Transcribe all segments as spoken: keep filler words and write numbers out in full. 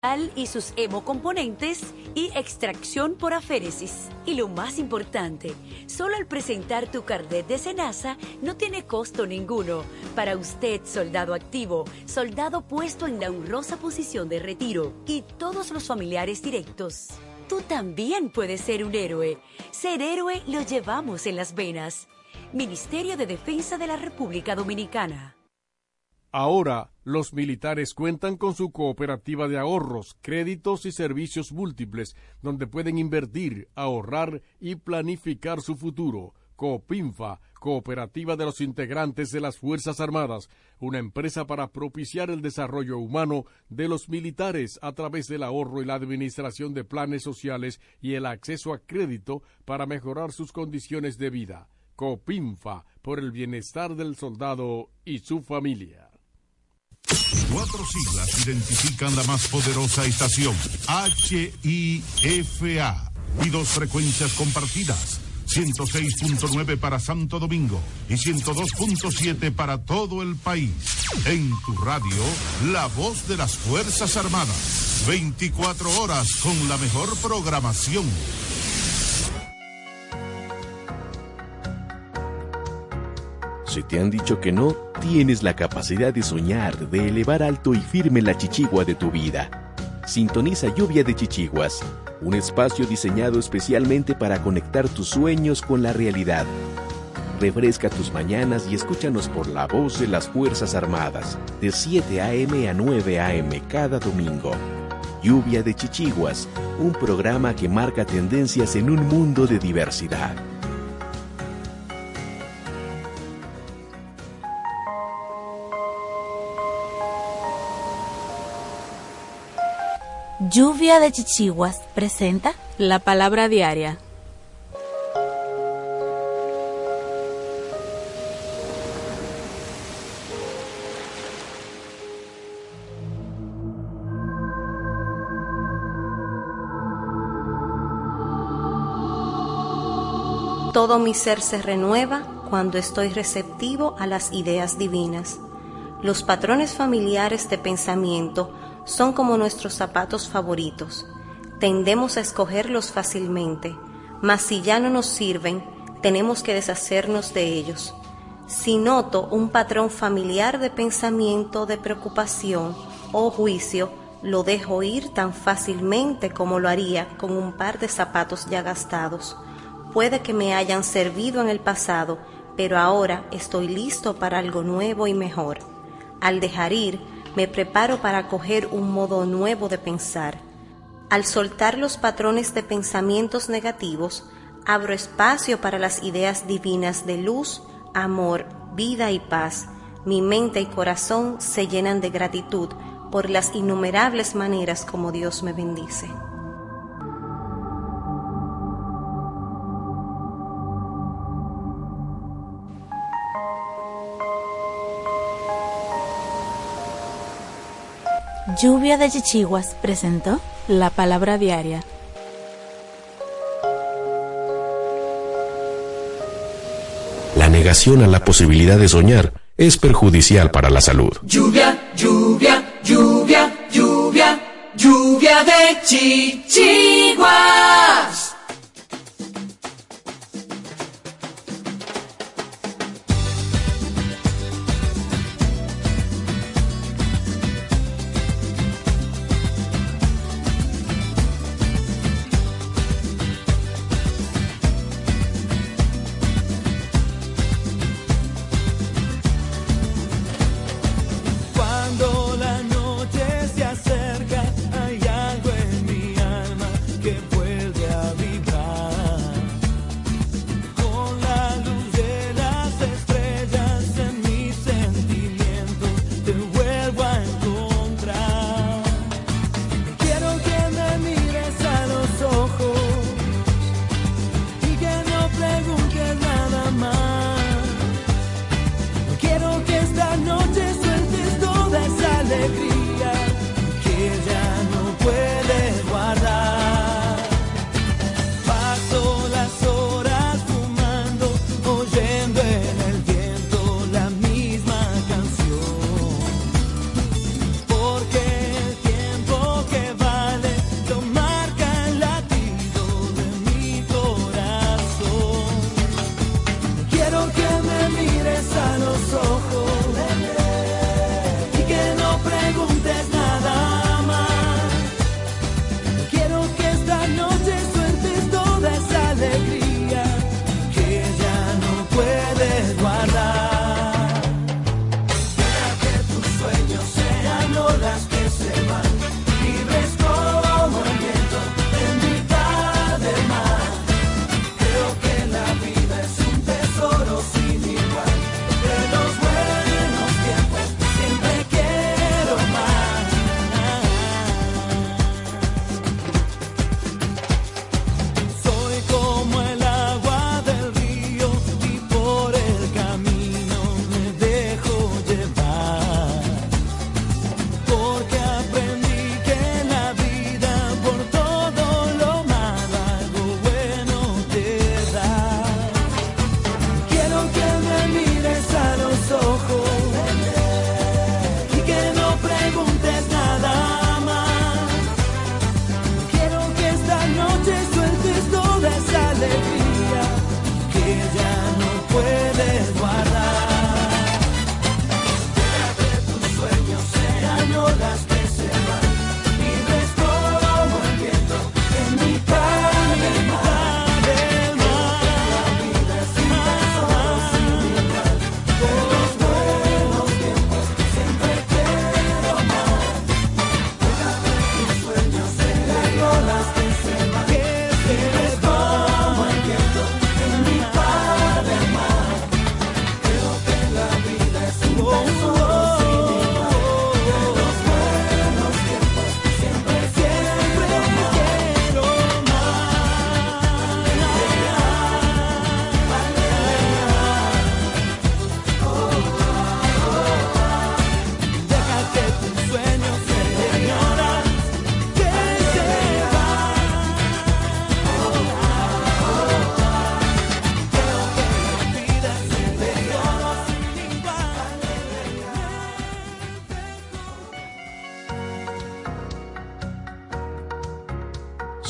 y sus hemocomponentes y extracción por aféresis. Y lo más importante, solo al presentar tu carnet de SENASA no tiene costo ninguno. Para usted, soldado activo, soldado puesto en la honrosa posición de retiro y todos los familiares directos, tú también puedes ser un héroe. Ser héroe lo llevamos en las venas. Ministerio de Defensa de la República Dominicana. Ahora, los militares cuentan con su cooperativa de ahorros, créditos y servicios múltiples, donde pueden invertir, ahorrar y planificar su futuro. Coopinfa, Cooperativa de los Integrantes de las Fuerzas Armadas, una empresa para propiciar el desarrollo humano de los militares a través del ahorro y la administración de planes sociales y el acceso a crédito para mejorar sus condiciones de vida. Coopinfa, por el bienestar del soldado y su familia. Cuatro siglas identifican la más poderosa estación, H I F A, y dos frecuencias compartidas, ciento seis punto nueve para Santo Domingo y ciento dos punto siete para todo el país. En tu radio, la voz de las Fuerzas Armadas, veinticuatro horas con la mejor programación. Si te han dicho que no, tienes la capacidad de soñar, de elevar alto y firme la chichigua de tu vida. Sintoniza Lluvia de Chichiguas, un espacio diseñado especialmente para conectar tus sueños con la realidad. Refresca tus mañanas y escúchanos por la voz de las Fuerzas Armadas, de siete a eme a nueve a eme cada domingo. Lluvia de Chichiguas, un programa que marca tendencias en un mundo de diversidad. Lluvia de Chichiguas presenta la palabra diaria. Todo mi ser se renueva cuando estoy receptivo a las ideas divinas. Los patrones familiares de pensamiento son como nuestros zapatos favoritos. Tendemos a escogerlos fácilmente, mas si ya no nos sirven, tenemos que deshacernos de ellos. Si noto un patrón familiar de pensamiento, de preocupación o juicio, lo dejo ir tan fácilmente como lo haría con un par de zapatos ya gastados. Puede que me hayan servido en el pasado, pero ahora estoy listo para algo nuevo y mejor. Al dejar ir, me preparo para coger un modo nuevo de pensar. Al soltar los patrones de pensamientos negativos, abro espacio para las ideas divinas de luz, amor, vida y paz. Mi mente y corazón se llenan de gratitud por las innumerables maneras como Dios me bendice. Lluvia de Chichiguas presentó la palabra diaria. La negación a la posibilidad de soñar es perjudicial para la salud. Lluvia, lluvia, lluvia, lluvia, lluvia de Chichiguas. Acerca, hay algo en mi alma que vuelve a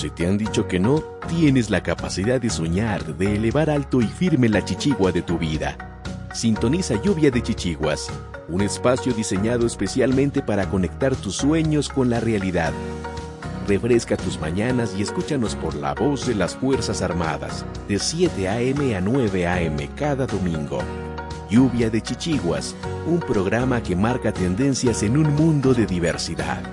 Si te han dicho que no, tienes la capacidad de soñar, de elevar alto y firme la chichigua de tu vida. Sintoniza Lluvia de Chichiguas, un espacio diseñado especialmente para conectar tus sueños con la realidad. Refresca tus mañanas y escúchanos por la voz de las Fuerzas Armadas, de siete a eme a nueve a eme cada domingo. Lluvia de Chichiguas, un programa que marca tendencias en un mundo de diversidad.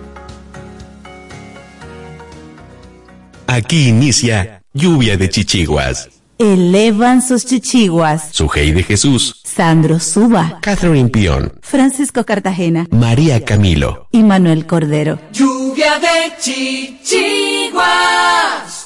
Aquí inicia Lluvia de Chichiguas. Elevan sus chichiguas. Sujei de Jesús, Sandro Suba, Catherine Pion, Francisco Cartagena María Camilo. y Manuel Cordero. Lluvia de chichiguas.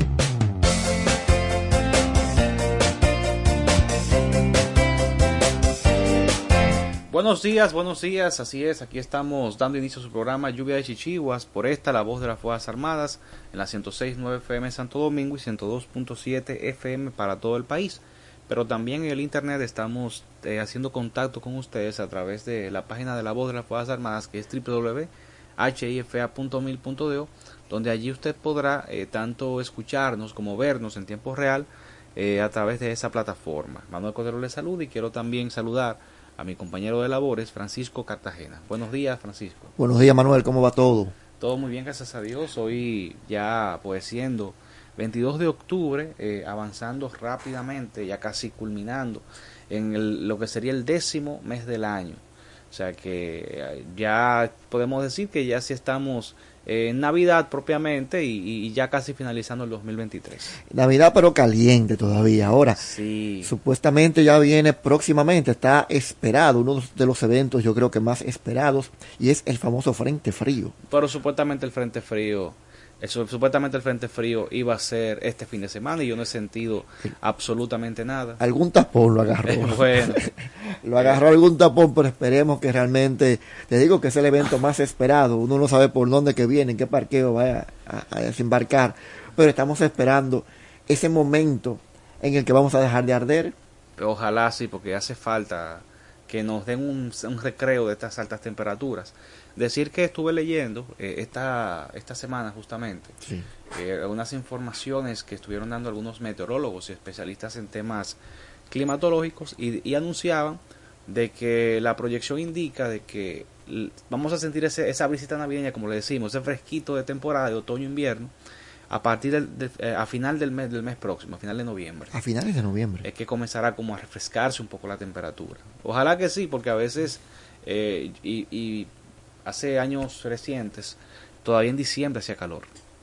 Buenos días, buenos días, así es, aquí estamos dando inicio a su programa Lluvia de Chichiguas, por esta, la voz de las Fuerzas Armadas, en la ciento seis punto nueve F M en Santo Domingo y ciento dos punto siete F M para todo el país, pero también en el internet estamos eh, haciendo contacto con ustedes a través de la página de la voz de las Fuerzas Armadas, que es doble u doble u doble u punto h i f a punto mil punto do, donde allí usted podrá eh, tanto escucharnos como vernos en tiempo real eh, a través de esa plataforma. Manuel Cordero le saluda y quiero también saludar a mi compañero de labores, Francisco Cartagena. Buenos días, Francisco. Buenos días, Manuel, ¿cómo va todo? Todo muy bien, gracias a Dios. Hoy ya, pues siendo veintidós de octubre, eh, avanzando rápidamente, ya casi culminando en el, lo que sería el décimo mes del año. O sea que eh, ya podemos decir que ya sí estamos eh, en Navidad propiamente y, y ya casi finalizando el dos mil veintitrés. Navidad pero caliente todavía. Ahora, sí. Supuestamente ya viene próximamente, está esperado, uno de los eventos yo creo que más esperados, y es el famoso Frente Frío. Pero supuestamente el Frente Frío... Eso, supuestamente el Frente Frío iba a ser este fin de semana y yo no he sentido absolutamente nada. Algún tapón lo agarró. Bueno. Lo agarró algún tapón, pero esperemos que realmente, te digo que es el evento más esperado. Uno no sabe por dónde que viene, en qué parqueo vaya a, a desembarcar, pero estamos esperando ese momento en el que vamos a dejar de arder. Ojalá sí, porque hace falta que nos den un, un recreo de estas altas temperaturas. Decir que estuve leyendo eh, esta esta semana justamente sí. eh, unas informaciones que estuvieron dando algunos meteorólogos y especialistas en temas climatológicos y, y anunciaban de que la proyección indica de que vamos a sentir ese, esa visita navideña, como le decimos, ese fresquito de temporada de otoño-invierno a partir del, de, eh, a final del mes del mes próximo, a final de noviembre. A finales de noviembre. Es que comenzará como a refrescarse un poco la temperatura. Ojalá que sí, porque a veces eh, y, y hace años recientes, todavía en diciembre hacía calor.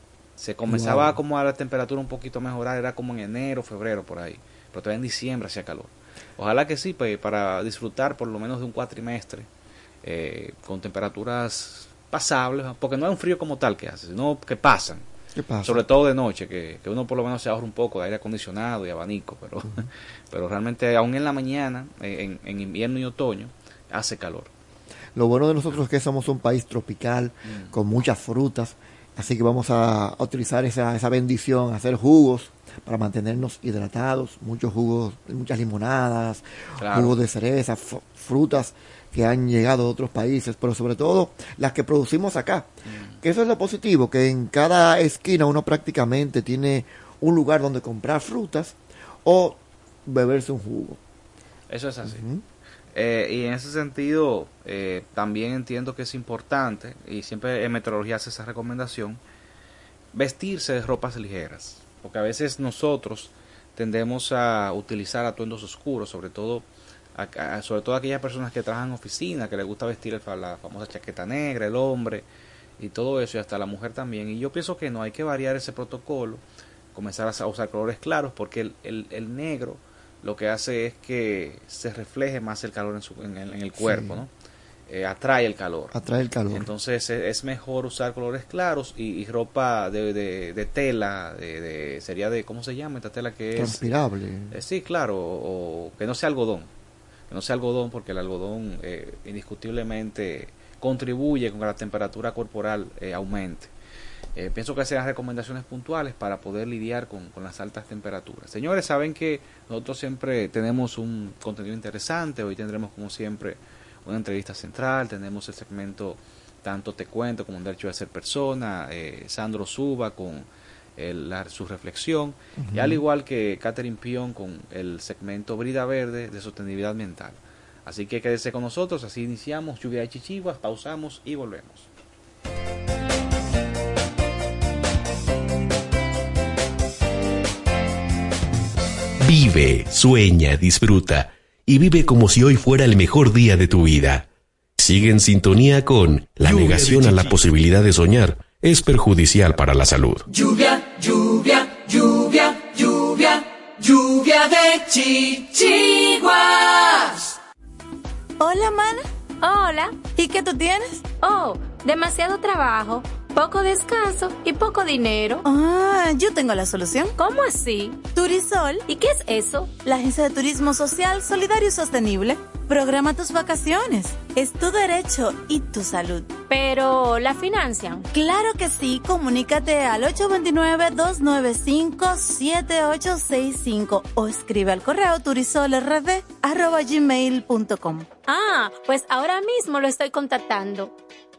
Se comenzaba wow. como a la temperatura un poquito a mejorar, era como en enero, febrero, por ahí. Pero todavía en diciembre hacía calor. Ojalá que sí, pues, para disfrutar por lo menos de un cuatrimestre, eh, con temperaturas pasables, porque no es un frío como tal que hace, sino que pasan. ¿Qué pasa? Sobre todo de noche, que, que uno por lo menos se ahorra un poco de aire acondicionado y abanico, pero, uh-huh. pero realmente aún en la mañana, en, en invierno y otoño, hace calor. Lo bueno de nosotros es que somos un país tropical, mm. con muchas frutas, así que vamos a, a utilizar esa, esa bendición, a hacer jugos para mantenernos hidratados, muchos jugos, muchas limonadas, claro. jugos de cereza, f- frutas que han llegado de otros países, pero sobre todo las que producimos acá. Mm. Que eso es lo positivo, que en cada esquina uno prácticamente tiene un lugar donde comprar frutas o beberse un jugo. Eso es así. Uh-huh. Eh, y en ese sentido, eh, también entiendo que es importante, y siempre en meteorología hace esa recomendación, vestirse de ropas ligeras, porque a veces nosotros tendemos a utilizar atuendos oscuros, sobre todo a, a, sobre todo aquellas personas que trabajan en oficina, que les gusta vestir el, la famosa chaqueta negra, el hombre, y todo eso, y hasta la mujer también. Y yo pienso que no, hay que variar ese protocolo, comenzar a usar colores claros, porque el, el, el negro lo que hace es que se refleje más el calor en, su, en, el, en el cuerpo, sí. ¿no? Eh, atrae el calor. Atrae el calor. Entonces es, es mejor usar colores claros y, y ropa de, de, de tela, de, de sería de, ¿cómo se llama esta tela que transpirable? es? Transpirable. Eh, sí, claro, o, o que no sea algodón. Que no sea algodón, porque el algodón eh, indiscutiblemente contribuye con que la temperatura corporal eh, aumente. Eh, pienso que serán recomendaciones puntuales para poder lidiar con, con las altas temperaturas. Señores, saben que nosotros siempre tenemos un contenido interesante. Hoy tendremos, como siempre, una entrevista central. Tenemos el segmento tanto Te Cuento como Un Derecho de Ser Persona, eh, Sandro Suba con el, la, su reflexión, uh-huh. y al igual que Catherine Pion con el segmento Brida Verde de Sostenibilidad Ambiental. Así que quédese con nosotros, así iniciamos Lluvia de Chichiguas, pausamos y volvemos. Vive, sueña, disfruta y vive como si hoy fuera el mejor día de tu vida. Sigue en sintonía con La lluvia negación a la posibilidad de soñar es perjudicial para la salud. Lluvia, lluvia, lluvia, lluvia, lluvia de chichiguas. Hola, mana. Hola. ¿Y qué tú tienes? Oh, demasiado trabajo, poco descanso y poco dinero. Ah, yo tengo la solución. ¿Cómo así? Turisol. ¿Y qué es eso? La agencia de turismo social, solidario y sostenible. Programa tus vacaciones. Es tu derecho y tu salud. Pero, ¿la financian? Claro que sí. Comunícate al ocho dos nueve, dos nueve cinco, siete ocho seis cinco o escribe al correo turisolrd arroba gmail punto com. Ah, pues ahora mismo lo estoy contactando.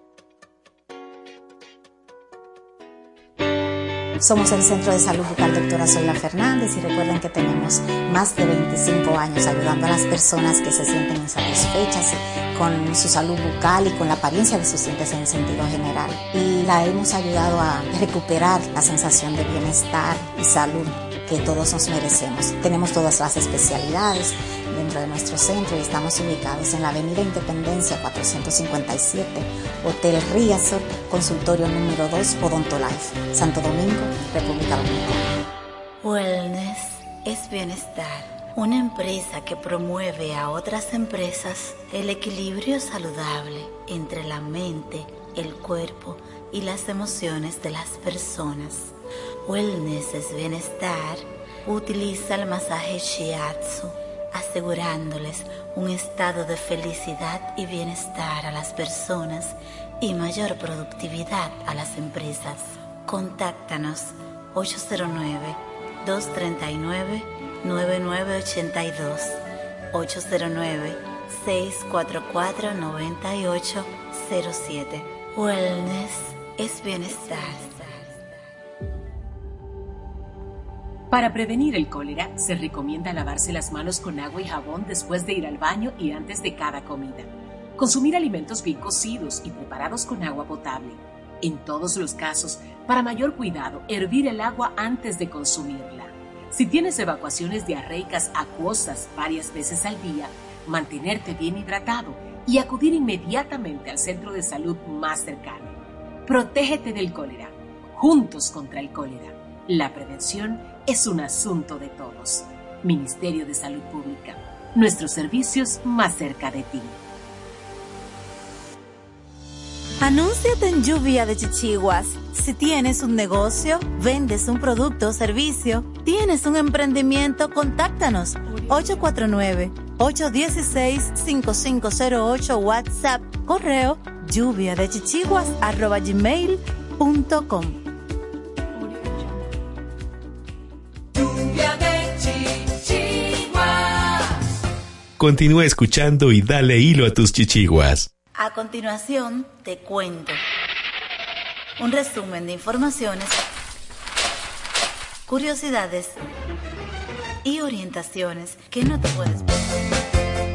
Somos el Centro de Salud Bucal Doctora Zoila Fernández y recuerden que tenemos más de veinticinco años ayudando a las personas que se sienten insatisfechas con su salud bucal y con la apariencia de sus dientes en sentido general. Y la hemos ayudado a recuperar la sensación de bienestar y salud que todos nos merecemos. Tenemos todas las especialidades dentro de nuestro centro y estamos ubicados en la Avenida Independencia cuatrocientos cincuenta y siete, Hotel Riazor, consultorio número dos, Odontolife, Santo Domingo, República Dominicana. Wellness es bienestar, una empresa que promueve a otras empresas el equilibrio saludable entre la mente, el cuerpo y las emociones de las personas. Wellness es bienestar. Utiliza el masaje Shiatsu, asegurándoles un estado de felicidad y bienestar a las personas y mayor productividad a las empresas. Contáctanos ocho cero nueve, dos tres nueve, nueve nueve ocho dos, ocho cero nueve, seis cuatro cuatro, nueve ocho cero siete. Wellness es bienestar. Para prevenir el cólera, se recomienda lavarse las manos con agua y jabón después de ir al baño y antes de cada comida. Consumir alimentos bien cocidos y preparados con agua potable. En todos los casos, para mayor cuidado, hervir el agua antes de consumirla. Si tienes evacuaciones diarreicas acuosas varias veces al día, mantenerte bien hidratado y acudir inmediatamente al centro de salud más cercano. Protégete del cólera. Juntos contra el cólera. La prevención es un asunto de todos. Ministerio de Salud Pública. Nuestros servicios más cerca de ti. Anúnciate en Lluvia de Chichiguas. Si tienes un negocio, vendes un producto o servicio, tienes un emprendimiento, contáctanos. ocho cuatro nueve, ocho uno seis, cinco cinco cero ocho, WhatsApp, correo lluvia de chichiguas arroba gmail punto com. Continúa escuchando y dale hilo a tus chichiguas. A continuación, te cuento un resumen de informaciones, curiosidades y orientaciones que no te puedes perder.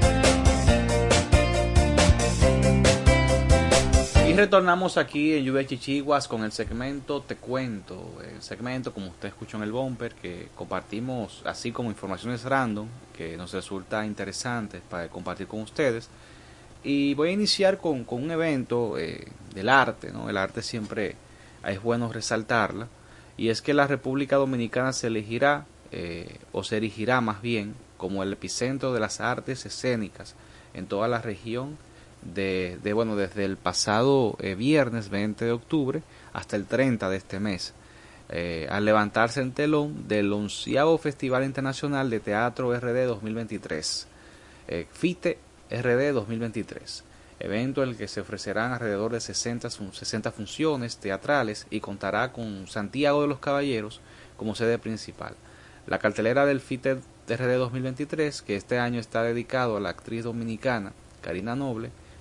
Y retornamos aquí en Lluvia de Chichiguas con el segmento Te Cuento, el segmento, como usted escuchó en el bumper, que compartimos así como informaciones random que nos resulta interesante para compartir con ustedes. Y voy a iniciar con, con un evento eh, del arte, ¿no? El arte siempre es bueno resaltarla, y es que la República Dominicana se elegirá, eh, o se erigirá más bien, como el epicentro de las artes escénicas en toda la región, de, de bueno, desde el pasado eh, viernes veinte de octubre hasta el treinta de este mes, eh, al levantarse el telón del onceavo Festival Internacional de Teatro R D dos mil veintitrés, eh, FITE R D dos mil veintitrés, evento en el que se ofrecerán alrededor de sesenta, sesenta funciones teatrales y contará con Santiago de los Caballeros como sede principal. La cartelera del FITE R D dos mil veintitrés, que este año está dedicado a la actriz dominicana Karina Noble,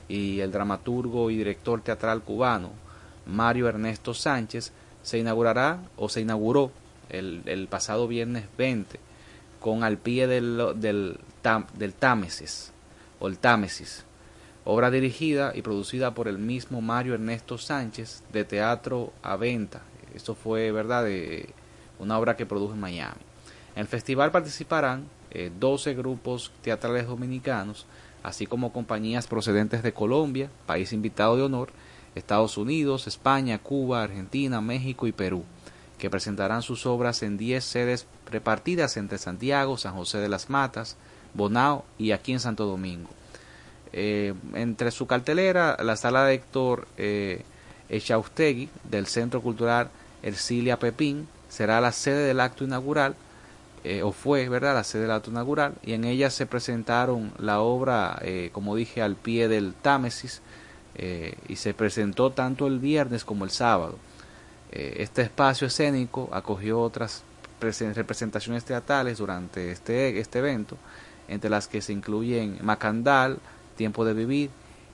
y el dramaturgo y director teatral cubano Mario Ernesto Sánchez, se inaugurará o se inauguró el, el pasado viernes veinte con Al pie del, del, tam, del Támesis, o el Támesis, obra dirigida y producida por el mismo Mario Ernesto Sánchez de Teatro a Venta. Esto fue, verdad, de una obra que produjo en Miami. En el festival participarán eh, doce grupos teatrales dominicanos, así como compañías procedentes de Colombia, país invitado de honor, Estados Unidos, España, Cuba, Argentina, México y Perú, que presentarán sus obras en diez sedes repartidas entre Santiago, San José de las Matas, Bonao y aquí en Santo Domingo. Eh, entre su cartelera, la sala de Héctor eh, Echaustegui del Centro Cultural Ercilia Pepín será la sede del acto inaugural, eh, o fue, ¿verdad?, la sede del acto inaugural, y en ella se presentaron la obra, eh, como dije, Al pie del Támesis, eh, y se presentó tanto el viernes como el sábado. Eh, este espacio escénico acogió otras representaciones teatrales durante este, este evento, entre las que se incluyen Macandal, Tiempo de Vivir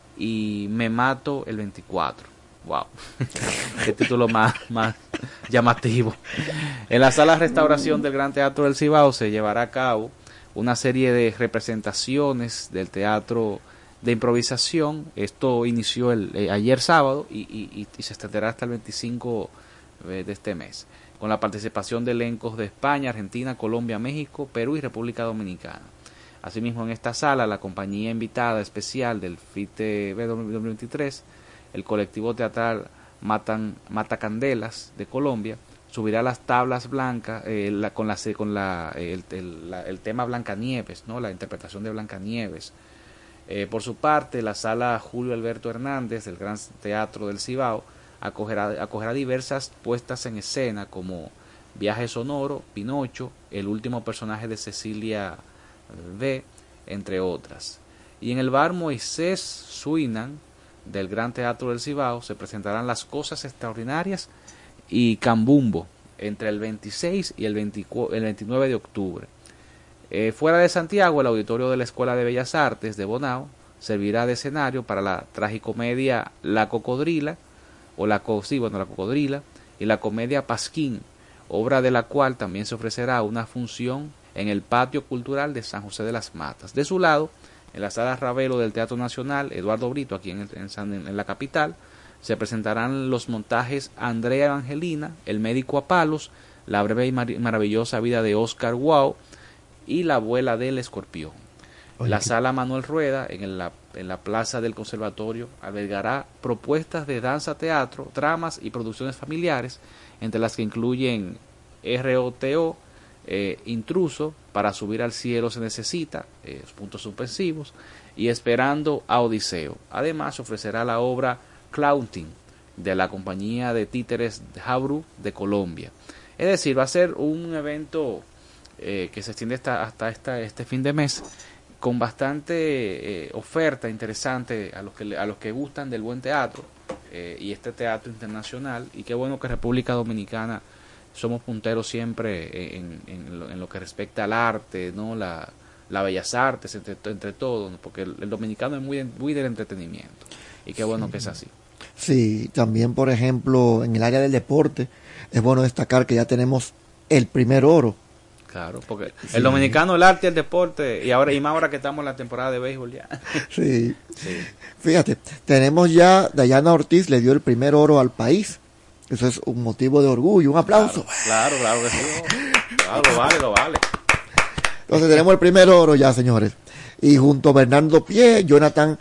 y Me Mato el veinticuatro. Wow, qué título más, más llamativo. En la sala Restauración del Gran Teatro del Cibao se llevará a cabo una serie de representaciones del teatro de improvisación. Esto inició el, eh, ayer sábado y, y, y se extenderá hasta el veinticinco de este mes, con la participación de elencos de España, Argentina, Colombia, México, Perú y República Dominicana. Asimismo, en esta sala, la compañía invitada especial del F I T E dos mil veintitrés, el colectivo teatral Matan, Matacandelas de Colombia, subirá las tablas blancas eh, la, con, la, con la, el, el, la, el tema Blancanieves, ¿no?, la interpretación de Blancanieves. Eh, por su parte, la sala Julio Alberto Hernández del Gran Teatro del Cibao acogerá, acogerá diversas puestas en escena como Viaje Sonoro, Pinocho, El último personaje de Cecilia B, entre otras. Y en el bar Moisés Suinan del Gran Teatro del Cibao se presentarán Las Cosas Extraordinarias y Cambumbo entre el veintiséis y el, veinticuatro, el veintinueve de octubre. Eh, fuera de Santiago, el auditorio de la Escuela de Bellas Artes de Bonao servirá de escenario para la tragicomedia La Cocodrila, o la, sí, bueno, la Cocodrila, y la comedia Pasquín, obra de la cual también se ofrecerá una función en el Patio Cultural de San José de las Matas. De su lado, en la Sala Ravelo del Teatro Nacional Eduardo Brito, aquí en, el, en, en la capital, se presentarán los montajes Andrea Evangelina, El médico a palos, La breve y mar maravillosa vida de Oscar Wow y La abuela del escorpión. Oye, la Sala Manuel Rueda, en la, en la Plaza del Conservatorio, albergará propuestas de danza, teatro, dramas y producciones familiares, entre las que incluyen R O T O, eh, Intruso, Para subir al cielo se necesita, eh, puntos suspensivos, y Esperando a Odiseo. Además, ofrecerá la obra Clownting de la compañía de títeres Jabru de Colombia. Es decir, va a ser un evento eh, que se extiende hasta, hasta esta, este fin de mes, con bastante eh, oferta interesante a los que a los que gustan del buen teatro eh, y este teatro internacional. Y qué bueno que República Dominicana somos punteros siempre en, en, lo, en lo que respecta al arte, ¿no?, la, la bellas artes, entre, entre todos, ¿no?, porque el, el dominicano es muy, muy del entretenimiento, y qué bueno sí. que es así. Sí, también, por ejemplo, en el área del deporte, es bueno destacar que ya tenemos el primer oro. Claro, porque sí. el dominicano, el arte y el deporte, y ahora y más ahora que estamos en la temporada de béisbol ya. Sí. sí. Fíjate, tenemos ya, Dayana Ortiz le dio el primer oro al país. Eso es un motivo de orgullo, un aplauso. Claro, claro, claro que sí. Claro, lo vale, lo vale. Entonces tenemos el primer oro ya, señores. Y junto a Bernardo Pie, Jonathan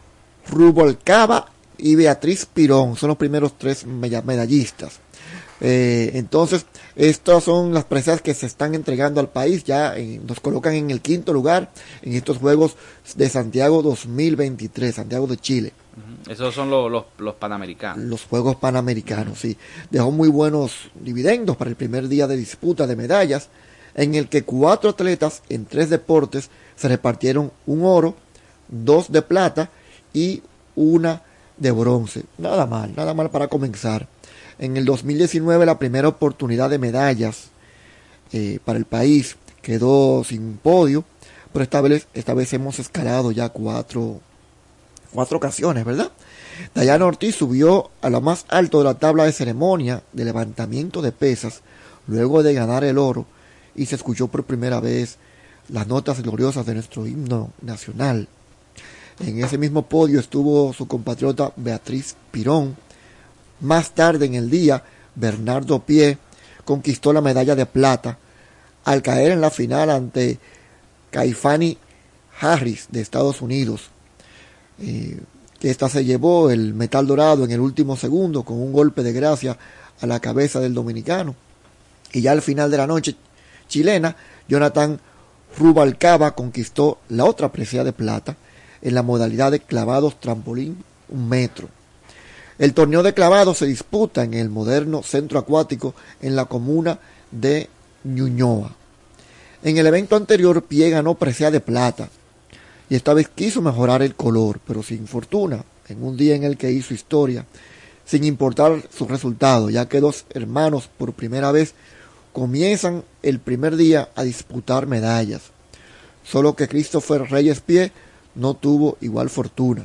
Rubalcaba y Beatriz Pirón son los primeros tres medallistas. Eh, entonces, estas son las presas que se están entregando al país. Ya eh, nos colocan en el quinto lugar en estos Juegos de Santiago dos mil veintitrés, Santiago de Chile. Uh-huh. Esos son los, los, los panamericanos. Los Juegos Panamericanos, uh-huh. sí. Dejó muy buenos dividendos para el primer día de disputa de medallas, en el que cuatro atletas en tres deportes se repartieron un oro, dos de plata y una de bronce. Nada mal, nada mal para comenzar. En el dos mil diecinueve la primera oportunidad de medallas eh, para el país quedó sin podio, pero esta vez, esta vez hemos escalado ya cuatro, cuatro ocasiones, ¿verdad? Dayana Ortiz subió a lo más alto de la tabla de ceremonia de levantamiento de pesas luego de ganar el oro y se escuchó por primera vez las notas gloriosas de nuestro himno nacional. En ese mismo podio estuvo su compatriota Beatriz Pirón. Más tarde en el día, Bernardo Pie conquistó la medalla de plata al caer en la final ante Caifani Harris de Estados Unidos. Eh, esta se llevó el metal dorado en el último segundo con un golpe de gracia a la cabeza del dominicano. Y ya al final de la noche chilena, Jonathan Rubalcaba conquistó la otra presea de plata en la modalidad de clavados trampolín un metro. El torneo de clavados se disputa en el moderno centro acuático en la comuna de Ñuñoa. En el evento anterior, Pie ganó presea de plata y esta vez quiso mejorar el color, pero sin fortuna, en un día en el que hizo historia, sin importar su resultado, ya que dos hermanos por primera vez comienzan el primer día a disputar medallas. Solo que Christopher Reyes Pie no tuvo igual fortuna.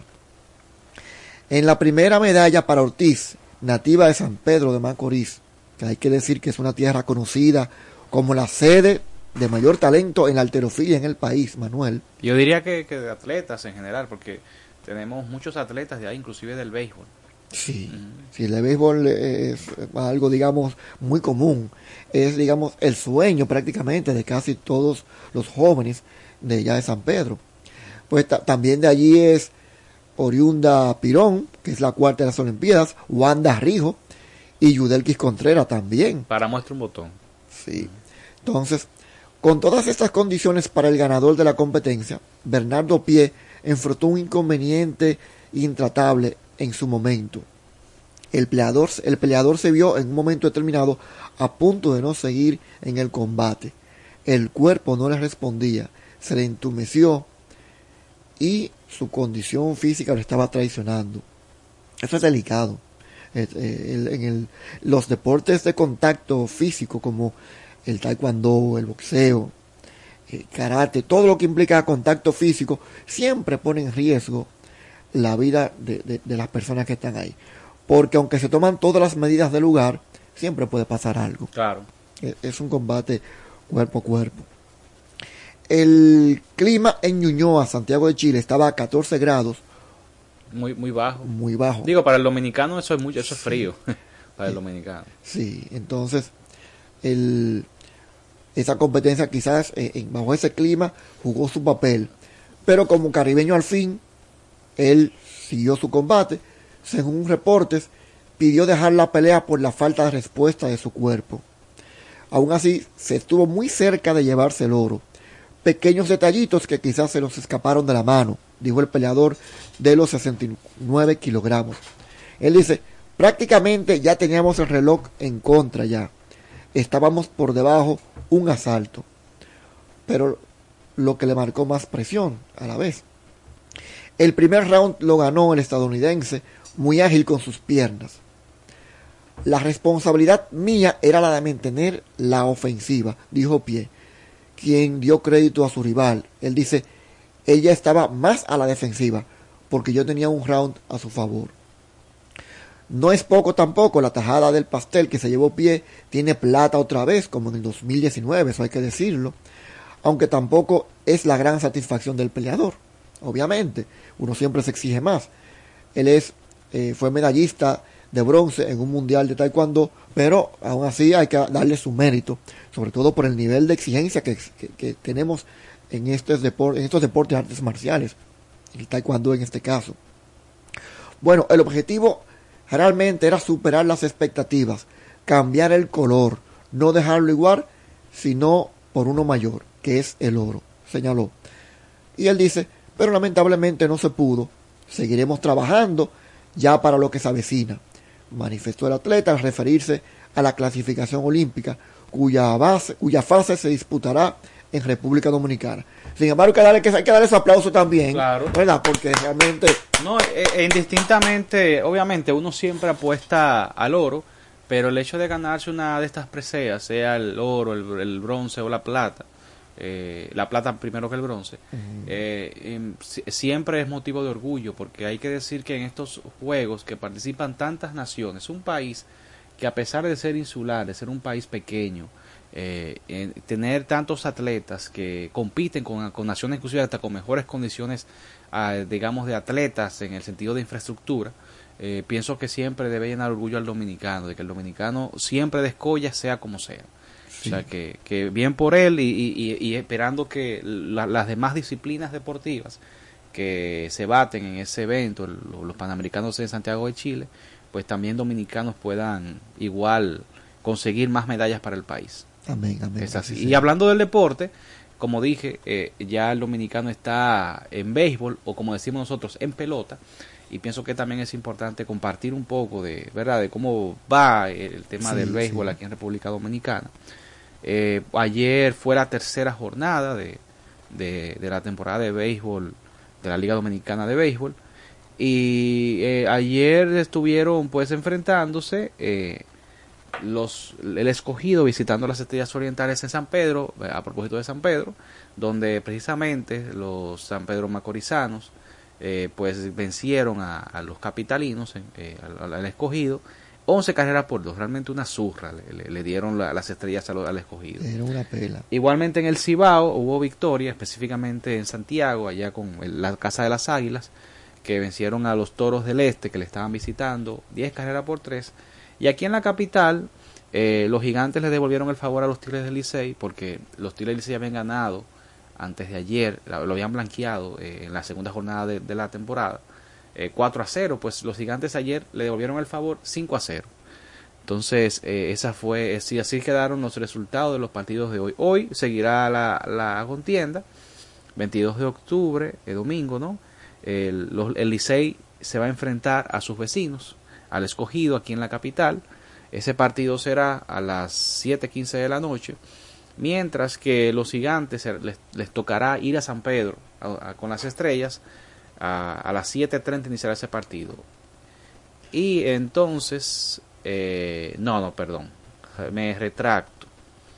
En la primera medalla para Ortiz, nativa de San Pedro de Macorís, que hay que decir que es una tierra conocida como la sede de mayor talento en la halterofilia en el país, Manuel. Yo diría que, que de atletas en general, porque tenemos muchos atletas de ahí, inclusive del béisbol. Sí, uh-huh. sí, el béisbol es algo, digamos, muy común. Es, digamos, el sueño prácticamente de casi todos los jóvenes de allá de San Pedro. Pues ta- también de allí es oriunda Pirón, que es la cuarta de las Olimpiadas, Wanda Rijo y Yudelquis Contreras también. Para muestra un botón. Sí. Entonces, con todas estas condiciones para el ganador de la competencia, Bernardo Pie enfrentó un inconveniente intratable en su momento. El peleador, el peleador se vio en un momento determinado a punto de no seguir en el combate. El cuerpo no le respondía, se le entumeció y su condición física lo estaba traicionando. Eso es delicado. En el, los deportes de contacto físico como el taekwondo, el boxeo, el karate, todo lo que implica contacto físico, siempre pone en riesgo la vida de, de, de las personas que están ahí. Porque aunque se toman todas las medidas del lugar, siempre puede pasar algo. Claro. Es, es un combate cuerpo a cuerpo. El clima en Ñuñoa, Santiago de Chile, estaba a catorce grados. Muy muy bajo. Muy bajo. Digo, para el dominicano eso es mucho, eso es frío. Sí. Para el dominicano. Sí, entonces el, esa competencia quizás eh, bajo ese clima jugó su papel. Pero como caribeño al fin, él siguió su combate. Según reportes, pidió dejar la pelea por la falta de respuesta de su cuerpo. Aún así, se estuvo muy cerca de llevarse el oro. Pequeños detallitos que quizás se los escaparon de la mano, dijo el peleador de los sesenta y nueve kilogramos. Él dice, prácticamente ya teníamos el reloj en contra ya. Estábamos por debajo un asalto. Pero lo que le marcó más presión a la vez. El primer round lo ganó el estadounidense, muy ágil con sus piernas. La responsabilidad mía era la de mantener la ofensiva, dijo Pie, quien dio crédito a su rival. Él dice, ella estaba más a la defensiva, porque yo tenía un round a su favor. No es poco tampoco, la tajada del pastel que se llevó Pie tiene plata otra vez, como en el dos mil diecinueve, eso hay que decirlo, aunque tampoco es la gran satisfacción del peleador. Obviamente, uno siempre se exige más. Él es, eh, fue medallista de bronce en un mundial de taekwondo, pero aún así hay que darle su mérito, sobre todo por el nivel de exigencia que, que, que tenemos en estos, depor- en estos deportes de artes marciales, el taekwondo en este caso. Bueno, el objetivo realmente era superar las expectativas, cambiar el color, no dejarlo igual, sino por uno mayor, que es el oro, señaló. Y él dice, pero lamentablemente no se pudo, seguiremos trabajando ya para lo que se avecina, manifestó el atleta al referirse a la clasificación olímpica, cuya base, cuya fase se disputará en República Dominicana. Sin embargo, hay que darle, que hay que darle ese aplauso también, claro, ¿verdad? Porque realmente... No, eh, indistintamente, obviamente, uno siempre apuesta al oro, pero el hecho de ganarse una de estas preseas, sea el oro, el, el bronce o la plata, eh, la plata primero que el bronce, uh-huh. eh, eh, siempre es motivo de orgullo, porque hay que decir que en estos juegos que participan tantas naciones, un país que a pesar de ser insular, de ser un país pequeño, eh, en tener tantos atletas que compiten con, con naciones inclusive hasta con mejores condiciones, eh, digamos, de atletas en el sentido de infraestructura, eh, pienso que siempre debe llenar orgullo al dominicano, de que el dominicano siempre descolla sea como sea. Sí. O sea, que, que bien por él y, y, y esperando que la, las demás disciplinas deportivas que se baten en ese evento, los, los Panamericanos en Santiago de Chile, pues también dominicanos puedan igual conseguir más medallas para el país. Amén, amén. Es así. Y hablando del deporte, como dije, eh, ya el dominicano está en béisbol, o como decimos nosotros, en pelota, y pienso que también es importante compartir un poco de, ¿verdad?, de cómo va el tema sí, del béisbol sí. aquí en República Dominicana. Eh, ayer fue la tercera jornada de, de, de la temporada de béisbol de la Liga Dominicana de Béisbol, y eh, ayer estuvieron pues enfrentándose eh, los el Escogido visitando las Estrellas Orientales en San Pedro, a propósito de San Pedro, donde precisamente los San Pedro Macorizanos eh, pues vencieron a, a los capitalinos, eh, al, al Escogido, once carreras por dos, realmente una zurra le, le, le dieron la, las estrellas al, al Escogido. Era una pela. Igualmente en el Cibao hubo victoria, específicamente en Santiago, allá con el, la Casa de las Águilas, que vencieron a los Toros del Este, que le estaban visitando, diez carreras por tres. Y aquí en la capital, eh, los Gigantes le devolvieron el favor a los Tigres del Licey, porque los Tigres del Licey habían ganado antes de ayer, lo habían blanqueado eh, en la segunda jornada de, de la temporada, eh, cuatro a cero, pues los Gigantes ayer le devolvieron el favor cinco a cero. Entonces, eh, esa fue, sí, así quedaron los resultados de los partidos de hoy. Hoy seguirá la, la contienda, veintidós de octubre, el domingo, ¿no? El, los, el Licey se va a enfrentar a sus vecinos, al Escogido aquí en la capital. Ese partido será a las siete quince de la noche, mientras que los Gigantes les, les tocará ir a San Pedro a, a, con las Estrellas. A, a las siete treinta iniciará ese partido. Y entonces, eh, no, no, perdón, me retracto.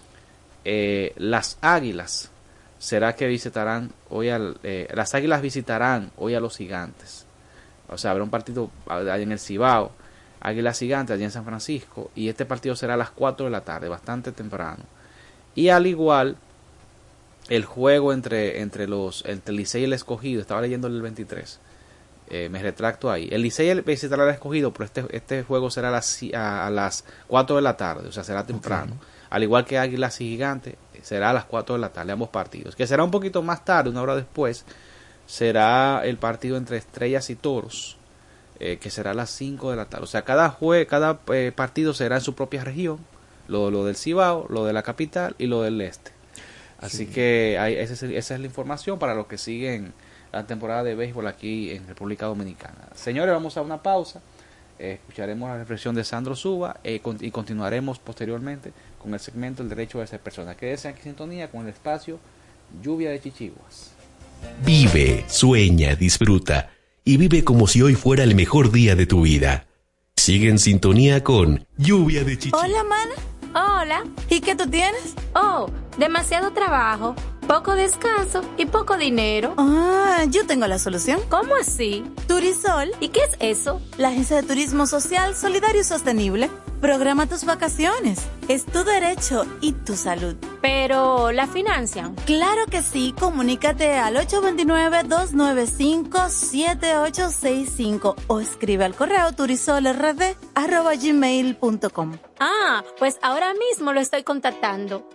Eh, las Águilas será que visitarán hoy al, eh, las Águilas visitarán hoy a los Gigantes. O sea, habrá un partido allá en el Cibao, Águilas Gigantes allá en San Francisco, y este partido será a las cuatro de la tarde, bastante temprano. Y al igual, el juego entre entre los entre el Licey y el Escogido, estaba leyendo el veintitrés, eh, me retracto ahí. El Licey visitará al Escogido, pero este este juego será a las, a, a las cuatro de la tarde, o sea, será temprano. Okay. Al igual que Águilas y Gigantes, será a las cuatro de la tarde, ambos partidos. Que será un poquito más tarde, una hora después, será el partido entre Estrellas y Toros, eh, que será a las cinco de la tarde. O sea, cada jue cada eh, partido será en su propia región, lo, lo del Cibao, lo de la capital y lo del este. Así sí. que hay, esa, es, esa es la información para los que siguen la temporada de béisbol aquí en República Dominicana. Señores, vamos a una pausa. Eh, escucharemos la reflexión de Sandro Suba eh, con, y continuaremos posteriormente con el segmento El Derecho de Ser Persona. Quédense aquí en sintonía con el espacio Lluvia de Chichiguas. Vive, sueña, disfruta y vive como si hoy fuera el mejor día de tu vida. Sigue en sintonía con Lluvia de Chichiguas. Hola, mana. Hola. ¿Y qué tú tienes? Oh, demasiado trabajo, poco descanso y poco dinero. Ah, yo tengo la solución. ¿Cómo así? Turisol. ¿Y qué es eso? La agencia de turismo social, solidario y sostenible. Programa tus vacaciones. Es tu derecho y tu salud. Pero, ¿la financian? Claro que sí. Comunícate al ocho dos nueve, dos nueve cinco, siete ocho seis cinco o escribe al correo turisolrd arroba gmail punto com. Ah, pues ahora mismo lo estoy contactando.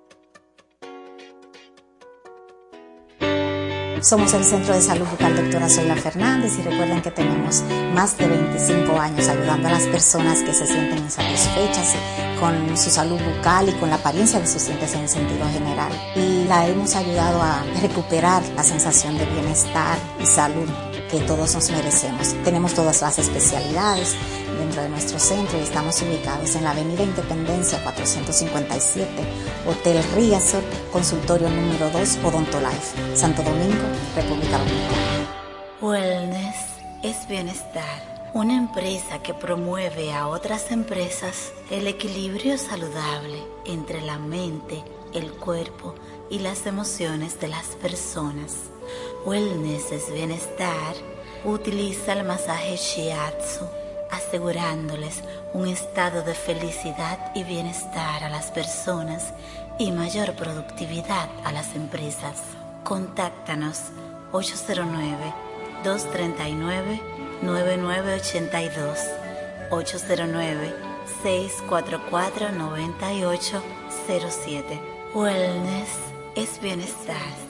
Somos el Centro de Salud Bucal Doctora Zoila Fernández y recuerden que tenemos más de veinticinco años ayudando a las personas que se sienten insatisfechas con su salud bucal y con la apariencia de sus dientes en sentido general. Y la hemos ayudado a recuperar la sensación de bienestar y salud que todos nos merecemos. Tenemos todas las especialidades dentro de nuestro centro y estamos ubicados en la Avenida Independencia cuatrocientos cincuenta y siete, Hotel Riazor, consultorio número dos, Odontolife, Santo Domingo, República Dominicana. Wellness es bienestar, una empresa que promueve a otras empresas el equilibrio saludable entre la mente, el cuerpo y las emociones de las personas. Wellness es bienestar. Utiliza el masaje Shiatsu, asegurándoles un estado de felicidad y bienestar a las personas y mayor productividad a las empresas. Contáctanos ocho cero nueve, dos tres nueve, nueve nueve ocho dos, ocho cero nueve, seis cuatro cuatro, nueve ocho cero siete. Wellness es bienestar.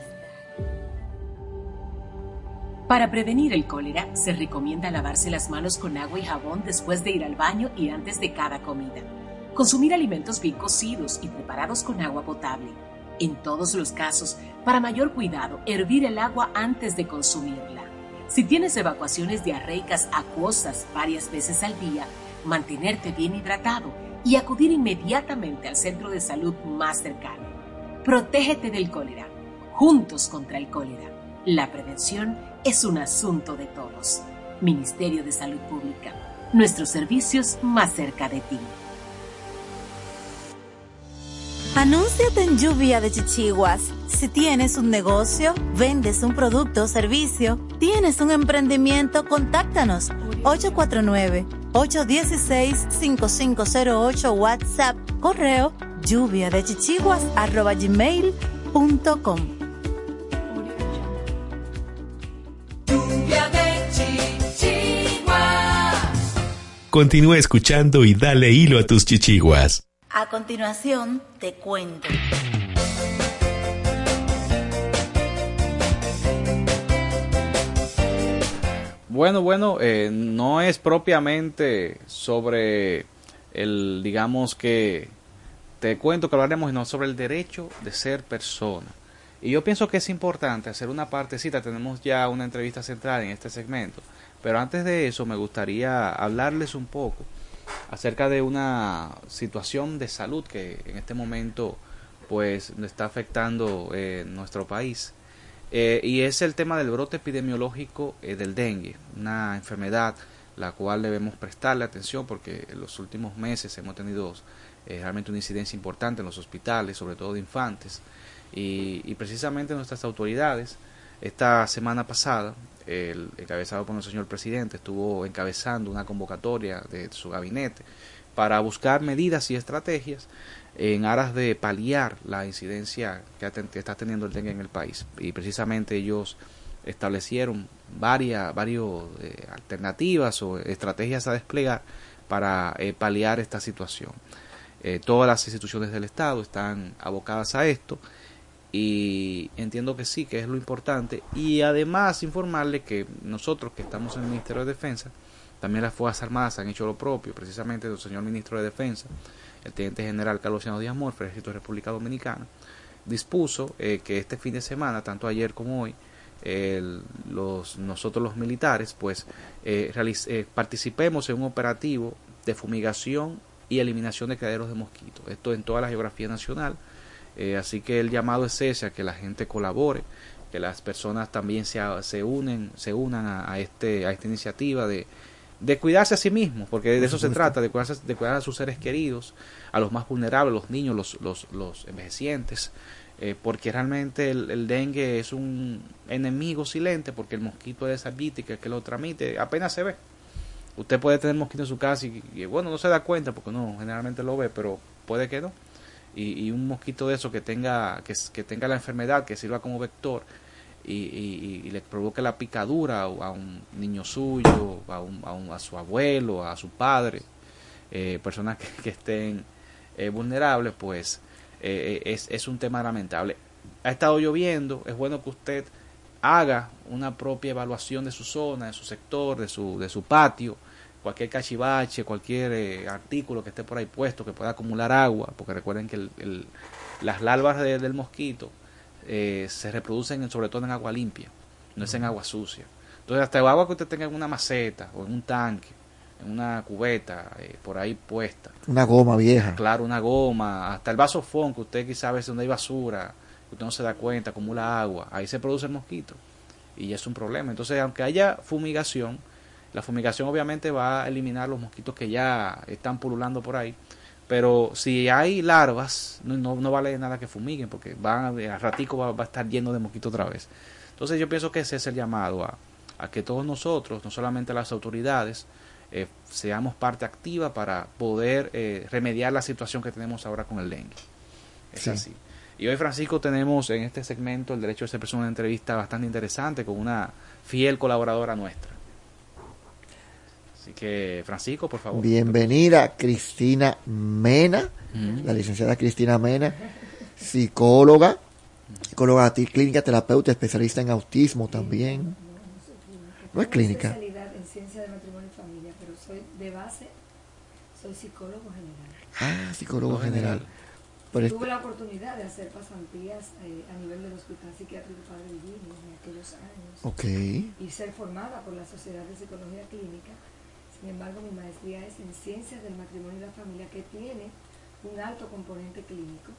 Para prevenir el cólera, se recomienda lavarse las manos con agua y jabón después de ir al baño y antes de cada comida. Consumir alimentos bien cocidos y preparados con agua potable. En todos los casos, para mayor cuidado, hervir el agua antes de consumirla. Si tienes evacuaciones diarreicas acuosas varias veces al día, mantenerte bien hidratado y acudir inmediatamente al centro de salud más cercano. Protégete del cólera. Juntos contra el cólera. La prevención es un asunto de todos. Ministerio de Salud Pública. Nuestros servicios más cerca de ti. Anúnciate en Lluvia de Chichiguas. Si tienes un negocio, vendes un producto o servicio, tienes un emprendimiento, contáctanos ocho cuatro nueve, ocho uno seis, cinco cinco cero ocho, WhatsApp, correo lluvia de chichiguas arroba gmail punto com. Continúa escuchando y dale hilo a tus chichiguas. A continuación, te cuento. Bueno, bueno, eh, no es propiamente sobre el, digamos que, te cuento que hablaremos, sino sobre el derecho de ser persona. Y yo pienso que es importante hacer una partecita, tenemos ya una entrevista central en este segmento, pero antes de eso me gustaría hablarles un poco acerca de una situación de salud que en este momento pues está afectando eh, nuestro país. Eh, y es el tema del brote epidemiológico eh, del dengue, una enfermedad la cual debemos prestarle atención porque en los últimos meses hemos tenido eh, realmente una incidencia importante en los hospitales, sobre todo de infantes, y, y precisamente nuestras autoridades, esta semana pasada, el encabezado por el señor presidente, estuvo encabezando una convocatoria de su gabinete para buscar medidas y estrategias en aras de paliar la incidencia que, que está teniendo el dengue en el país. Y precisamente ellos establecieron varias varios, eh, alternativas o estrategias a desplegar para eh, paliar esta situación. Eh, todas las instituciones del Estado están abocadas a esto y entiendo que sí, que es lo importante. Y además informarle que nosotros que estamos en el Ministerio de Defensa, también las Fuerzas Armadas han hecho lo propio. Precisamente el señor Ministro de Defensa, el Teniente General Carlos Llano Díaz Morfa, Ejército de República Dominicana, dispuso eh, que este fin de semana, tanto ayer como hoy, eh, los, nosotros los militares, pues eh, realiz, eh, participemos en un operativo de fumigación y eliminación de criaderos de mosquitos. Esto en toda la geografía nacional. Eh, así que el llamado es ese, a que la gente colabore, que las personas también se, se unen, se unan a, a este, a esta iniciativa de de cuidarse a sí mismos, porque de eso se trata, de cuidarse, de cuidar a sus seres queridos, a los más vulnerables, los niños, los, los, los envejecientes, eh, porque realmente el, el dengue es un enemigo silente, porque el mosquito de esa vítica que lo transmite apenas se ve. Usted puede tener mosquito en su casa y, y bueno, no se da cuenta, porque no, generalmente lo ve, pero puede que no. Y, y un mosquito de eso que tenga, que, que tenga la enfermedad, que sirva como vector, Y, y, y le provoque la picadura a un niño suyo, a, un, a, un, a su abuelo, a su padre, eh, personas que, que estén eh, vulnerables, pues eh, es, es un tema lamentable. Ha estado lloviendo, es bueno que usted haga una propia evaluación de su zona, de su sector, de su, de su patio, cualquier cachivache, cualquier eh, artículo que esté por ahí puesto que pueda acumular agua, porque recuerden que el, el, las larvas de, del mosquito Eh, se reproducen sobre todo en agua limpia, no es en agua sucia. Entonces hasta el agua que usted tenga en una maceta o en un tanque, en una cubeta eh, por ahí puesta, una goma vieja, claro, una goma, hasta el vasofón que usted quizá a veces donde hay basura, usted no se da cuenta, acumula agua, ahí se produce el mosquito y ya es un problema. Entonces aunque haya fumigación, la fumigación obviamente va a eliminar los mosquitos que ya están pululando por ahí, Pero si hay larvas, no, no, no vale nada que fumiguen, porque van a, a ratico va, va a estar lleno de mosquito otra vez. Entonces yo pienso que ese es el llamado a, a que todos nosotros, no solamente las autoridades, eh, seamos parte activa para poder eh, remediar la situación que tenemos ahora con el dengue. Es sí. así. Y hoy, Francisco, tenemos en este segmento el derecho de ser persona, una entrevista bastante interesante con una fiel colaboradora nuestra. Así que, Francisco, por favor. Bienvenida, Cristina Mena, mm. la licenciada Cristina Mena, psicóloga, psicóloga clínica, terapeuta, especialista en autismo también. No es clínica. Especialidad en ciencia de matrimonio y familia, pero soy de base, soy psicólogo general. Ah, psicólogo general. Tuve este... la oportunidad de hacer pasantías eh, a nivel del Hospital Psiquiátrico Padre Virgilio en aquellos años. Okay. Y ser formada por la Sociedad de Psicología Clínica. Sin embargo, mi maestría es en Ciencias del Matrimonio y la Familia, que tiene un alto componente clínico.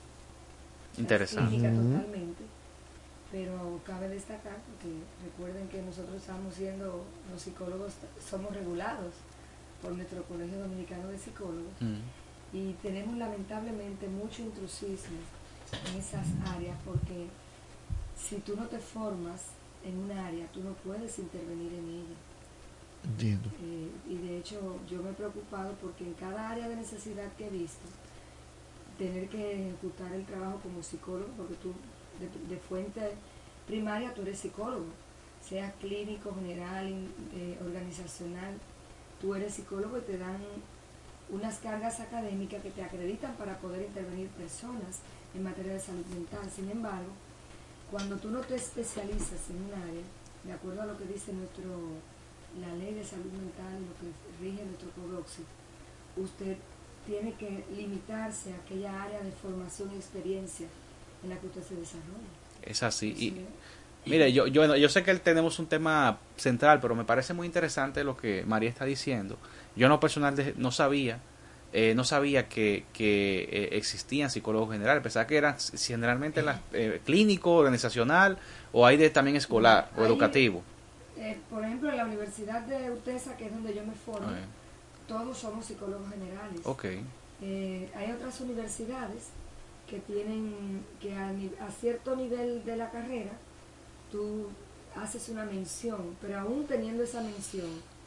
Interesante. Clínica uh-huh. totalmente. Pero cabe destacar, porque recuerden que nosotros estamos siendo, los psicólogos somos regulados por nuestro Colegio Dominicano de Psicólogos. Uh-huh. Y tenemos lamentablemente mucho intrusismo en esas áreas, porque si tú no te formas en un área, tú no puedes intervenir en ella. Entiendo. Eh, y de hecho yo me he preocupado porque en cada área de necesidad que he visto, tener que ejecutar el trabajo como psicólogo, porque tú de, de fuente primaria tú eres psicólogo, sea clínico, general, eh, organizacional, tú eres psicólogo y te dan unas cargas académicas que te acreditan para poder intervenir personas en materia de salud mental. Sin embargo, cuando tú no te especializas en un área, de acuerdo a lo que dice nuestro la ley de salud mental, lo que rige nuestro CODOXI, usted tiene que limitarse a aquella área de formación y experiencia en la que usted se desarrolla. Es así. Y mire, yo, yo, yo sé que tenemos un tema central, pero me parece muy interesante lo que María está diciendo. Yo no personal de, no sabía, eh, no sabía que, que eh, existían psicólogos generales. Pensaba que eran generalmente en la, eh, clínico, organizacional, o hay de también escolar no, o hay, educativo. Eh, por ejemplo, en la Universidad de UTESA, que es donde yo me formo, okay. todos somos psicólogos generales. Okay. Eh, hay otras universidades que tienen, que a, a cierto nivel de la carrera, tú haces una mención, pero aún teniendo esa mención,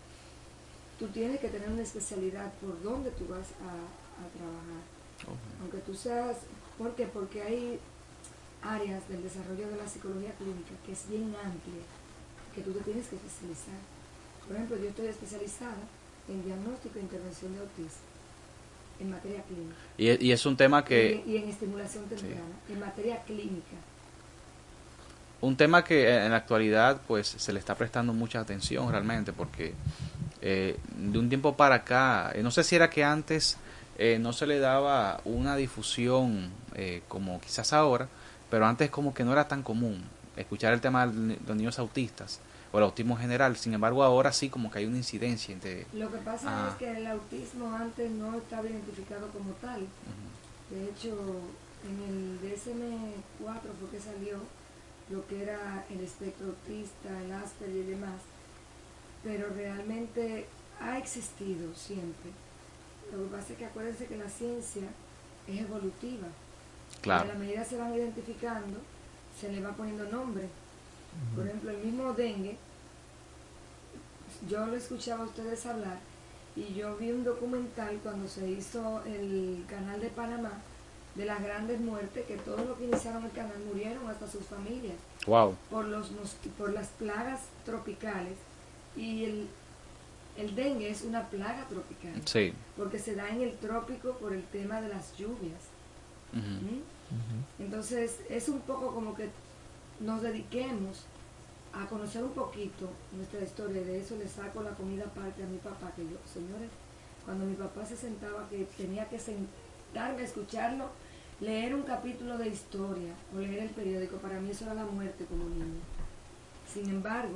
tú tienes que tener una especialidad por donde tú vas a, a trabajar. Okay. Aunque tú seas, ¿por qué? Porque hay áreas del desarrollo de la psicología clínica que es bien amplia, que tú te tienes que especializar. Por ejemplo, yo estoy especializada en diagnóstico e intervención de autismo, en materia clínica. Y, y es un tema que... Y, y en estimulación temprana, sí. en materia clínica. Un tema que en la actualidad pues se le está prestando mucha atención realmente, porque eh, de un tiempo para acá, eh, no sé si era que antes eh, no se le daba una difusión eh, como quizás ahora, pero antes como que no era tan común escuchar el tema de los niños autistas o el autismo en general. Sin embargo, ahora sí como que hay una incidencia entre... Lo que pasa ah. es que el autismo antes no estaba identificado como tal. Uh-huh. De hecho, en el D S M cuatro fue que salió lo que era el espectro autista, el Asperger y demás, pero realmente ha existido siempre. Lo que pasa es que acuérdense que la ciencia es evolutiva. Claro. Y a la medida se van identificando, se le va poniendo nombre. Uh-huh. Por ejemplo, el mismo dengue, yo lo escuchaba a ustedes hablar y yo vi un documental cuando se hizo el Canal de Panamá de las grandes muertes, que todos los que iniciaron el canal murieron, hasta sus familias. Wow. Por los por las plagas tropicales. Y el, el dengue es una plaga tropical. Sí. Porque se da en el trópico por el tema de las lluvias. Uh-huh. ¿Mm? Uh-huh. Entonces es un poco como que nos dediquemos a conocer un poquito nuestra historia. De eso le saco la comida aparte a mi papá, que yo, señores, cuando mi papá se sentaba, que tenía que sentarme a escucharlo, leer un capítulo de historia o leer el periódico, para mí eso era la muerte como niño. Sin embargo,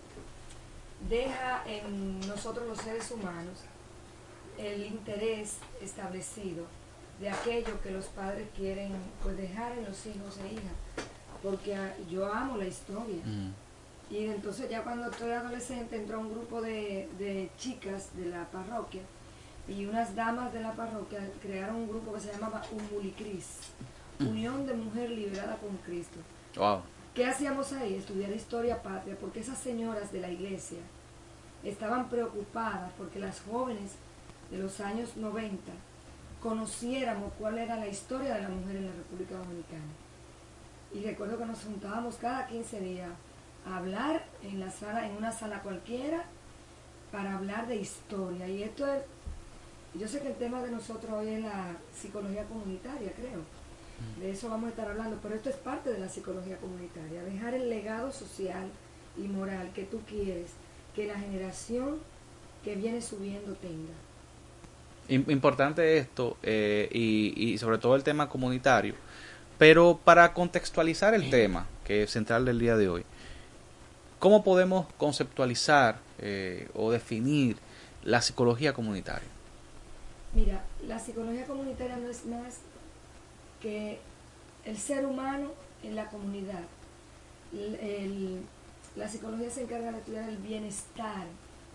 deja en nosotros los seres humanos el interés establecido de aquello que los padres quieren pues dejar en los hijos e hijas, porque yo amo la historia. Mm. Y entonces ya cuando estoy adolescente entró un grupo de, de chicas de la parroquia y unas damas de la parroquia crearon un grupo que se llamaba Umulicris, Unión de Mujer Liberada con Cristo. Wow. ¿Qué hacíamos ahí? Estudiar historia patria, porque esas señoras de la iglesia estaban preocupadas porque las jóvenes de los años noventa conociéramos cuál era la historia de la mujer en la República Dominicana. Y recuerdo que nos juntábamos cada quince días a hablar en la sala, en una sala cualquiera, para hablar de historia. Y esto es, yo sé que el tema de nosotros hoy es la psicología comunitaria, creo. De eso vamos a estar hablando, pero esto es parte de la psicología comunitaria, dejar el legado social y moral que tú quieres que la generación que viene subiendo tenga. Importante esto, eh, y, y sobre todo el tema comunitario, pero para contextualizar el tema, que es central del día de hoy, ¿cómo podemos conceptualizar eh, o definir la psicología comunitaria? Mira, la psicología comunitaria no es más que el ser humano en la comunidad. El, el, la psicología se encarga de estudiar el bienestar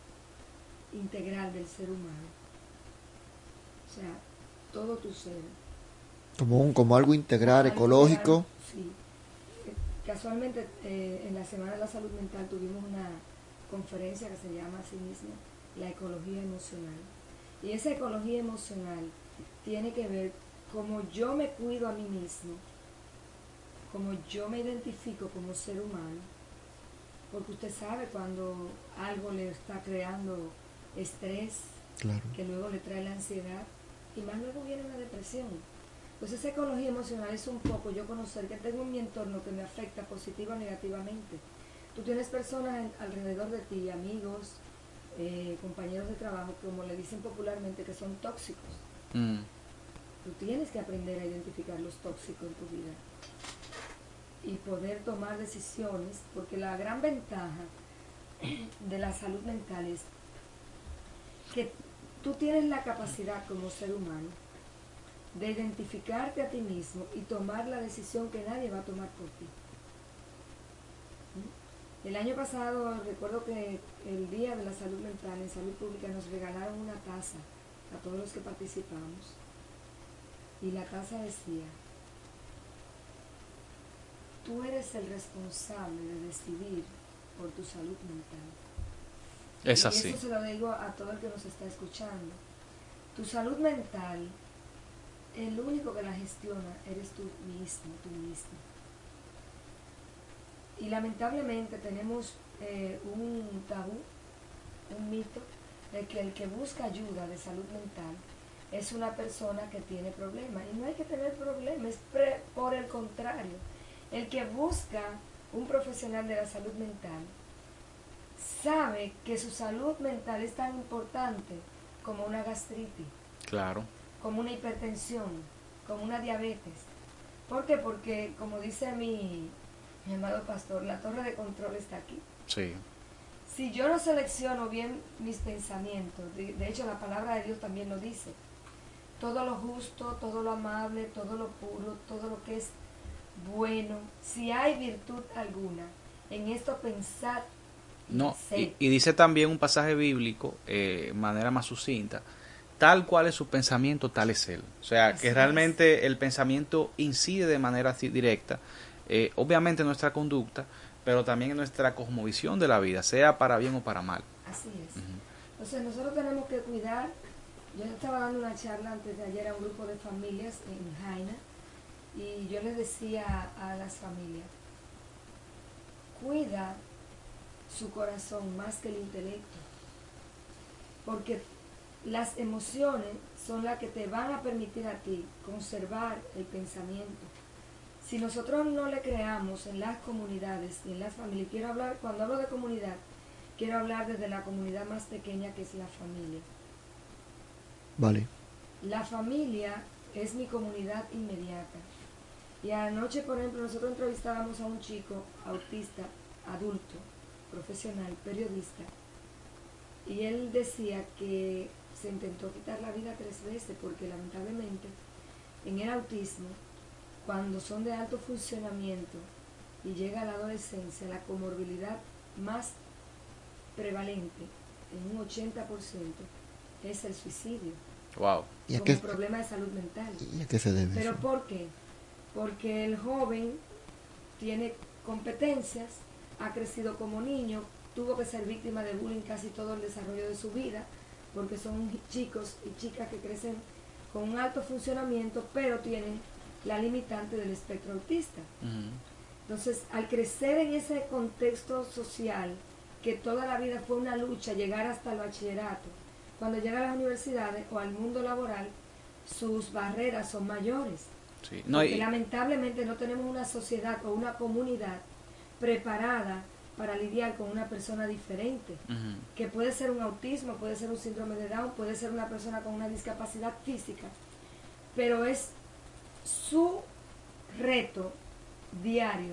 integral del ser humano. O sea, todo tu ser. Como, un, como algo integral, como ecológico. Algo integral, sí. Casualmente, eh, en la Semana de la Salud Mental tuvimos una conferencia que se llama así mismo la ecología emocional. Y esa ecología emocional tiene que ver como yo me cuido a mí mismo, como yo me identifico como ser humano, porque usted sabe cuando algo le está creando estrés, claro, que luego le trae la ansiedad, y más luego viene una depresión. Pues esa ecología emocional es un poco yo conocer que tengo en mi entorno que me afecta positiva o negativamente. Tú tienes personas en, alrededor de ti, amigos, eh, compañeros de trabajo, como le dicen popularmente, que son tóxicos. Mm. Tú tienes que aprender a identificar los tóxicos en tu vida y poder tomar decisiones, porque la gran ventaja de la salud mental es que tú tienes la capacidad como ser humano de identificarte a ti mismo y tomar la decisión que nadie va a tomar por ti. El año pasado recuerdo que el Día de la Salud Mental en Salud Pública nos regalaron una taza a todos los que participamos. Y la taza decía, tú eres el responsable de decidir por tu salud mental. Es así. Y eso se lo digo a todo el que nos está escuchando. Tu salud mental, el único que la gestiona eres tú mismo, tú mismo. Y lamentablemente tenemos eh, un tabú, un mito, de que el que busca ayuda de salud mental es una persona que tiene problemas. Y no hay que tener problemas, es pre, por el contrario. El que busca un profesional de la salud mental sabe que su salud mental es tan importante como una gastritis. Claro. Como una hipertensión, como una diabetes. ¿Por qué? Porque, como dice mi, mi amado pastor, la torre de control está aquí. Sí. Si yo no selecciono bien mis pensamientos, de, de hecho la palabra de Dios también lo dice, todo lo justo, todo lo amable, todo lo puro, todo lo que es bueno, si hay virtud alguna, en esto pensad. No, y, y dice también un pasaje bíblico, de eh, manera más sucinta, tal cual es su pensamiento, tal es él. O sea, así que realmente es. El pensamiento incide de manera así directa, eh, obviamente en nuestra conducta, pero también en nuestra cosmovisión de la vida, sea para bien o para mal. Así es. Uh-huh. Entonces nosotros tenemos que cuidar. Yo estaba dando una charla antes de ayer a un grupo de familias en Jaina y yo les decía a las familias, cuida su corazón más que el intelecto, porque las emociones son las que te van a permitir a ti conservar el pensamiento. Si nosotros no le creamos en las comunidades y en las familias, quiero hablar, cuando hablo de comunidad, quiero hablar desde la comunidad más pequeña que es la familia. Vale. La familia es mi comunidad inmediata. Y anoche, por ejemplo, nosotros entrevistábamos a un chico autista, adulto, profesional, periodista, y él decía que se intentó quitar la vida tres veces porque lamentablemente en el autismo, cuando son de alto funcionamiento y llega a la adolescencia, la comorbilidad más prevalente, en un ochenta por ciento, es el suicidio. Wow. ¿Y a como qué, un problema de salud mental. ¿Y a qué se debe ¿Pero eso? por qué? Porque el joven tiene competencias, ha crecido como niño, tuvo que ser víctima de bullying casi todo el desarrollo de su vida, porque son chicos y chicas que crecen con un alto funcionamiento, pero tienen la limitante del espectro autista. Uh-huh. Entonces, al crecer en ese contexto social, que toda la vida fue una lucha, llegar hasta el bachillerato, cuando llega a las universidades o al mundo laboral, sus barreras son mayores. Sí. No, porque y... lamentablemente no tenemos una sociedad o una comunidad preparada para lidiar con una persona diferente, uh-huh. que puede ser un autismo, puede ser un síndrome de Down, puede ser una persona con una discapacidad física, pero es su reto diario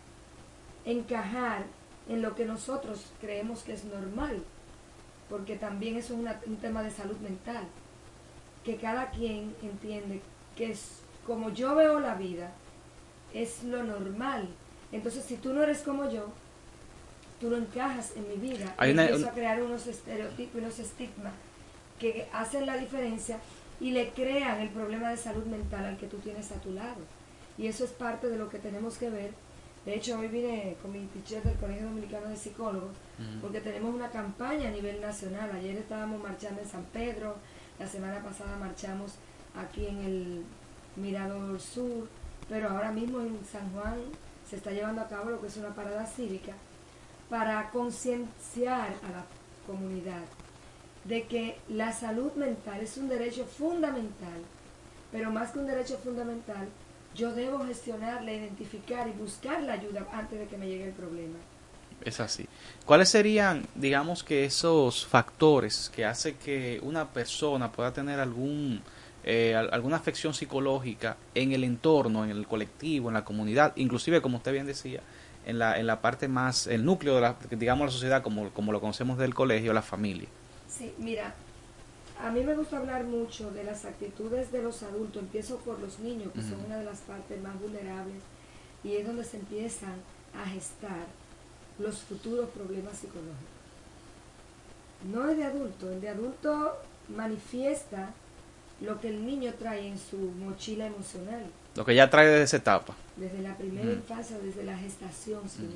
encajar en lo que nosotros creemos que es normal, porque también eso es una, un tema de salud mental, que cada quien entiende que es como yo veo la vida, es lo normal. Entonces, si tú no eres como yo, tú no encajas en mi vida. Hay y una, empiezo un... a crear unos estereotipos y unos estigmas que hacen la diferencia y le crean el problema de salud mental al que tú tienes a tu lado. Y eso es parte de lo que tenemos que ver. De hecho, hoy vine con mi teacher del Colegio Dominicano de Psicólogos, uh-huh. porque tenemos una campaña a nivel nacional. Ayer estábamos marchando en San Pedro, la semana pasada marchamos aquí en el Mirador Sur, pero ahora mismo en San Juan se está llevando a cabo lo que es una parada cívica para concienciar a la comunidad de que la salud mental es un derecho fundamental, pero más que un derecho fundamental, yo debo gestionarla, identificar y buscar la ayuda antes de que me llegue el problema. Es así. ¿Cuáles serían, digamos, que esos factores que hacen que una persona pueda tener algún eh, alguna afección psicológica en el entorno, en el colectivo, en la comunidad, inclusive, como usted bien decía, en la en la parte más, el núcleo de la, digamos, la sociedad, como, como lo conocemos del colegio, la familia? Sí, mira, a mí me gusta hablar mucho de las actitudes de los adultos. Empiezo por los niños, que uh-huh. son una de las partes más vulnerables, y es donde se empiezan a gestar los futuros problemas psicológicos. No es de adulto, el de adulto manifiesta lo que el niño trae en su mochila emocional. Lo que ya trae desde esa etapa. Desde la primera uh-huh. infancia, desde la gestación, señores.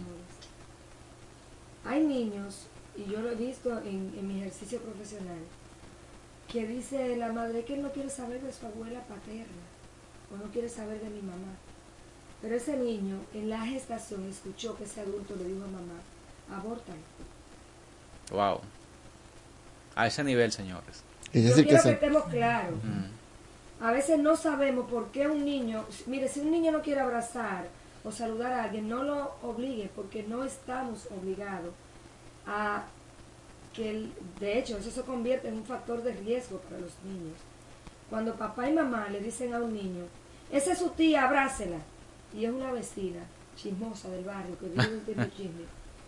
Uh-huh. Hay niños, y yo lo he visto en, en mi ejercicio profesional, que dice la madre que él no quiere saber de su abuela paterna, o no quiere saber de mi mamá. Pero ese niño en la gestación escuchó que ese adulto le dijo a mamá, abórtalo. Wow. A ese nivel, señores. Es Yo decir, quiero que que se... estemos claros. Mm. A veces no sabemos por qué un niño, mire, si un niño no quiere abrazar o saludar a alguien, no lo obligue, porque no estamos obligados a que, el, de hecho, eso se convierte en un factor de riesgo para los niños. Cuando papá y mamá le dicen a un niño, esa es su tía, abrácela, y es una vecina chismosa del barrio que vive en chisme,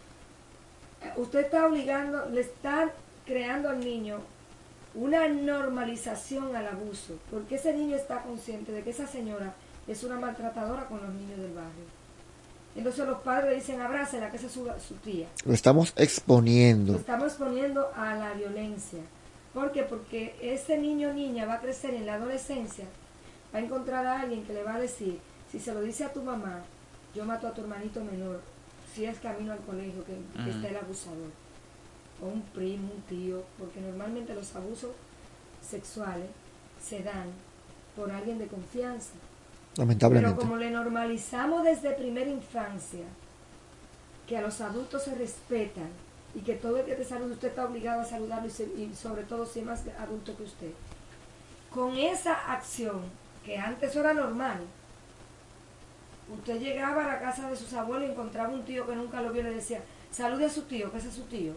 usted está obligando, le está creando al niño una normalización al abuso, porque ese niño está consciente de que esa señora es una maltratadora con los niños del barrio. Entonces los padres le dicen, abrácela, que esa es su, su tía. Lo estamos exponiendo. Lo estamos exponiendo a la violencia. ¿Por qué? Porque ese niño o niña va a crecer en la adolescencia, va a encontrar a alguien que le va a decir, si se lo dice a tu mamá, yo mato a tu hermanito menor, si es camino al colegio, que, que uh-huh. está el abusador. O un primo, un tío, porque normalmente los abusos sexuales se dan por alguien de confianza. Lamentablemente. Pero como le normalizamos desde primera infancia que a los adultos se respetan y que todo el que te salude usted está obligado a saludarlo y, se, y sobre todo si es más adulto que usted, con esa acción que antes era normal, usted llegaba a la casa de sus abuelos y encontraba un tío que nunca lo vio y le decía, salude a su tío, que ese es su tío.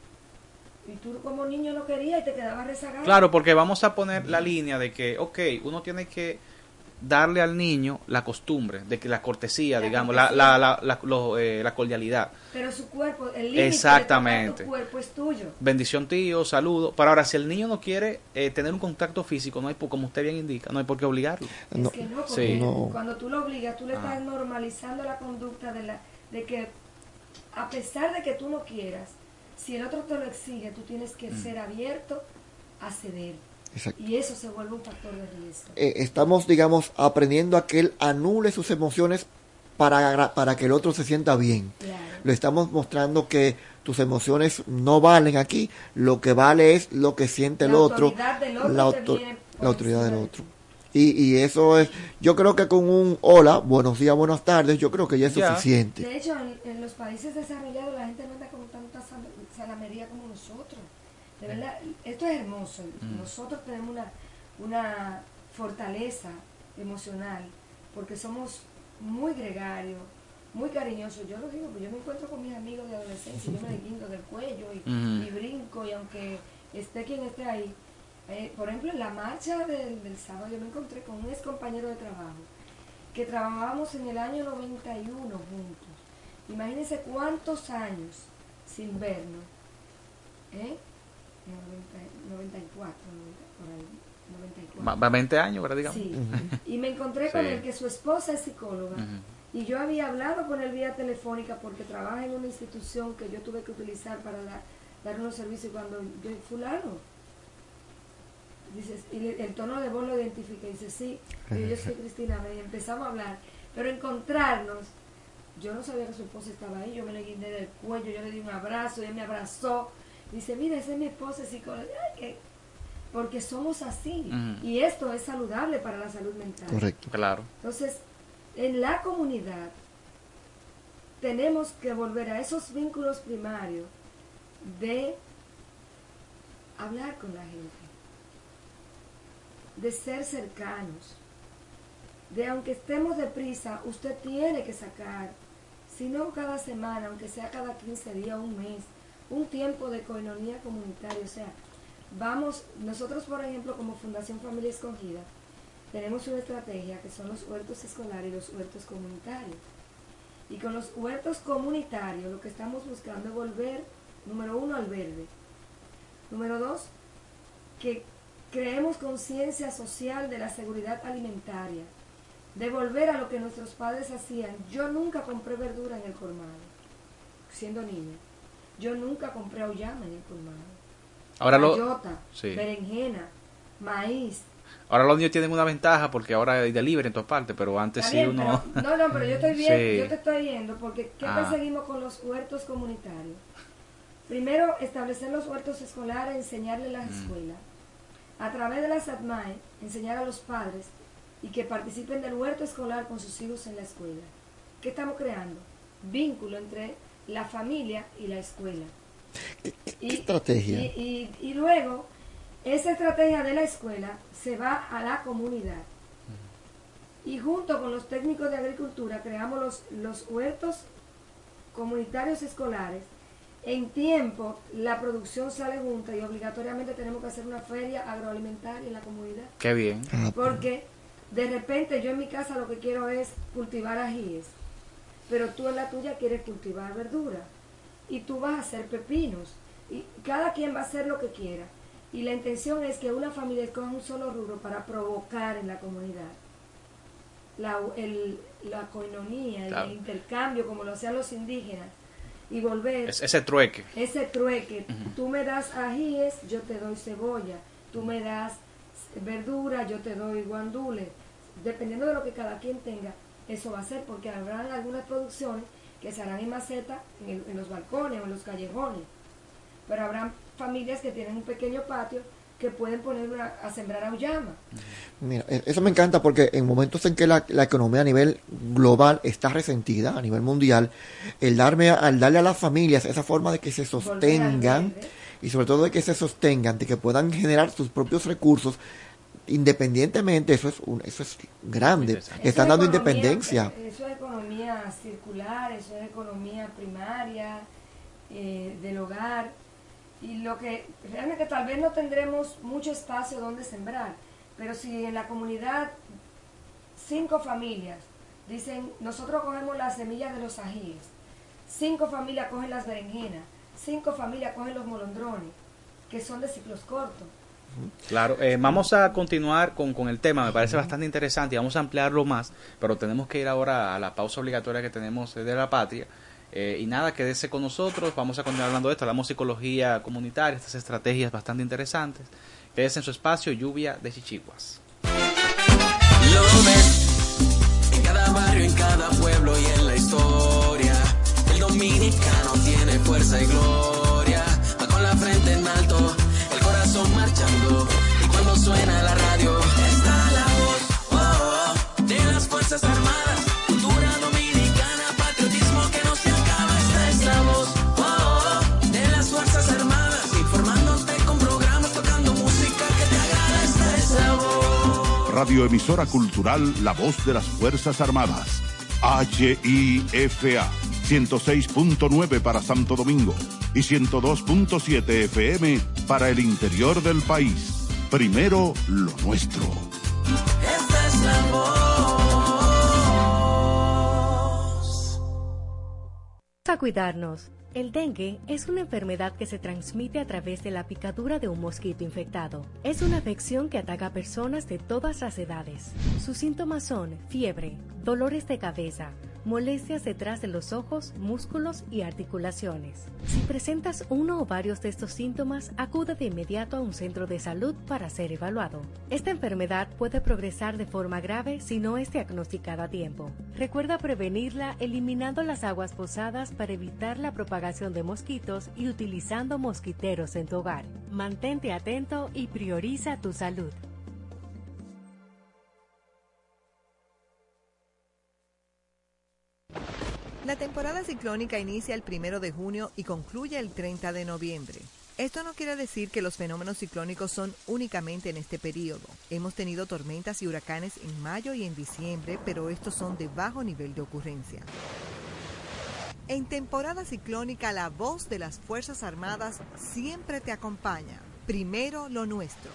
Y tú como niño no querías y te quedabas rezagado. Claro, porque vamos a poner la línea de que, ok, uno tiene que darle al niño la costumbre, de que la cortesía, la digamos, cortesía. La, la, la, la, lo, eh, la cordialidad. Pero su cuerpo, el límite exactamente. De tu cuerpo es tuyo. Bendición, tío, saludo. Pero ahora, si el niño no quiere eh, tener un contacto físico, no hay, como usted bien indica, no hay por qué obligarlo. No. Es que no, porque sí. no. Cuando tú lo obligas, tú le estás ah. normalizando la conducta de, la, de que, a pesar de que tú no quieras, si el otro te lo exige, tú tienes que mm. ser abierto a ceder. Exacto. Y eso se vuelve un factor de riesgo. Eh, estamos, digamos, aprendiendo a que él anule sus emociones para, para que el otro se sienta bien. Claro. Le estamos mostrando que tus emociones no valen aquí, lo que vale es lo que siente la el otro, autoridad del otro la, que auto, viene la autoridad del de otro. Y, y eso es, yo creo que con un hola, buenos días, buenas tardes, yo creo que ya es ya. suficiente. De hecho, en, en los países desarrollados la gente no anda con tanta sal- salamería como nosotros. De verdad, esto es hermoso. Mm. Nosotros tenemos una, una fortaleza emocional porque somos muy gregarios, muy cariñosos. Yo lo digo, pues yo me encuentro con mis amigos de adolescencia y yo me guindo del cuello y, Mm. y brinco, y aunque esté quien esté ahí. Eh, por ejemplo, en la marcha del, del sábado yo me encontré con un ex compañero de trabajo que trabajábamos en el año noventa y uno juntos. Imagínense cuántos años sin vernos. ¿Eh? noventa y cuatro, noventa, por ahí, noventa y cuatro. Va veinte años, ¿verdad? Digamos. Sí. Uh-huh. Y me encontré con Sí. él, que su esposa es psicóloga. Uh-huh. Y yo había hablado con él vía telefónica porque trabaja en una institución que yo tuve que utilizar para la, dar unos servicios. Cuando yo, fulano, dices, y le, el tono de voz lo identifica, y dice, sí, y yo soy Cristina, y empezamos a hablar, pero encontrarnos, yo no sabía que su esposa estaba ahí, yo me le guindé del cuello, yo le di un abrazo, y él me abrazó, dice, mira, esa es mi esposa, psicóloga, ay, que, porque somos así, uh-huh. y esto es saludable para la salud mental. Correcto. Claro. Entonces, en la comunidad, tenemos que volver a esos vínculos primarios de hablar con la gente, de ser cercanos, de aunque estemos deprisa, usted tiene que sacar, si no cada semana, aunque sea cada quince días, un mes, un tiempo de coinonía comunitaria. O sea, vamos, nosotros por ejemplo como Fundación Familia Escogida, tenemos una estrategia que son los huertos escolares y los huertos comunitarios. Y con los huertos comunitarios lo que estamos buscando es volver, número uno, al verde. Número dos, que creemos conciencia social de la seguridad alimentaria, de volver a lo que nuestros padres hacían. Yo nunca compré verdura en el colmado, siendo niña. Yo nunca compré auyama en el colmado. Ahora Bayota, lo, sí. berenjena, maíz. Ahora los niños tienen una ventaja porque ahora hay delivery en todas partes, pero antes sí uno... Pero, no, no, pero yo estoy bien, sí. yo te estoy viendo, porque ¿qué ah. perseguimos con los huertos comunitarios? Primero, establecer los huertos escolares, enseñarle las mm. escuelas. A través de las ADMAE, enseñar a los padres y que participen del huerto escolar con sus hijos en la escuela. ¿Qué estamos creando? Vínculo entre la familia y la escuela. ¿Qué, qué y, estrategia? Y, y, y luego, esa estrategia de la escuela se va a la comunidad. Y junto con los técnicos de agricultura creamos los, los huertos comunitarios escolares. En tiempo la producción sale junta y obligatoriamente tenemos que hacer una feria agroalimentaria en la comunidad. Qué bien. Porque de repente yo en mi casa lo que quiero es cultivar ajíes, pero tú en la tuya quieres cultivar verdura y tú vas a hacer pepinos y cada quien va a hacer lo que quiera. Y la intención es que una familia escoja un solo rubro para provocar en la comunidad la, el, la coinonía, claro. el intercambio como lo hacían los indígenas. Y volver es ese trueque ese trueque uh-huh. Tú me das ajíes, yo te doy cebolla, tú me das verdura, yo te doy guandules, dependiendo de lo que cada quien tenga. Eso va a ser porque habrá algunas producciones que se harán en maceta, en, el, en los balcones o en los callejones, pero habrá familias que tienen un pequeño patio que pueden poner una, a sembrar auyama. Mira, eso me encanta porque en momentos en que la, la economía a nivel global está resentida, a nivel mundial, el darme al darle a las familias esa forma de que se sostengan y sobre todo de que se sostengan, de que puedan generar sus propios recursos independientemente, eso es un, eso es grande, están dando independencia. Eso es economía circular, eso es economía primaria, eh, del hogar. Y lo que realmente tal vez no tendremos mucho espacio donde sembrar, pero si en la comunidad cinco familias dicen, nosotros cogemos las semillas de los ajíes, cinco familias cogen las berenjenas, cinco familias cogen los molondrones, que son de ciclos cortos. Claro, eh, vamos a continuar con, con el tema, me parece bastante interesante y vamos a ampliarlo más, pero tenemos que ir ahora a la pausa obligatoria que tenemos de la patria. Eh, y nada, quédese con nosotros, vamos a continuar hablando de esto, hablamos de psicología comunitaria, estas estrategias bastante interesantes Quédese en su espacio Lluvia de Chichiguas. Lo ves en cada barrio, en cada pueblo y en la historia. El dominicano tiene fuerza y gloria. Va con la frente en alto, el corazón marchando. Y cuando suena la radio, está la voz oh, oh, de las Fuerzas Armadas. Cultura dominicana, patriotismo que no se acaba. Esta es la voz oh, oh, de las Fuerzas Armadas. Informándote con programas, tocando música que te agrada. Esta es la voz. Radioemisora cultural La Voz de las Fuerzas Armadas. H I F A ciento seis punto nueve para Santo Domingo y ciento dos punto siete F M para el interior del país. Primero lo nuestro. Esta es la voz. A cuidarnos. El dengue es una enfermedad que se transmite a través de la picadura de un mosquito infectado. Es una afección que ataca a personas de todas las edades. Sus síntomas son fiebre, dolores de cabeza, molestias detrás de los ojos, músculos y articulaciones. Si presentas uno o varios de estos síntomas, acude de inmediato a un centro de salud para ser evaluado. Esta enfermedad puede progresar de forma grave si no es diagnosticada a tiempo. Recuerda prevenirla eliminando las aguas posadas para evitar la propagación de mosquitos y utilizando mosquiteros en tu hogar. Mantente atento y prioriza tu salud. La temporada ciclónica inicia el primero de junio y concluye el treinta de noviembre. Esto no quiere decir que los fenómenos ciclónicos son únicamente en este periodo. Hemos tenido tormentas y huracanes en mayo y en diciembre, pero estos son de bajo nivel de ocurrencia. En temporada ciclónica, la voz de las Fuerzas Armadas siempre te acompaña. Primero lo nuestro.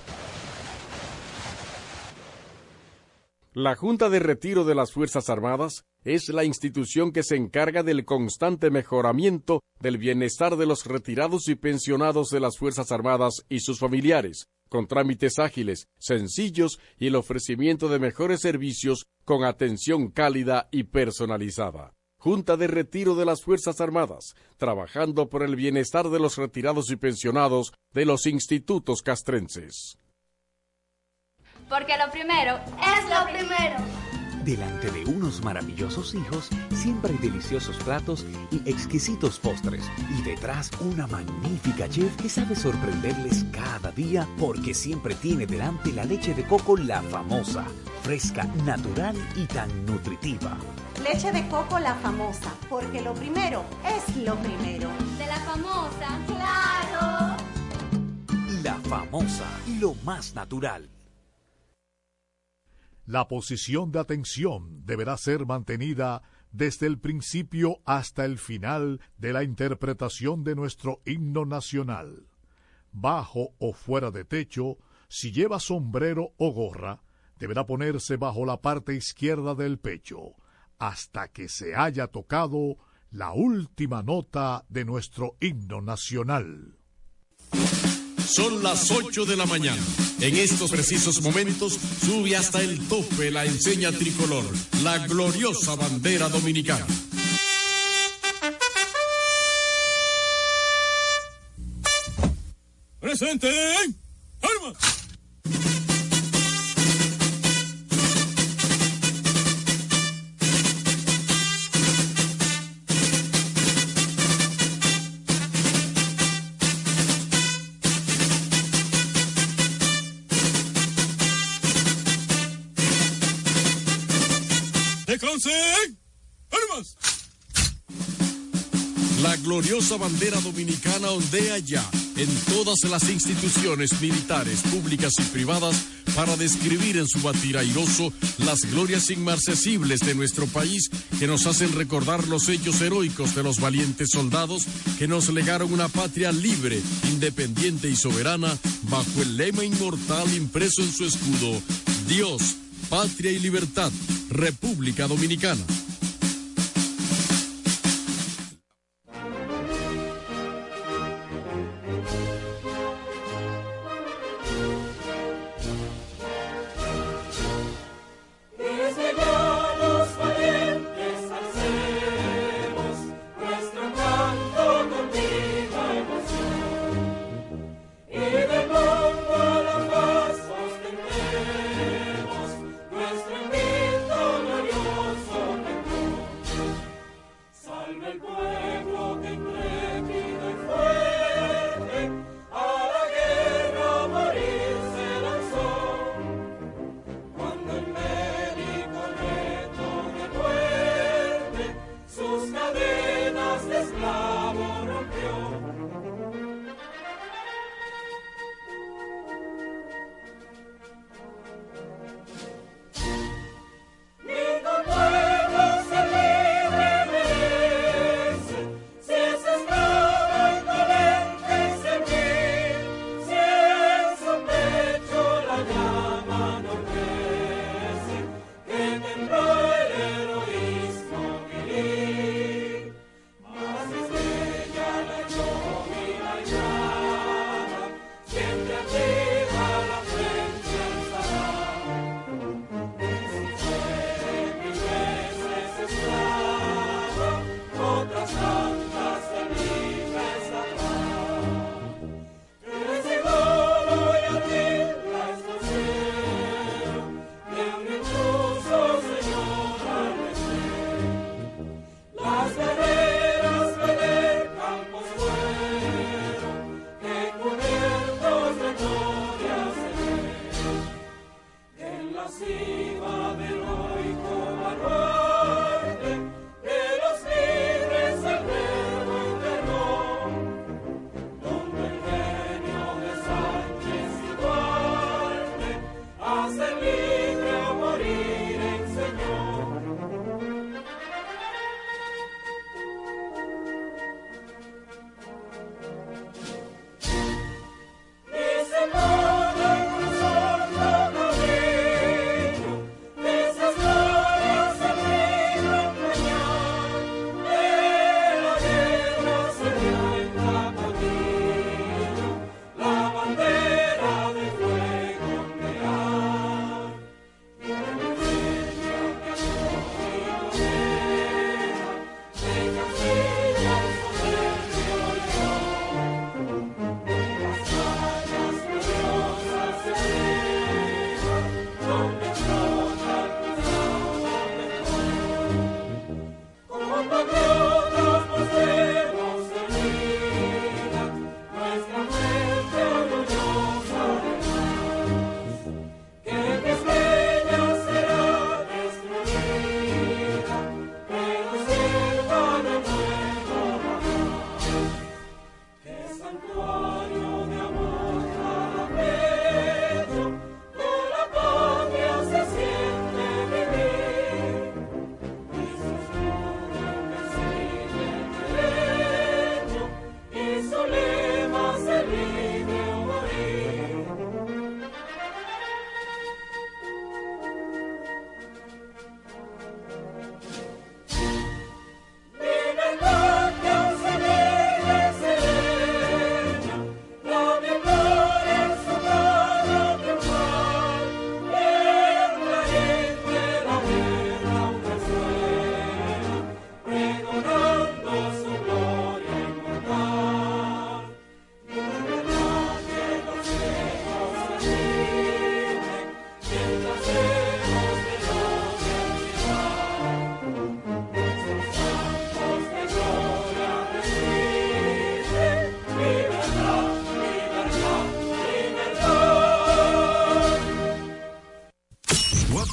La Junta de Retiro de las Fuerzas Armadas es la institución que se encarga del constante mejoramiento del bienestar de los retirados y pensionados de las Fuerzas Armadas y sus familiares, con trámites ágiles, sencillos y el ofrecimiento de mejores servicios con atención cálida y personalizada. Junta de Retiro de las Fuerzas Armadas, trabajando por el bienestar de los retirados y pensionados de los institutos castrenses. Porque lo primero es lo primero. Delante de unos maravillosos hijos, siempre hay deliciosos platos y exquisitos postres. Y detrás, una magnífica chef que sabe sorprenderles cada día porque siempre tiene delante la leche de coco La Famosa. Fresca, natural y tan nutritiva. Leche de coco La Famosa, porque lo primero es lo primero. De La Famosa, claro. La Famosa, lo más natural. La posición de atención deberá ser mantenida desde el principio hasta el final de la interpretación de nuestro himno nacional. Bajo o fuera de techo, si lleva sombrero o gorra, deberá ponerse bajo la parte izquierda del pecho, hasta que se haya tocado la última nota de nuestro himno nacional. Son las ocho de la mañana. En estos precisos momentos sube hasta el tope la enseña tricolor, la gloriosa bandera dominicana. ¡Presente! ¡Armas! ¡Armas! La gloriosa bandera dominicana ondea ya en todas las instituciones militares, públicas y privadas para describir en su batir airoso las glorias inmarcesibles de nuestro país que nos hacen recordar los hechos heroicos de los valientes soldados que nos legaron una patria libre, independiente y soberana bajo el lema inmortal impreso en su escudo: Dios, patria y libertad, República Dominicana. Y de Congo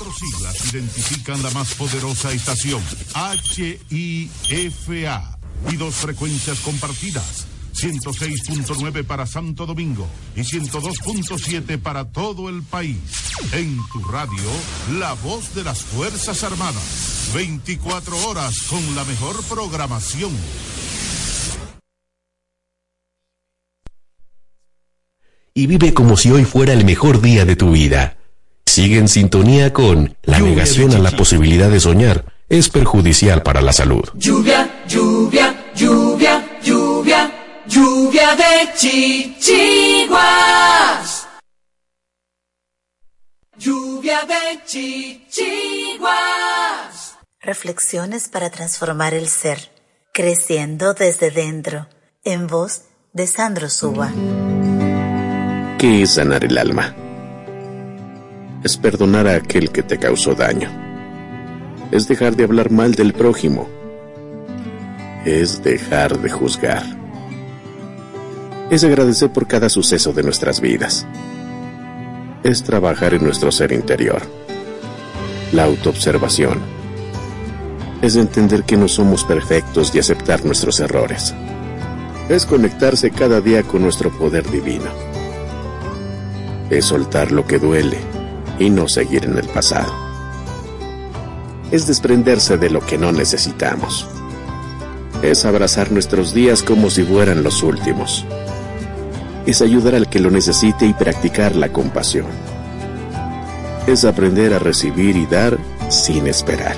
Cuatro siglas identifican la más poderosa estación, H I F A, y dos frecuencias compartidas, ciento seis punto nueve para Santo Domingo y ciento dos punto siete para todo el país. En tu radio, la voz de las Fuerzas Armadas. veinticuatro horas con la mejor programación. Y vive como si hoy fuera el mejor día de tu vida. Sigue en sintonía con La negación a la posibilidad de soñar es perjudicial para la salud. Lluvia, lluvia, lluvia, lluvia, lluvia de chichiguas. Lluvia de chichiguas. Reflexiones para transformar el ser, creciendo desde dentro, en voz de Sandro Suba. ¿Qué es sanar el alma? Es perdonar a aquel que te causó daño. Es dejar de hablar mal del prójimo. Es dejar de juzgar. Es agradecer por cada suceso de nuestras vidas. Es trabajar en nuestro ser interior. La autoobservación. Es entender que no somos perfectos y aceptar nuestros errores. Es conectarse cada día con nuestro poder divino. Es soltar lo que duele y no seguir en el pasado. Es desprenderse de lo que no necesitamos. Es abrazar nuestros días como si fueran los últimos. Es ayudar al que lo necesite y practicar la compasión. Es aprender a recibir y dar sin esperar.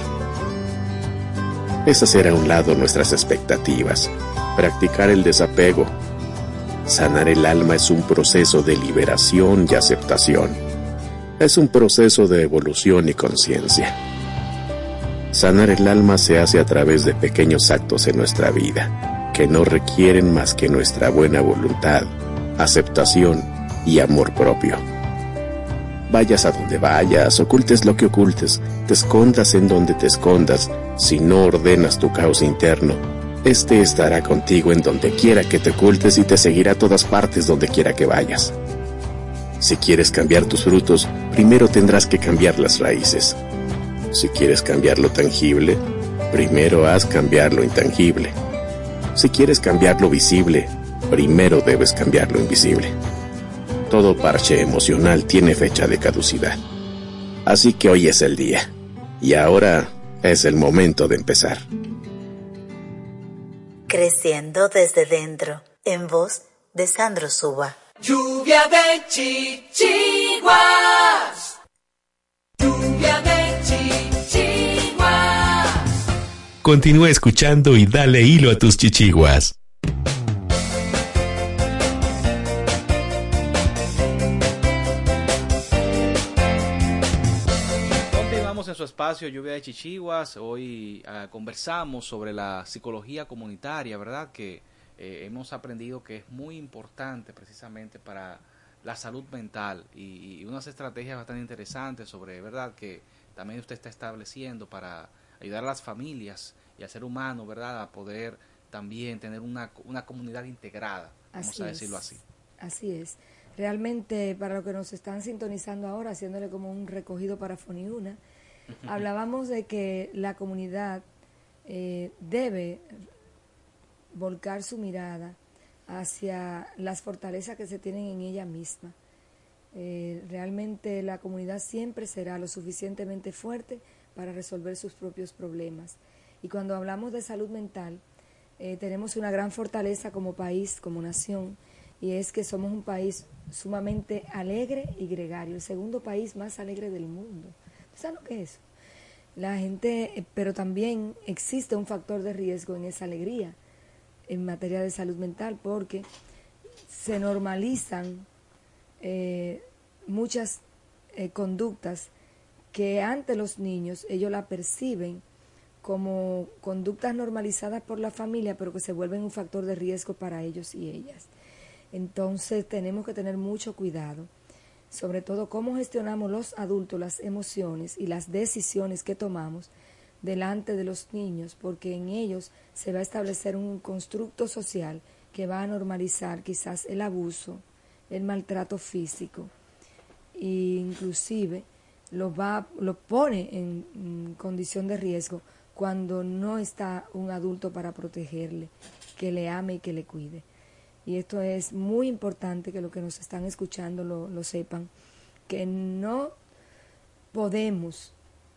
Es hacer a un lado nuestras expectativas, practicar el desapego. Sanar el alma es un proceso de liberación y aceptación. Es un proceso de evolución y conciencia. Sanar el alma se hace a través de pequeños actos en nuestra vida, que no requieren más que nuestra buena voluntad, aceptación y amor propio. Vayas a donde vayas, ocultes lo que ocultes, te escondas en donde te escondas, si no ordenas tu caos interno, este estará contigo en donde quiera que te ocultes y te seguirá a todas partes donde quiera que vayas. Si quieres cambiar tus frutos, primero tendrás que cambiar las raíces. Si quieres cambiar lo tangible, primero haz cambiar lo intangible. Si quieres cambiar lo visible, primero debes cambiar lo invisible. Todo parche emocional tiene fecha de caducidad. Así que hoy es el día. Y ahora es el momento de empezar. Creciendo desde dentro, en voz de Sandro Suba. Lluvia de chichiguas. Lluvia de chichiguas. Continúa escuchando y dale hilo a tus chichiguas. En su espacio Lluvia de Chichiguas, hoy uh, conversamos sobre la psicología comunitaria, ¿verdad? Que eh, hemos aprendido que es muy importante precisamente para la salud mental y, y unas estrategias bastante interesantes sobre, ¿verdad? Que también usted está estableciendo para ayudar a las familias y al ser humano, ¿verdad? A poder también tener una, una comunidad integrada, vamos así a decirlo es, así. Así es. Realmente, para los que nos están sintonizando ahora, haciéndole como un recogido para Foniuna, hablábamos de que la comunidad eh, debe volcar su mirada hacia las fortalezas que se tienen en ella misma. Eh, realmente la comunidad siempre será lo suficientemente fuerte para resolver sus propios problemas. Y cuando hablamos de salud mental, eh, tenemos una gran fortaleza como país, como nación, y es que somos un país sumamente alegre y gregario, el segundo país más alegre del mundo. ¿Sabes lo que es eso? La gente, pero también existe un factor de riesgo en esa alegría en materia de salud mental, porque se normalizan eh, muchas eh, conductas que ante los niños ellos la perciben como conductas normalizadas por la familia, pero que se vuelven un factor de riesgo para ellos y ellas. Entonces tenemos que tener mucho cuidado, sobre todo cómo gestionamos los adultos las emociones y las decisiones que tomamos delante de los niños, porque en ellos se va a establecer un constructo social que va a normalizar quizás el abuso, el maltrato físico e inclusive lo va, lo pone en, en condición de riesgo cuando no está un adulto para protegerle, que le ame y que le cuide. Y esto es muy importante que los que nos están escuchando lo, lo sepan, que no podemos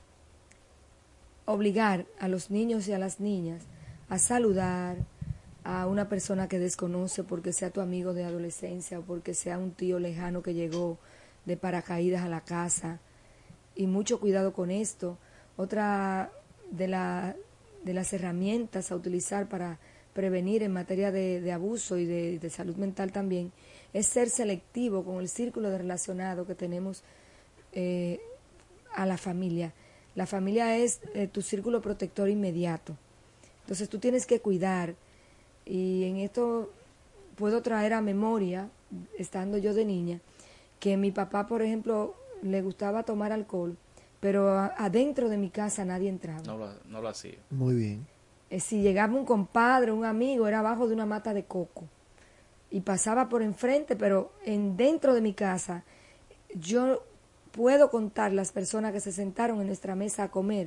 obligar a los niños y a las niñas a saludar a una persona que desconoce porque sea tu amigo de adolescencia o porque sea un tío lejano que llegó de paracaídas a la casa. Y mucho cuidado con esto. Otra de, la, de las herramientas a utilizar para prevenir en materia de, de abuso y de, de salud mental también es ser selectivo con el círculo de relacionado que tenemos eh, a la familia. La familia es eh, tu círculo protector inmediato. Entonces tú tienes que cuidar. Y en esto puedo traer a memoria, estando yo de niña, que mi papá, por ejemplo, le gustaba tomar alcohol, pero a, adentro de mi casa nadie entraba. No lo, no lo hacía. Muy bien. Eh, si llegaba un compadre, un amigo, era abajo de una mata de coco. Y pasaba por enfrente, pero en dentro de mi casa, yo puedo contar las personas que se sentaron en nuestra mesa a comer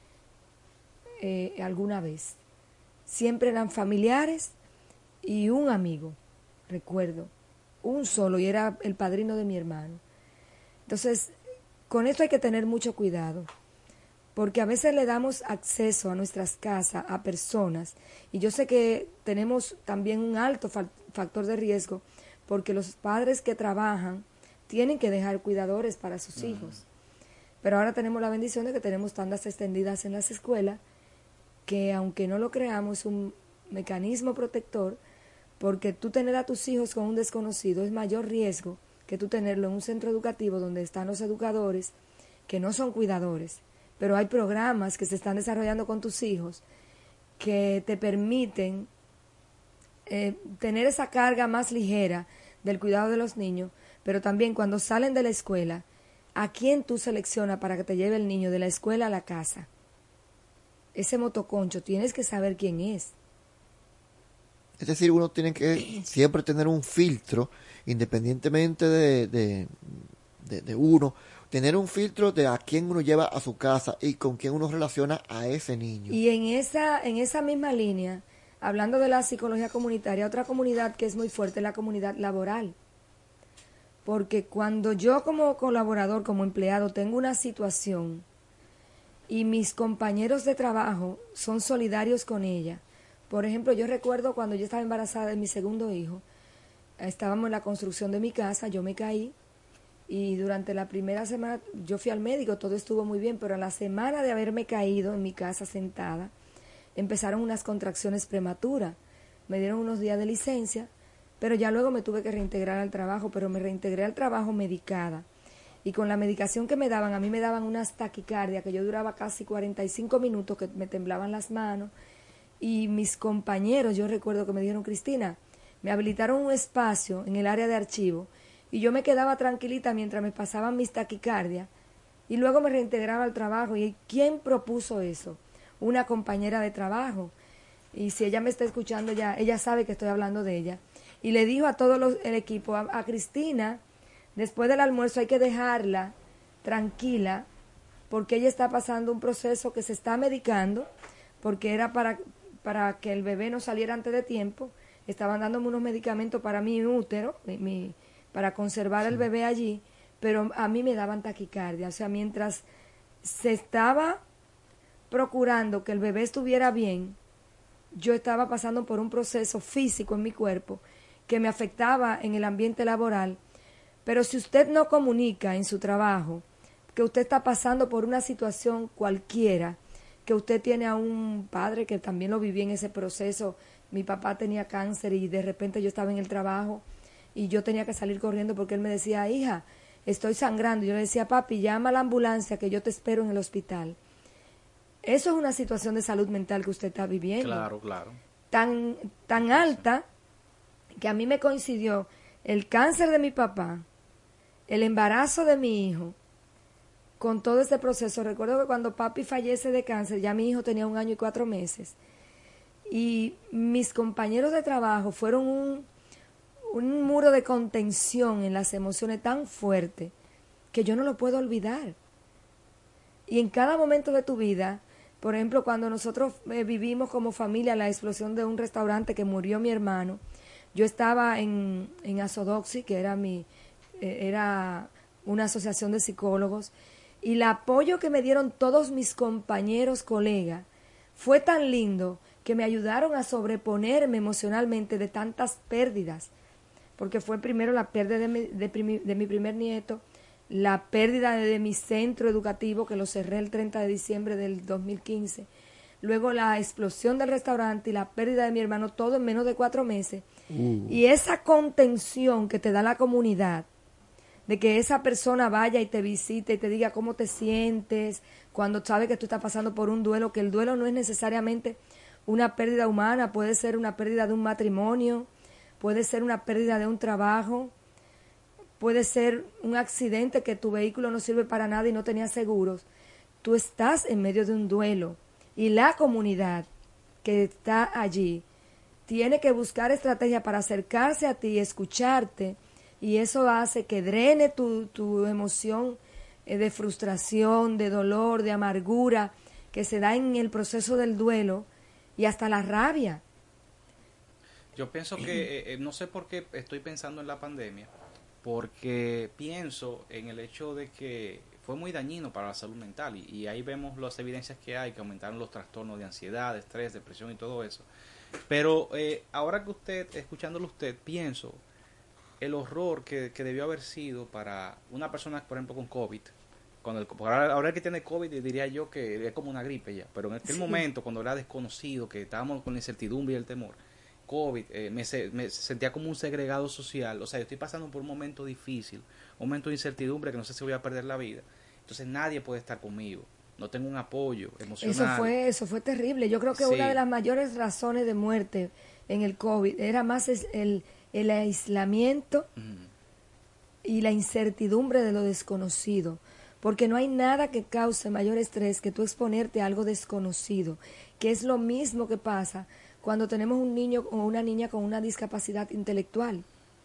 eh, alguna vez. Siempre eran familiares y un amigo, recuerdo, un solo, y era el padrino de mi hermano. Entonces, con esto hay que tener mucho cuidado, porque a veces le damos acceso a nuestras casas a personas, y yo sé que tenemos también un alto fa- factor de riesgo, porque los padres que trabajan tienen que dejar cuidadores para sus uh-huh. hijos. Pero ahora tenemos la bendición de que tenemos tandas extendidas en las escuelas, que aunque no lo creamos, es un mecanismo protector, porque tú tener a tus hijos con un desconocido es mayor riesgo que tú tenerlo en un centro educativo donde están los educadores, que no son cuidadores, pero hay programas que se están desarrollando con tus hijos que te permiten eh, tener esa carga más ligera del cuidado de los niños, pero también cuando salen de la escuela, ¿a quién tú seleccionas para que te lleve el niño de la escuela a la casa? Ese motoconcho, tienes que saber quién es. Es decir, uno tiene que siempre tener un filtro, independientemente de, de, de, de uno, tener un filtro de a quién uno lleva a su casa y con quién uno relaciona a ese niño. Y en esa, en esa misma línea, hablando de la psicología comunitaria, otra comunidad que es muy fuerte es la comunidad laboral. Porque cuando yo como colaborador, como empleado, tengo una situación y mis compañeros de trabajo son solidarios con ella. Por ejemplo, yo recuerdo cuando yo estaba embarazada de mi segundo hijo, estábamos en la construcción de mi casa, yo me caí y durante la primera semana yo fui al médico, todo estuvo muy bien, pero a la semana de haberme caído en mi casa sentada, empezaron unas contracciones prematuras. Me dieron unos días de licencia, pero ya luego me tuve que reintegrar al trabajo, pero me reintegré al trabajo medicada. Y con la medicación que me daban, a mí me daban unas taquicardias, que yo duraba casi cuarenta y cinco minutos, que me temblaban las manos. Y mis compañeros, yo recuerdo que me dijeron, Cristina, me habilitaron un espacio en el área de archivo, y yo me quedaba tranquilita mientras me pasaban mis taquicardias, y luego me reintegraba al trabajo. ¿Y quién propuso eso? Una compañera de trabajo. Y si ella me está escuchando ya, ella sabe que estoy hablando de ella. Y le dijo a todo los, el equipo, a, a Cristina, después del almuerzo hay que dejarla tranquila porque ella está pasando un proceso que se está medicando, porque era para, para que el bebé no saliera antes de tiempo. Estaban dándome unos medicamentos para mi útero, mi, mi, para conservar sí. el bebé allí, pero a mí me daban taquicardia. O sea, mientras se estaba procurando que el bebé estuviera bien, yo estaba pasando por un proceso físico en mi cuerpo que me afectaba en el ambiente laboral. Pero si usted no comunica en su trabajo que usted está pasando por una situación cualquiera, que usted tiene a un padre que también lo viví en ese proceso, mi papá tenía cáncer y de repente yo estaba en el trabajo y yo tenía que salir corriendo porque él me decía, hija, estoy sangrando. Yo le decía, papi, llama a la ambulancia que yo te espero en el hospital. Eso es una situación de salud mental que usted está viviendo. Claro, claro. Tan, tan alta que a mí me coincidió el cáncer de mi papá, el embarazo de mi hijo, con todo este proceso. Recuerdo que cuando papi fallece de cáncer, ya mi hijo tenía un año y cuatro meses. Y mis compañeros de trabajo fueron un, un muro de contención en las emociones tan fuerte que yo no lo puedo olvidar. Y en cada momento de tu vida, por ejemplo, cuando nosotros eh, vivimos como familia la explosión de un restaurante que murió mi hermano, yo estaba en, en Asodoxi, que era mi eh, era una asociación de psicólogos, y el apoyo que me dieron todos mis compañeros, colegas, fue tan lindo que me ayudaron a sobreponerme emocionalmente de tantas pérdidas, porque fue primero la pérdida de mi, de, primi, de mi primer nieto, la pérdida de, de mi centro educativo, que lo cerré el treinta de diciembre del dos mil quince, luego la explosión del restaurante y la pérdida de mi hermano, todo en menos de cuatro meses. Uh. Y esa contención que te da la comunidad, de que esa persona vaya y te visite y te diga cómo te sientes, cuando sabe que tú estás pasando por un duelo, que el duelo no es necesariamente una pérdida humana, puede ser una pérdida de un matrimonio, puede ser una pérdida de un trabajo, puede ser un accidente que tu vehículo no sirve para nada y no tenías seguros. Tú estás en medio de un duelo y la comunidad que está allí tiene que buscar estrategias para acercarse a ti y escucharte, y eso hace que drene tu, tu emoción eh, de frustración, de dolor, de amargura, que se da en el proceso del duelo, y hasta la rabia. Yo pienso que, eh, no sé por qué estoy pensando en la pandemia, porque pienso en el hecho de que fue muy dañino para la salud mental, y, y ahí vemos las evidencias que hay, que aumentaron los trastornos de ansiedad, estrés, depresión y todo eso. Pero eh, ahora que usted, escuchándolo usted, pienso el horror que, que debió haber sido para una persona, por ejemplo, con COVID. Cuando el, ahora, ahora el que tiene COVID diría yo que es como una gripe ya, pero en aquel sí. momento, cuando era desconocido, que estábamos con la incertidumbre y el temor, COVID, eh, me, me sentía como un segregado social. O sea, yo estoy pasando por un momento difícil, un momento de incertidumbre que no sé si voy a perder la vida. Entonces nadie puede estar conmigo, no tengo un apoyo emocional. Eso fue, eso fue terrible. Yo creo que sí. Una de las mayores razones de muerte en el COVID era más el, el aislamiento mm. y la incertidumbre de lo desconocido. Porque no hay nada que cause mayor estrés que tú exponerte a algo desconocido, que es lo mismo que pasa cuando tenemos un niño o una niña con una discapacidad intelectual.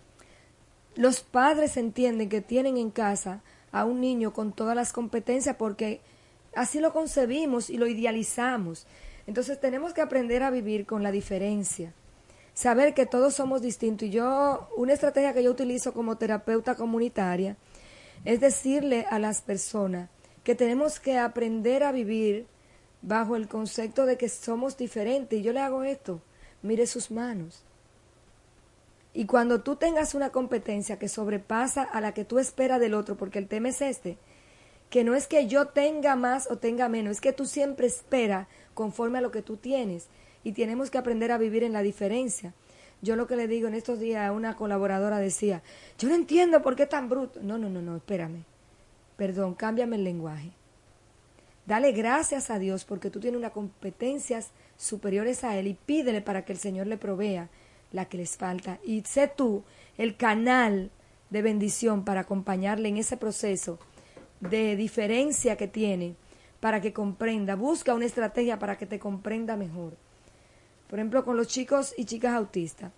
Los padres entienden que tienen en casa a un niño con todas las competencias porque así lo concebimos y lo idealizamos. Entonces tenemos que aprender a vivir con la diferencia, saber que todos somos distintos. Y yo, una estrategia que yo utilizo como terapeuta comunitaria es decirle a las personas que tenemos que aprender a vivir bajo el concepto de que somos diferentes. Y yo le hago esto, mire sus manos. Y cuando tú tengas una competencia que sobrepasa a la que tú esperas del otro, porque el tema es este, que no es que yo tenga más o tenga menos, es que tú siempre esperas conforme a lo que tú tienes. Y tenemos que aprender a vivir en la diferencia. Yo lo que le digo en estos días a una colaboradora decía, yo no entiendo por qué tan bruto. No, no, no, no, espérame. Perdón, cámbiame el lenguaje. Dale gracias a Dios porque tú tienes unas competencias superiores a Él y pídele para que el Señor le provea la que les falta. Y sé tú el canal de bendición para acompañarle en ese proceso de diferencia que tiene para que comprenda. Busca una estrategia para que te comprenda mejor. Por ejemplo, con los chicos y chicas autistas,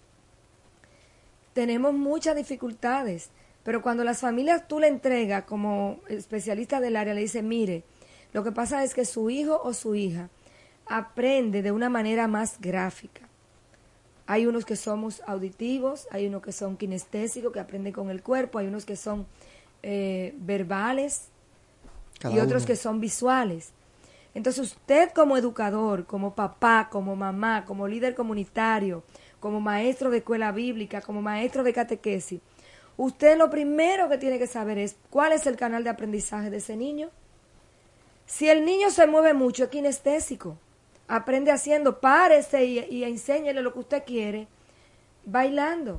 tenemos muchas dificultades, pero cuando las familias tú le entregas como especialista del área, le dices, mire, lo que pasa es que su hijo o su hija aprende de una manera más gráfica. Hay unos que somos auditivos, hay unos que son kinestésicos, que aprenden con el cuerpo, hay unos que son eh, verbales Cada y otros uno. que son visuales. Entonces usted como educador, como papá, como mamá, como líder comunitario, como maestro de escuela bíblica, como maestro de catequesis, usted lo primero que tiene que saber es cuál es el canal de aprendizaje de ese niño. Si el niño se mueve mucho, es kinestésico, aprende haciendo, párese y, y enséñele lo que usted quiere, bailando.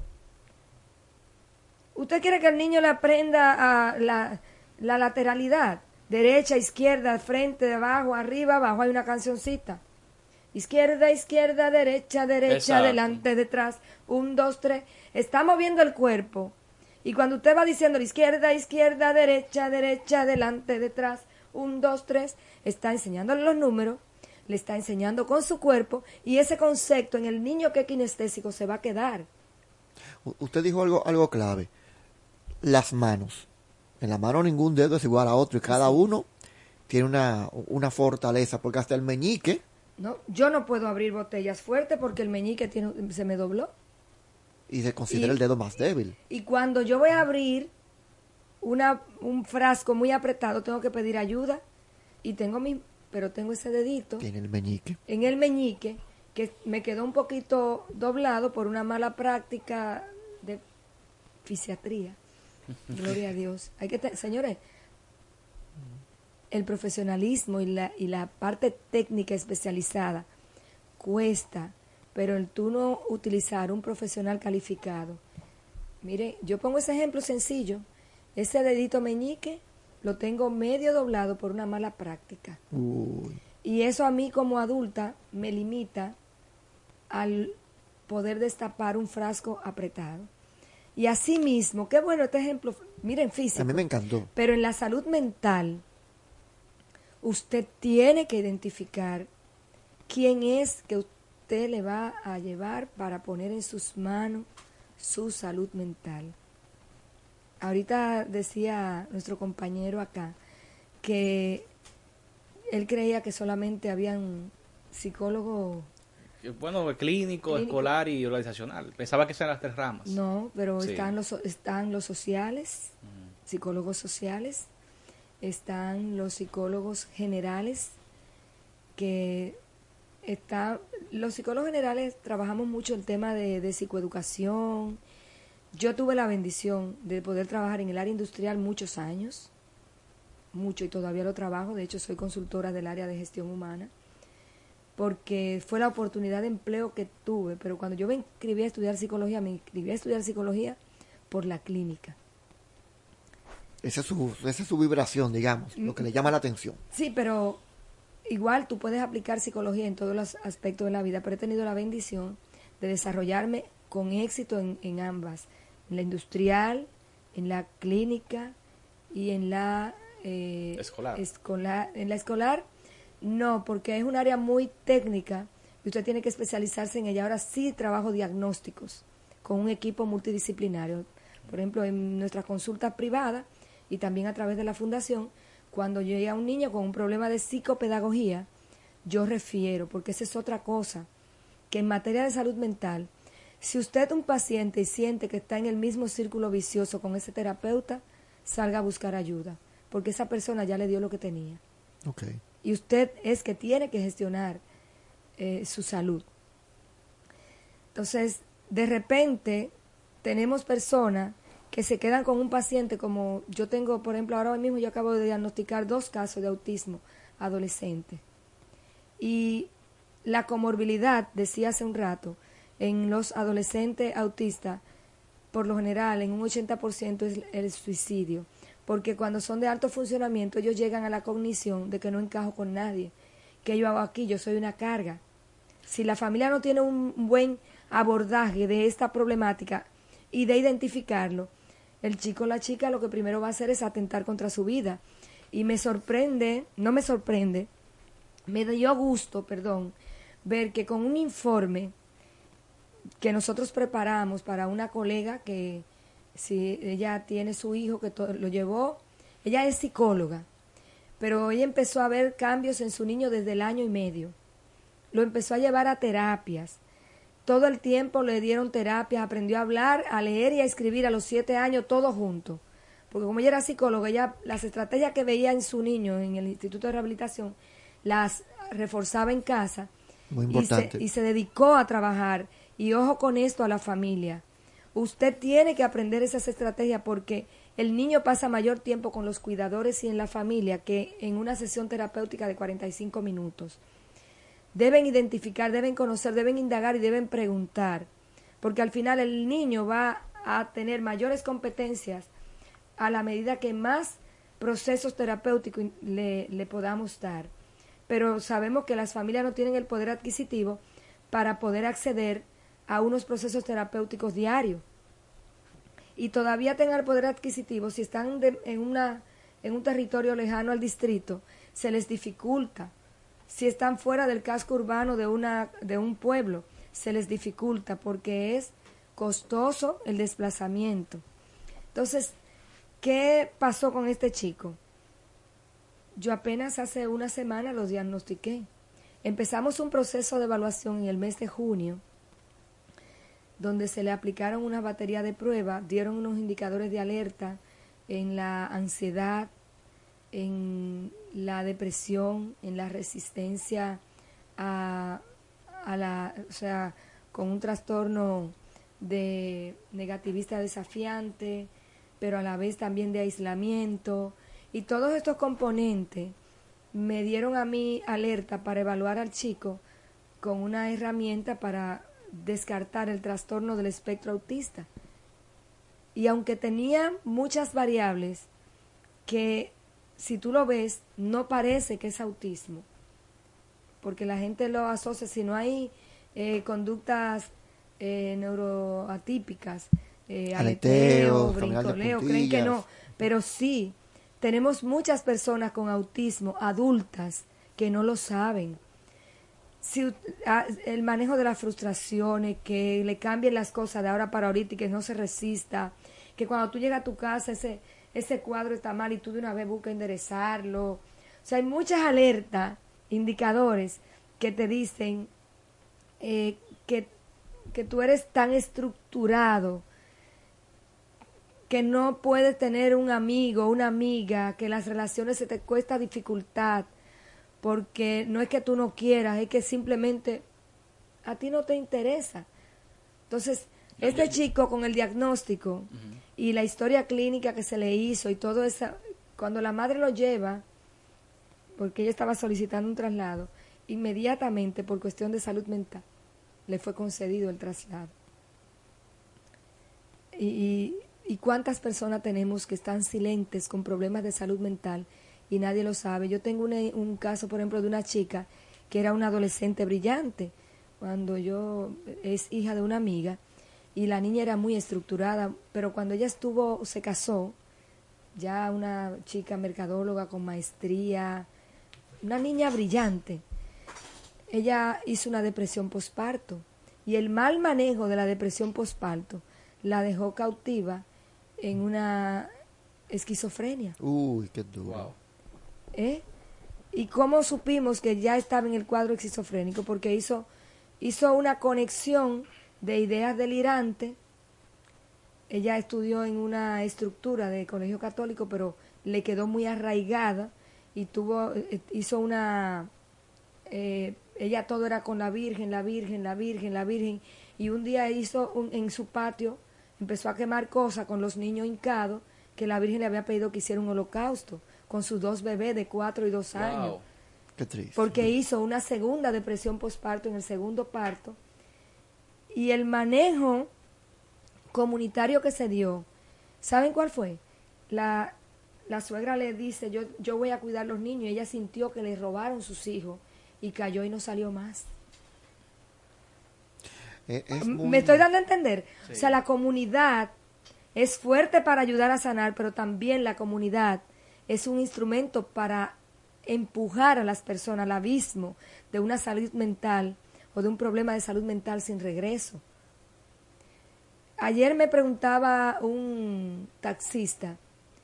¿Usted quiere que el niño le aprenda a la, la lateralidad? Derecha, izquierda, frente, abajo, arriba, abajo hay una cancioncita. Izquierda, izquierda, derecha, derecha, Exacto. adelante, detrás, un, dos, tres. Está moviendo el cuerpo. Y cuando usted va diciendo izquierda, izquierda, derecha, derecha, adelante, detrás, un, dos, tres, está enseñándole los números, le está enseñando con su cuerpo y ese concepto en el niño que es kinestésico se va a quedar. Usted dijo algo, algo clave. Las manos. En la mano ningún dedo es igual a otro y cada sí. uno tiene una, una fortaleza, porque hasta el meñique... No, yo no puedo abrir botellas fuertes porque el meñique tiene, se me dobló. Y se considera Y- el dedo más débil. Y cuando yo voy a abrir una, un frasco muy apretado, tengo que pedir ayuda. Y tengo mi, pero tengo ese dedito Tiene el meñique. en el meñique que me quedó un poquito doblado por una mala práctica de fisiatría. Gloria a Dios. Hay que te- señores, el profesionalismo y la, y la parte técnica especializada cuesta, pero el tú no utilizar un profesional calificado. Mire, yo pongo ese ejemplo sencillo. Ese dedito meñique lo tengo medio doblado por una mala práctica. Uy. Y eso a mí como adulta me limita al poder destapar un frasco apretado. Y así mismo, qué bueno este ejemplo, miren, físico. A mí me encantó. Pero en la salud mental, usted tiene que identificar quién es que usted le va a llevar para poner en sus manos su salud mental. Ahorita decía nuestro compañero acá que él creía que solamente habían psicólogos. Bueno, clínico, Clínico. escolar y organizacional. Pensaba que eran las tres ramas. No, pero Sí. están los están los sociales, psicólogos sociales, están los psicólogos generales, que está, los psicólogos generales trabajamos mucho el tema de, de psicoeducación. Yo tuve la bendición de poder trabajar en el área industrial muchos años, mucho, y todavía lo trabajo. De hecho, soy consultora del área de gestión humana, porque fue la oportunidad de empleo que tuve. Pero cuando yo me inscribí a estudiar psicología, me inscribí a estudiar psicología por la clínica. Esa es su, esa es su vibración, digamos, lo que le llama la atención. Sí, pero igual tú puedes aplicar psicología en todos los aspectos de la vida, pero he tenido la bendición de desarrollarme con éxito en, en ambas, en la industrial, en la clínica y en la eh, Escolar. escolar. En la escolar, no, porque es un área muy técnica y usted tiene que especializarse en ella. Ahora sí trabajo diagnósticos con un equipo multidisciplinario. Por ejemplo, en nuestras consultas privadas y también a través de la fundación, cuando llega un niño con un problema de psicopedagogía, yo refiero, porque esa es otra cosa, que en materia de salud mental, si usted es un paciente y siente que está en el mismo círculo vicioso con ese terapeuta, salga a buscar ayuda, porque esa persona ya le dio lo que tenía. Okay. Y usted es que tiene que gestionar eh, su salud. Entonces, de repente, tenemos personas que se quedan con un paciente, como yo tengo, por ejemplo, ahora mismo yo acabo de diagnosticar dos casos de autismo adolescente. Y la comorbilidad, decía hace un rato, en los adolescentes autistas, por lo general, en un ochenta por ciento es el suicidio, porque cuando son de alto funcionamiento, ellos llegan a la cognición de que no encajo con nadie, que yo hago aquí, yo soy una carga. Si la familia no tiene un buen abordaje de esta problemática y de identificarlo, el chico o la chica lo que primero va a hacer es atentar contra su vida. Y me sorprende, no me sorprende, me dio gusto, perdón, ver que con un informe que nosotros preparamos para una colega que si ella tiene su hijo que to- lo llevó, ella es psicóloga, pero ella empezó a ver cambios en su niño desde el año y medio. Lo empezó a llevar a terapias. Todo el tiempo le dieron terapias, aprendió a hablar, a leer y a escribir a los siete años, todo junto. Porque como ella era psicóloga, ella las estrategias que veía en su niño en el Instituto de Rehabilitación, las reforzaba en casa. Muy Y importante. se, y se dedicó a trabajar. Y ojo con esto a la familia. Usted tiene que aprender esas estrategias porque el niño pasa mayor tiempo con los cuidadores y en la familia que en una sesión terapéutica de cuarenta y cinco minutos. Deben identificar, deben conocer, deben indagar y deben preguntar, porque al final el niño va a tener mayores competencias a la medida que más procesos terapéuticos le, le podamos dar. Pero sabemos que las familias no tienen el poder adquisitivo para poder acceder a unos procesos terapéuticos diarios. Y todavía tengan el poder adquisitivo, si están de, en, una, en un territorio lejano al distrito, se les dificulta. Si están fuera del casco urbano de, una, de un pueblo, se les dificulta porque es costoso el desplazamiento. Entonces, ¿qué pasó con este chico? yo apenas hace una semana los diagnostiqué. Empezamos un proceso de evaluación en el mes de junio, donde se le aplicaron una batería de pruebas, dieron unos indicadores de alerta en la ansiedad, en la depresión, en la resistencia a, a la, o sea, con un trastorno de negativista desafiante, pero a la vez también de aislamiento, y todos estos componentes me dieron a mí alerta para evaluar al chico con una herramienta para descartar el trastorno del espectro autista. Y aunque tenía muchas variables que, si tú lo ves, no parece que es autismo, porque la gente lo asocia, si no hay eh, conductas eh, neuroatípicas, eh, aleteo, brincoleo, creen que no, pero sí, tenemos muchas personas con autismo, adultas, que no lo saben. Si, a, el manejo de las frustraciones, que le cambien las cosas de ahora para ahorita y que no se resista, que cuando tú llegas a tu casa ese, ese cuadro está mal y tú de una vez buscas enderezarlo. O sea, hay muchas alertas, indicadores que te dicen eh, que, que tú eres tan estructurado que no puedes tener un amigo, una amiga, que las relaciones se te cuesta dificultad, porque no es que tú no quieras, es que simplemente a ti no te interesa. Entonces, este chico con el diagnóstico uh-huh. y la historia clínica que se le hizo y todo eso, cuando la madre lo lleva, porque ella estaba solicitando un traslado, inmediatamente por cuestión de salud mental, le fue concedido el traslado. Y... y ¿Y cuántas personas tenemos que están silentes con problemas de salud mental y nadie lo sabe? Yo tengo una, un caso, por ejemplo, de una chica que era una adolescente brillante, cuando yo, es hija de una amiga, y la niña era muy estructurada, pero cuando ella estuvo, se casó, ya una chica mercadóloga con maestría, una niña brillante, ella hizo una depresión posparto, y el mal manejo de la depresión posparto la dejó cautiva en una esquizofrenia. Uy, qué duro. Wow. ¿Eh? ¿Y cómo supimos que ya estaba en el cuadro esquizofrénico? Porque hizo, hizo una conexión de ideas delirantes. Ella estudió en una estructura de colegio católico, pero le quedó muy arraigada y tuvo, hizo una, eh, ella todo era con la Virgen, la Virgen, la Virgen, la Virgen, y un día hizo un, en su patio, empezó a quemar cosas con los niños hincados, que la Virgen le había pedido que hiciera un holocausto con sus dos bebés de cuatro y dos años. Wow. Qué triste. Porque hizo una segunda depresión postparto en el segundo parto. Y el manejo comunitario que se dio, ¿saben cuál fue? La, la suegra le dice, yo, yo voy a cuidar los niños, y ella sintió que le robaron sus hijos y cayó y no salió más. Es muy... Me estoy dando a entender. Sí. O sea, la comunidad es fuerte para ayudar a sanar, pero también la comunidad es un instrumento para empujar a las personas al abismo de una salud mental o de un problema de salud mental sin regreso. Ayer me preguntaba un taxista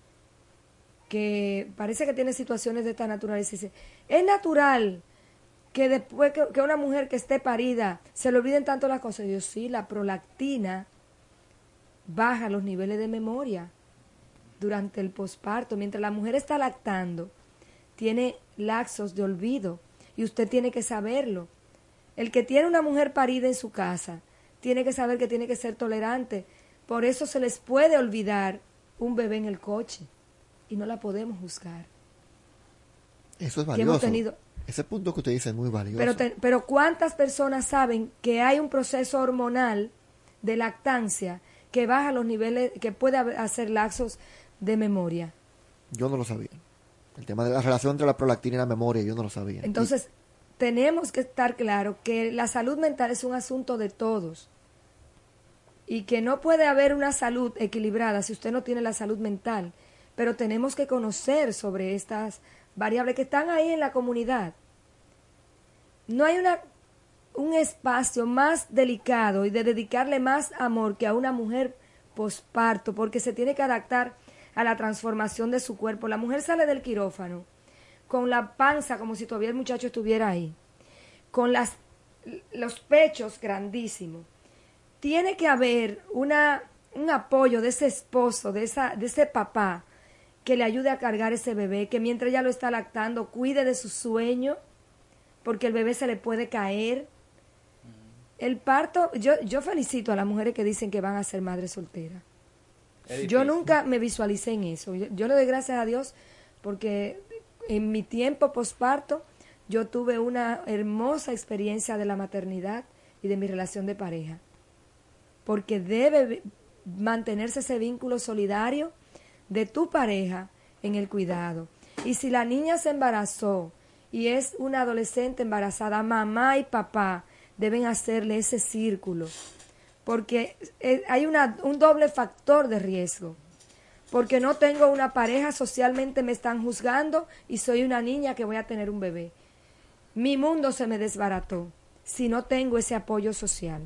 que parece que tiene situaciones de esta naturaleza y dice, ¿es natural que después que, que una mujer que esté parida se le olviden tanto las cosas? Y yo, sí, la prolactina baja los niveles de memoria durante el posparto. Mientras la mujer está lactando, tiene lapsos de olvido y usted tiene que saberlo. El que tiene una mujer parida en su casa tiene que saber que tiene que ser tolerante. Por eso se les puede olvidar un bebé en el coche y no la podemos juzgar. Eso es valioso. Tenido, Ese punto que usted dice es muy valioso. Pero, te, pero ¿cuántas personas saben que hay un proceso hormonal de lactancia que baja los niveles, que puede hacer lapsos de memoria? Yo no lo sabía. El tema de la relación entre la prolactina y la memoria, yo no lo sabía. Entonces, y... tenemos que estar claro que la salud mental es un asunto de todos y que no puede haber una salud equilibrada si usted no tiene la salud mental, pero tenemos que conocer sobre estas variables que están ahí en la comunidad. No hay una un espacio más delicado y de dedicarle más amor que a una mujer posparto, porque se tiene que adaptar a la transformación de su cuerpo. La mujer sale del quirófano con la panza como si todavía el muchacho estuviera ahí, con las, los pechos grandísimos. Tiene que haber una, un apoyo de ese esposo, de, esa, de ese papá, que le ayude a cargar ese bebé, que mientras ella lo está lactando, cuide de su sueño, porque el bebé se le puede caer. El parto, yo, yo felicito a las mujeres que dicen que van a ser madres solteras. Yo nunca me visualicé en eso. Yo, yo le doy gracias a Dios porque en mi tiempo posparto yo tuve una hermosa experiencia de la maternidad y de mi relación de pareja. Porque debe mantenerse ese vínculo solidario de tu pareja en el cuidado. Y si la niña se embarazó y es una adolescente embarazada, mamá y papá deben hacerle ese círculo. Porque hay una, un doble factor de riesgo. Porque no tengo una pareja, socialmente me están juzgando y soy una niña que voy a tener un bebé. Mi mundo se me desbarató si no tengo ese apoyo social.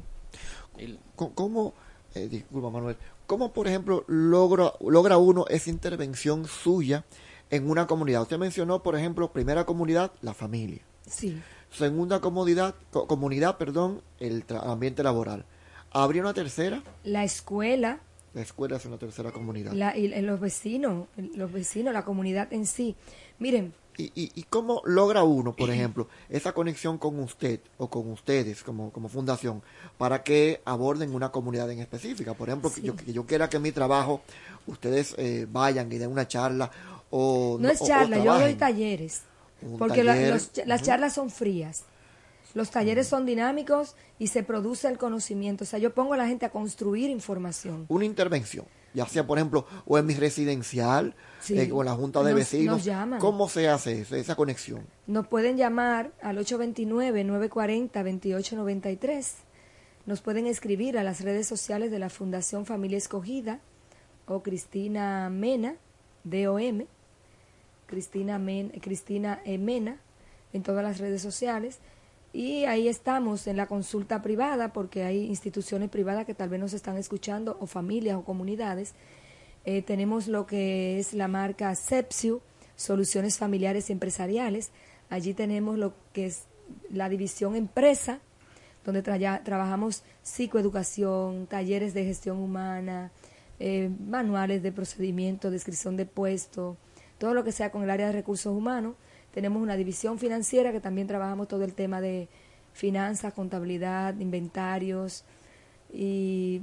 ¿Cómo, eh, disculpa Manuel, cómo por ejemplo logra, logra uno esa intervención suya en una comunidad? Usted mencionó, por ejemplo, primera comunidad, la familia. Sí. Segunda comunidad, co- comunidad, perdón, el tra- ambiente laboral. ¿Habría una tercera? La escuela. La escuela es una tercera comunidad. La, y, y los vecinos, los vecinos, la comunidad en sí. Miren. ¿Y, y, y cómo logra uno, por ejemplo, esa conexión con usted o con ustedes como, como fundación para que aborden una comunidad en específica? Por ejemplo, sí. que, yo, que yo quiera que en mi trabajo ustedes eh, vayan y den una charla o... No, no es charla, yo doy talleres. Un porque taller, la, los, las uh-huh. charlas son frías. Los talleres son dinámicos y se produce el conocimiento. O sea, yo pongo a la gente a construir información. Una intervención, ya sea, por ejemplo, o en mi residencial, sí. eh, o en la junta de nos, vecinos. Nos llaman. ¿Cómo se hace eso, esa conexión? Nos pueden llamar al ocho dos nueve, nueve cuatro cero, dos ocho nueve tres. Nos pueden escribir a las redes sociales de la Fundación Familia Escogida o Cristina Mena, D O M, Cristina, Men, Cristina E. Mena, en todas las redes sociales. Y ahí estamos en la consulta privada, porque hay instituciones privadas que tal vez nos están escuchando, o familias o comunidades. Eh, tenemos lo que es la marca Sepsiu, Soluciones Familiares y Empresariales. Allí tenemos lo que es la división empresa, donde tra- trabajamos psicoeducación, talleres de gestión humana, eh, manuales de procedimiento, descripción de puesto, todo lo que sea con el área de recursos humanos. Tenemos una división financiera que también trabajamos todo el tema de finanzas, contabilidad, inventarios y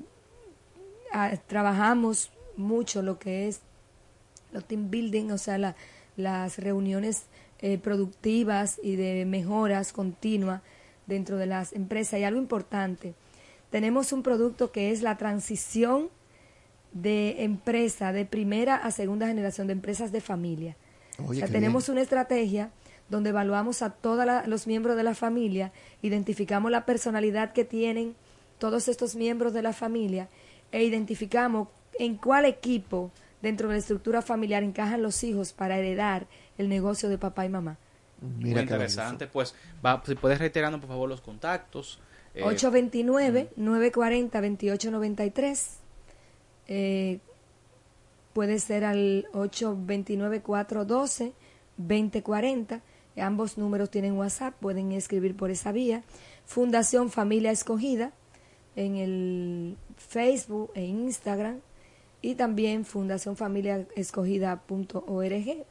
a, trabajamos mucho lo que es los team building, o sea, la, las reuniones eh, productivas y de mejoras continuas dentro de las empresas. Y algo importante, tenemos un producto que es la transición de empresa de primera a segunda generación de empresas de familia. Oye, o sea, tenemos bien. Una estrategia donde evaluamos a todos los miembros de la familia, identificamos la personalidad que tienen todos estos miembros de la familia e identificamos en cuál equipo dentro de la estructura familiar encajan los hijos para heredar el negocio de papá y mamá. Mira, muy interesante. Pues, va, si puedes reiterarnos por favor los contactos. Eh, ocho dos nueve, nueve cuatro cero, dos ocho nueve tres. Eh, puede ser al ocho dos nueve, cuatro uno dos, dos cero cuatro cero. Ambos números tienen WhatsApp, pueden escribir por esa vía. Fundación Familia Escogida en el Facebook e Instagram, y también fundación familia escogida punto org,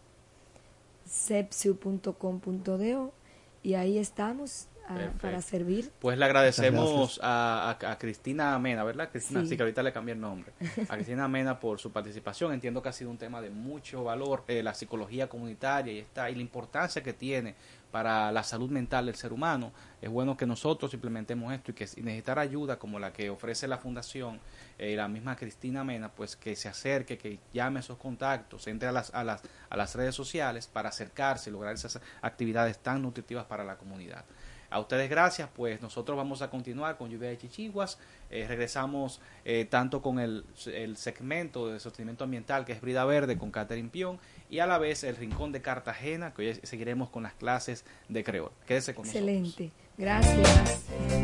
sepsiu punto com punto do, y ahí estamos. A, para servir. Pues le agradecemos a, a, a Cristina Mena, ¿verdad? Cristina, sí. sí, que ahorita le cambié el nombre. A Cristina Mena por su participación. Entiendo que ha sido un tema de mucho valor, eh, la psicología comunitaria y, esta, y la importancia que tiene para la salud mental del ser humano. Es bueno que nosotros implementemos esto y que si necesitar ayuda como la que ofrece la Fundación, eh, la misma Cristina Mena, pues que se acerque, que llame a esos contactos, entre a las, a las, a las redes sociales para acercarse y lograr esas actividades tan nutritivas para la comunidad. A ustedes gracias, pues nosotros vamos a continuar con Lluvia de Chichiguas. Eh, regresamos eh, tanto con el, el segmento de sostenimiento ambiental que es Brida Verde con Catherine Pion, y a la vez el Rincón de Cartagena, que hoy seguiremos con las clases de creol. Quédese con Excelente. nosotros. Gracias.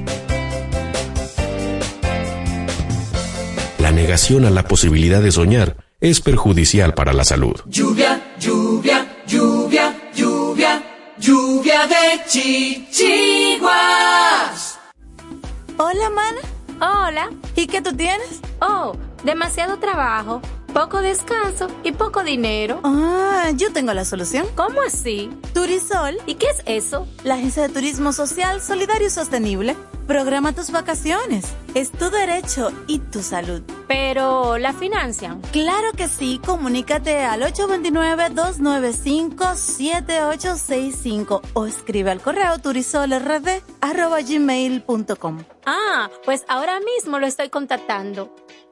La negación a la posibilidad de soñar es perjudicial para la salud. Lluvia, lluvia, lluvia, lluvia. Lluvia de chichiguas. Hola, mana. Hola. ¿Y qué tú tienes? Oh, demasiado trabajo, poco descanso y poco dinero. Ah, yo tengo la solución. ¿Cómo así? Turisol. ¿Y qué es eso? La agencia de turismo social, solidario y sostenible. Programa tus vacaciones. Es tu derecho y tu salud. Pero, ¿la financian? Claro que sí. Comunícate al ocho dos nueve, dos nueve cinco, siete ocho seis cinco o escribe al correo turisolrd arroba gmail punto com. Ah, pues ahora mismo lo estoy contactando.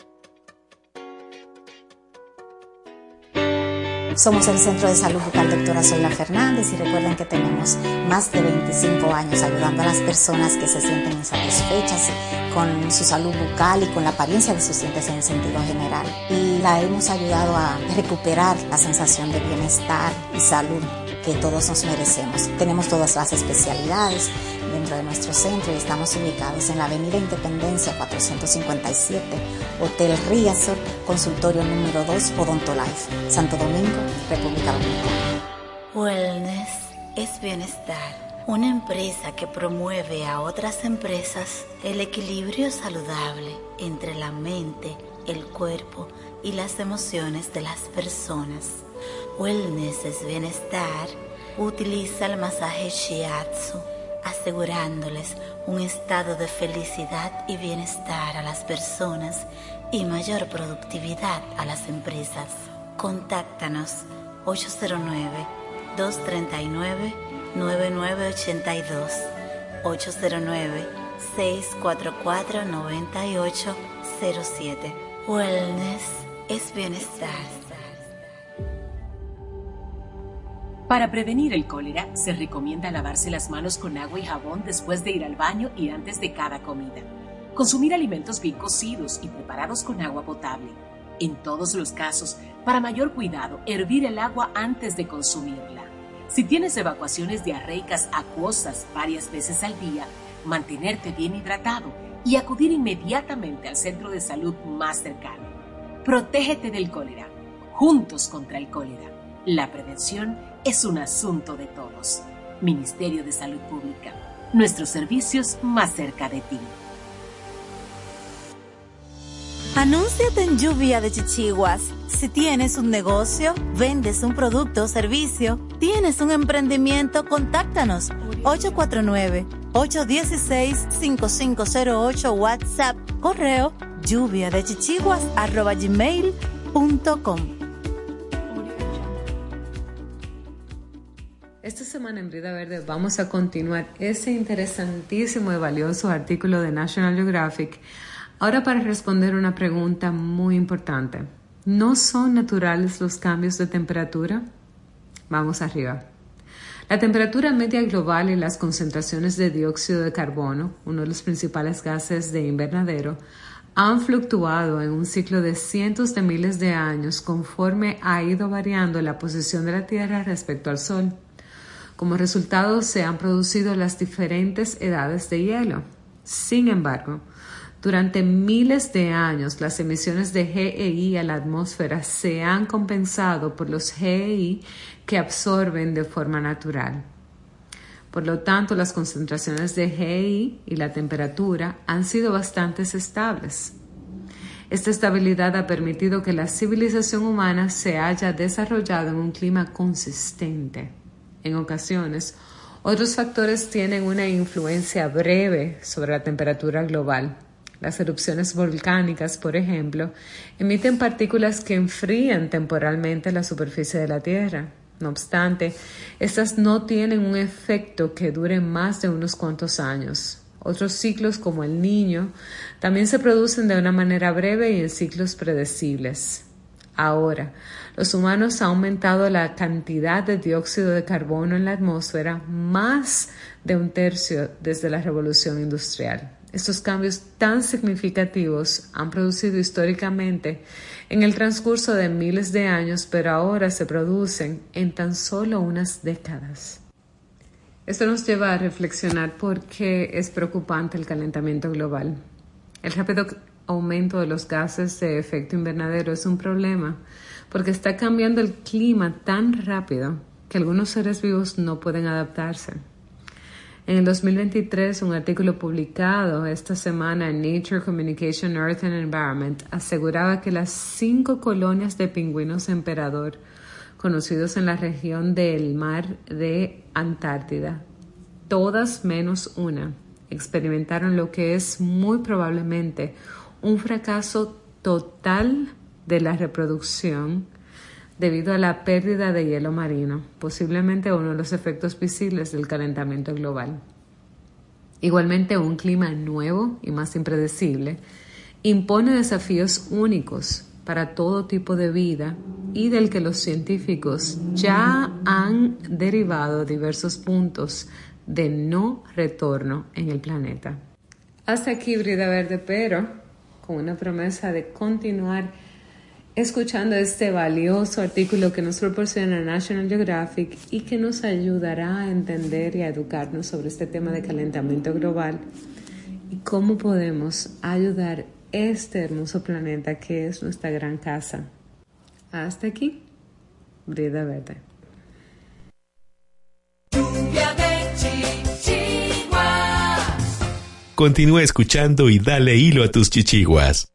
Somos el Centro de Salud Bucal Doctora Zoila Fernández y recuerden que tenemos más de veinticinco años ayudando a las personas que se sienten insatisfechas con su salud bucal y con la apariencia de sus dientes en el sentido general. Y la hemos ayudado a recuperar la sensación de bienestar y salud que todos nos merecemos. Tenemos todas las especialidades dentro de nuestro centro y estamos ubicados en la Avenida Independencia cuatrocientos cincuenta y siete, Hotel Riazor, consultorio número dos, Odontolife, Santo Domingo, República Dominicana. Wellness es bienestar, una empresa que promueve a otras empresas el equilibrio saludable entre la mente, el cuerpo y las emociones de las personas. Wellness es bienestar, utiliza el masaje Shiatsu, asegurándoles un estado de felicidad y bienestar a las personas y mayor productividad a las empresas. Contáctanos ocho cero nueve, dos tres nueve, nueve nueve ocho dos, ocho cero nueve, seis cuatro cuatro, nueve ocho cero siete. Wellness es bienestar. Para prevenir el cólera, se recomienda lavarse las manos con agua y jabón después de ir al baño y antes de cada comida. Consumir alimentos bien cocidos y preparados con agua potable. En todos los casos, para mayor cuidado, hervir el agua antes de consumirla. Si tienes evacuaciones diarreicas acuosas varias veces al día, mantenerte bien hidratado y acudir inmediatamente al centro de salud más cercano. Protégete del cólera. Juntos contra el cólera. La prevención es un asunto de todos. Ministerio de Salud Pública. Nuestros servicios más cerca de ti. Anúnciate en Lluvia de Chichiguas. Si tienes un negocio, vendes un producto o servicio, tienes un emprendimiento, contáctanos. ocho cuatro nueve, ocho uno seis, cinco cinco cero ocho, WhatsApp, correo lluvia de chichiguas arroba gmail punto com. Esta semana en Vida Verde vamos a continuar ese interesantísimo y valioso artículo de National Geographic, ahora para responder una pregunta muy importante. ¿No son naturales los cambios de temperatura? Vamos arriba. La temperatura media global y las concentraciones de dióxido de carbono, uno de los principales gases de invernadero, han fluctuado en un ciclo de cientos de miles de años conforme ha ido variando la posición de la Tierra respecto al Sol. Como resultado, se han producido las diferentes edades de hielo. Sin embargo, durante miles de años, las emisiones de G E I a la atmósfera se han compensado por los G E I que absorben de forma natural. Por lo tanto, las concentraciones de G E I y la temperatura han sido bastante estables. Esta estabilidad ha permitido que la civilización humana se haya desarrollado en un clima consistente. En ocasiones, otros factores tienen una influencia breve sobre la temperatura global. Las erupciones volcánicas, por ejemplo, emiten partículas que enfrían temporalmente la superficie de la Tierra. No obstante, estas no tienen un efecto que dure más de unos cuantos años. Otros ciclos, como el Niño, también se producen de una manera breve y en ciclos predecibles. Ahora, los humanos han aumentado la cantidad de dióxido de carbono en la atmósfera más de un tercio desde la Revolución Industrial. Estos cambios tan significativos han producido históricamente en el transcurso de miles de años, pero ahora se producen en tan solo unas décadas. Esto nos lleva a reflexionar por qué es preocupante el calentamiento global. El rápido aumento de los gases de efecto invernadero es un problema porque está cambiando el clima tan rápido que algunos seres vivos no pueden adaptarse. En el dos mil veintitrés, un artículo publicado esta semana en Nature Communication Earth and Environment aseguraba que las cinco colonias de pingüinos emperador conocidos en la región del mar de Antártida, todas menos una, experimentaron lo que es muy probablemente un fracaso total de la reproducción debido a la pérdida de hielo marino, posiblemente uno de los efectos visibles del calentamiento global. Igualmente, un clima nuevo y más impredecible impone desafíos únicos para todo tipo de vida y del que los científicos ya han derivado diversos puntos de no retorno en el planeta. Hasta aquí, Brida Verde, pero con una promesa de continuar escuchando este valioso artículo que nos proporciona National Geographic y que nos ayudará a entender y a educarnos sobre este tema de calentamiento global y cómo podemos ayudar este hermoso planeta que es nuestra gran casa. Hasta aquí, Brida Verde. Lluvia de chichiguas. Continúa escuchando y dale hilo a tus chichiguas.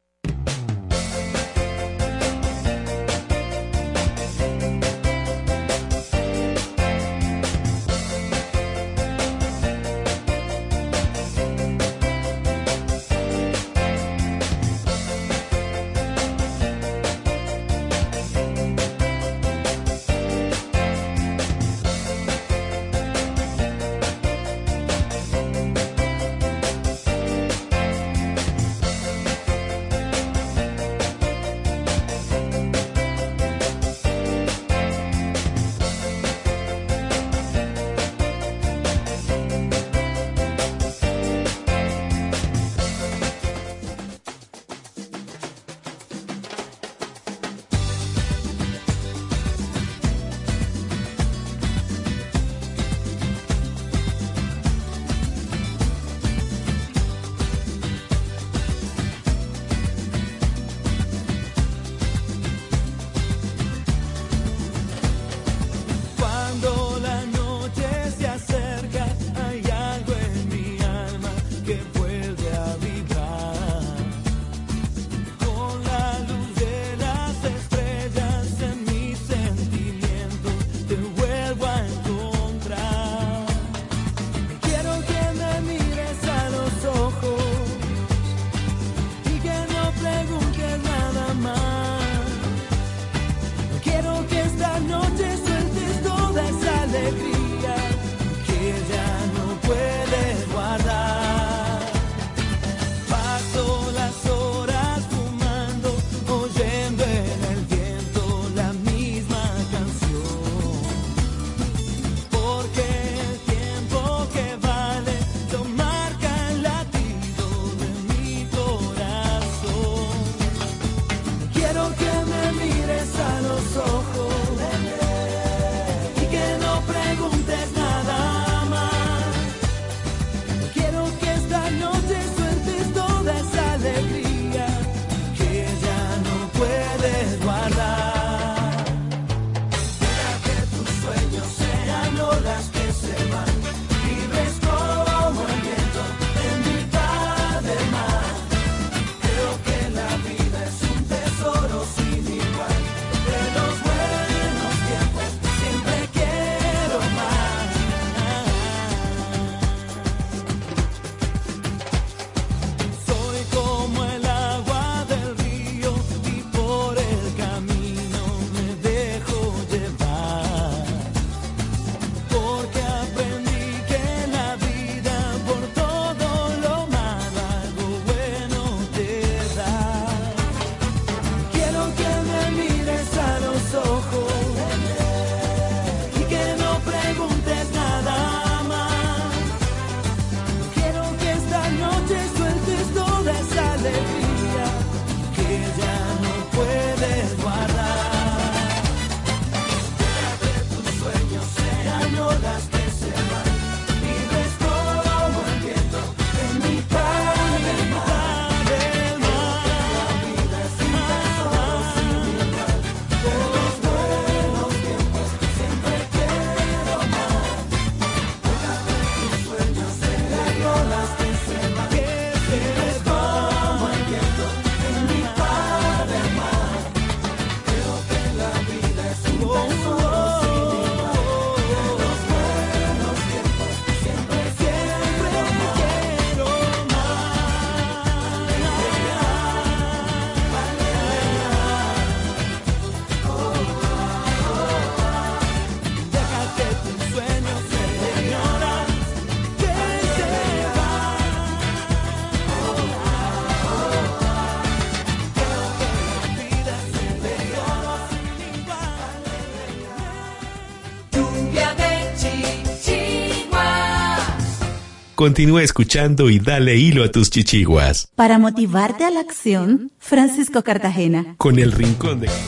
Continúa escuchando y dale hilo a tus chichiguas. Para motivarte a la acción, Francisco Cartagena. Con el rincón de...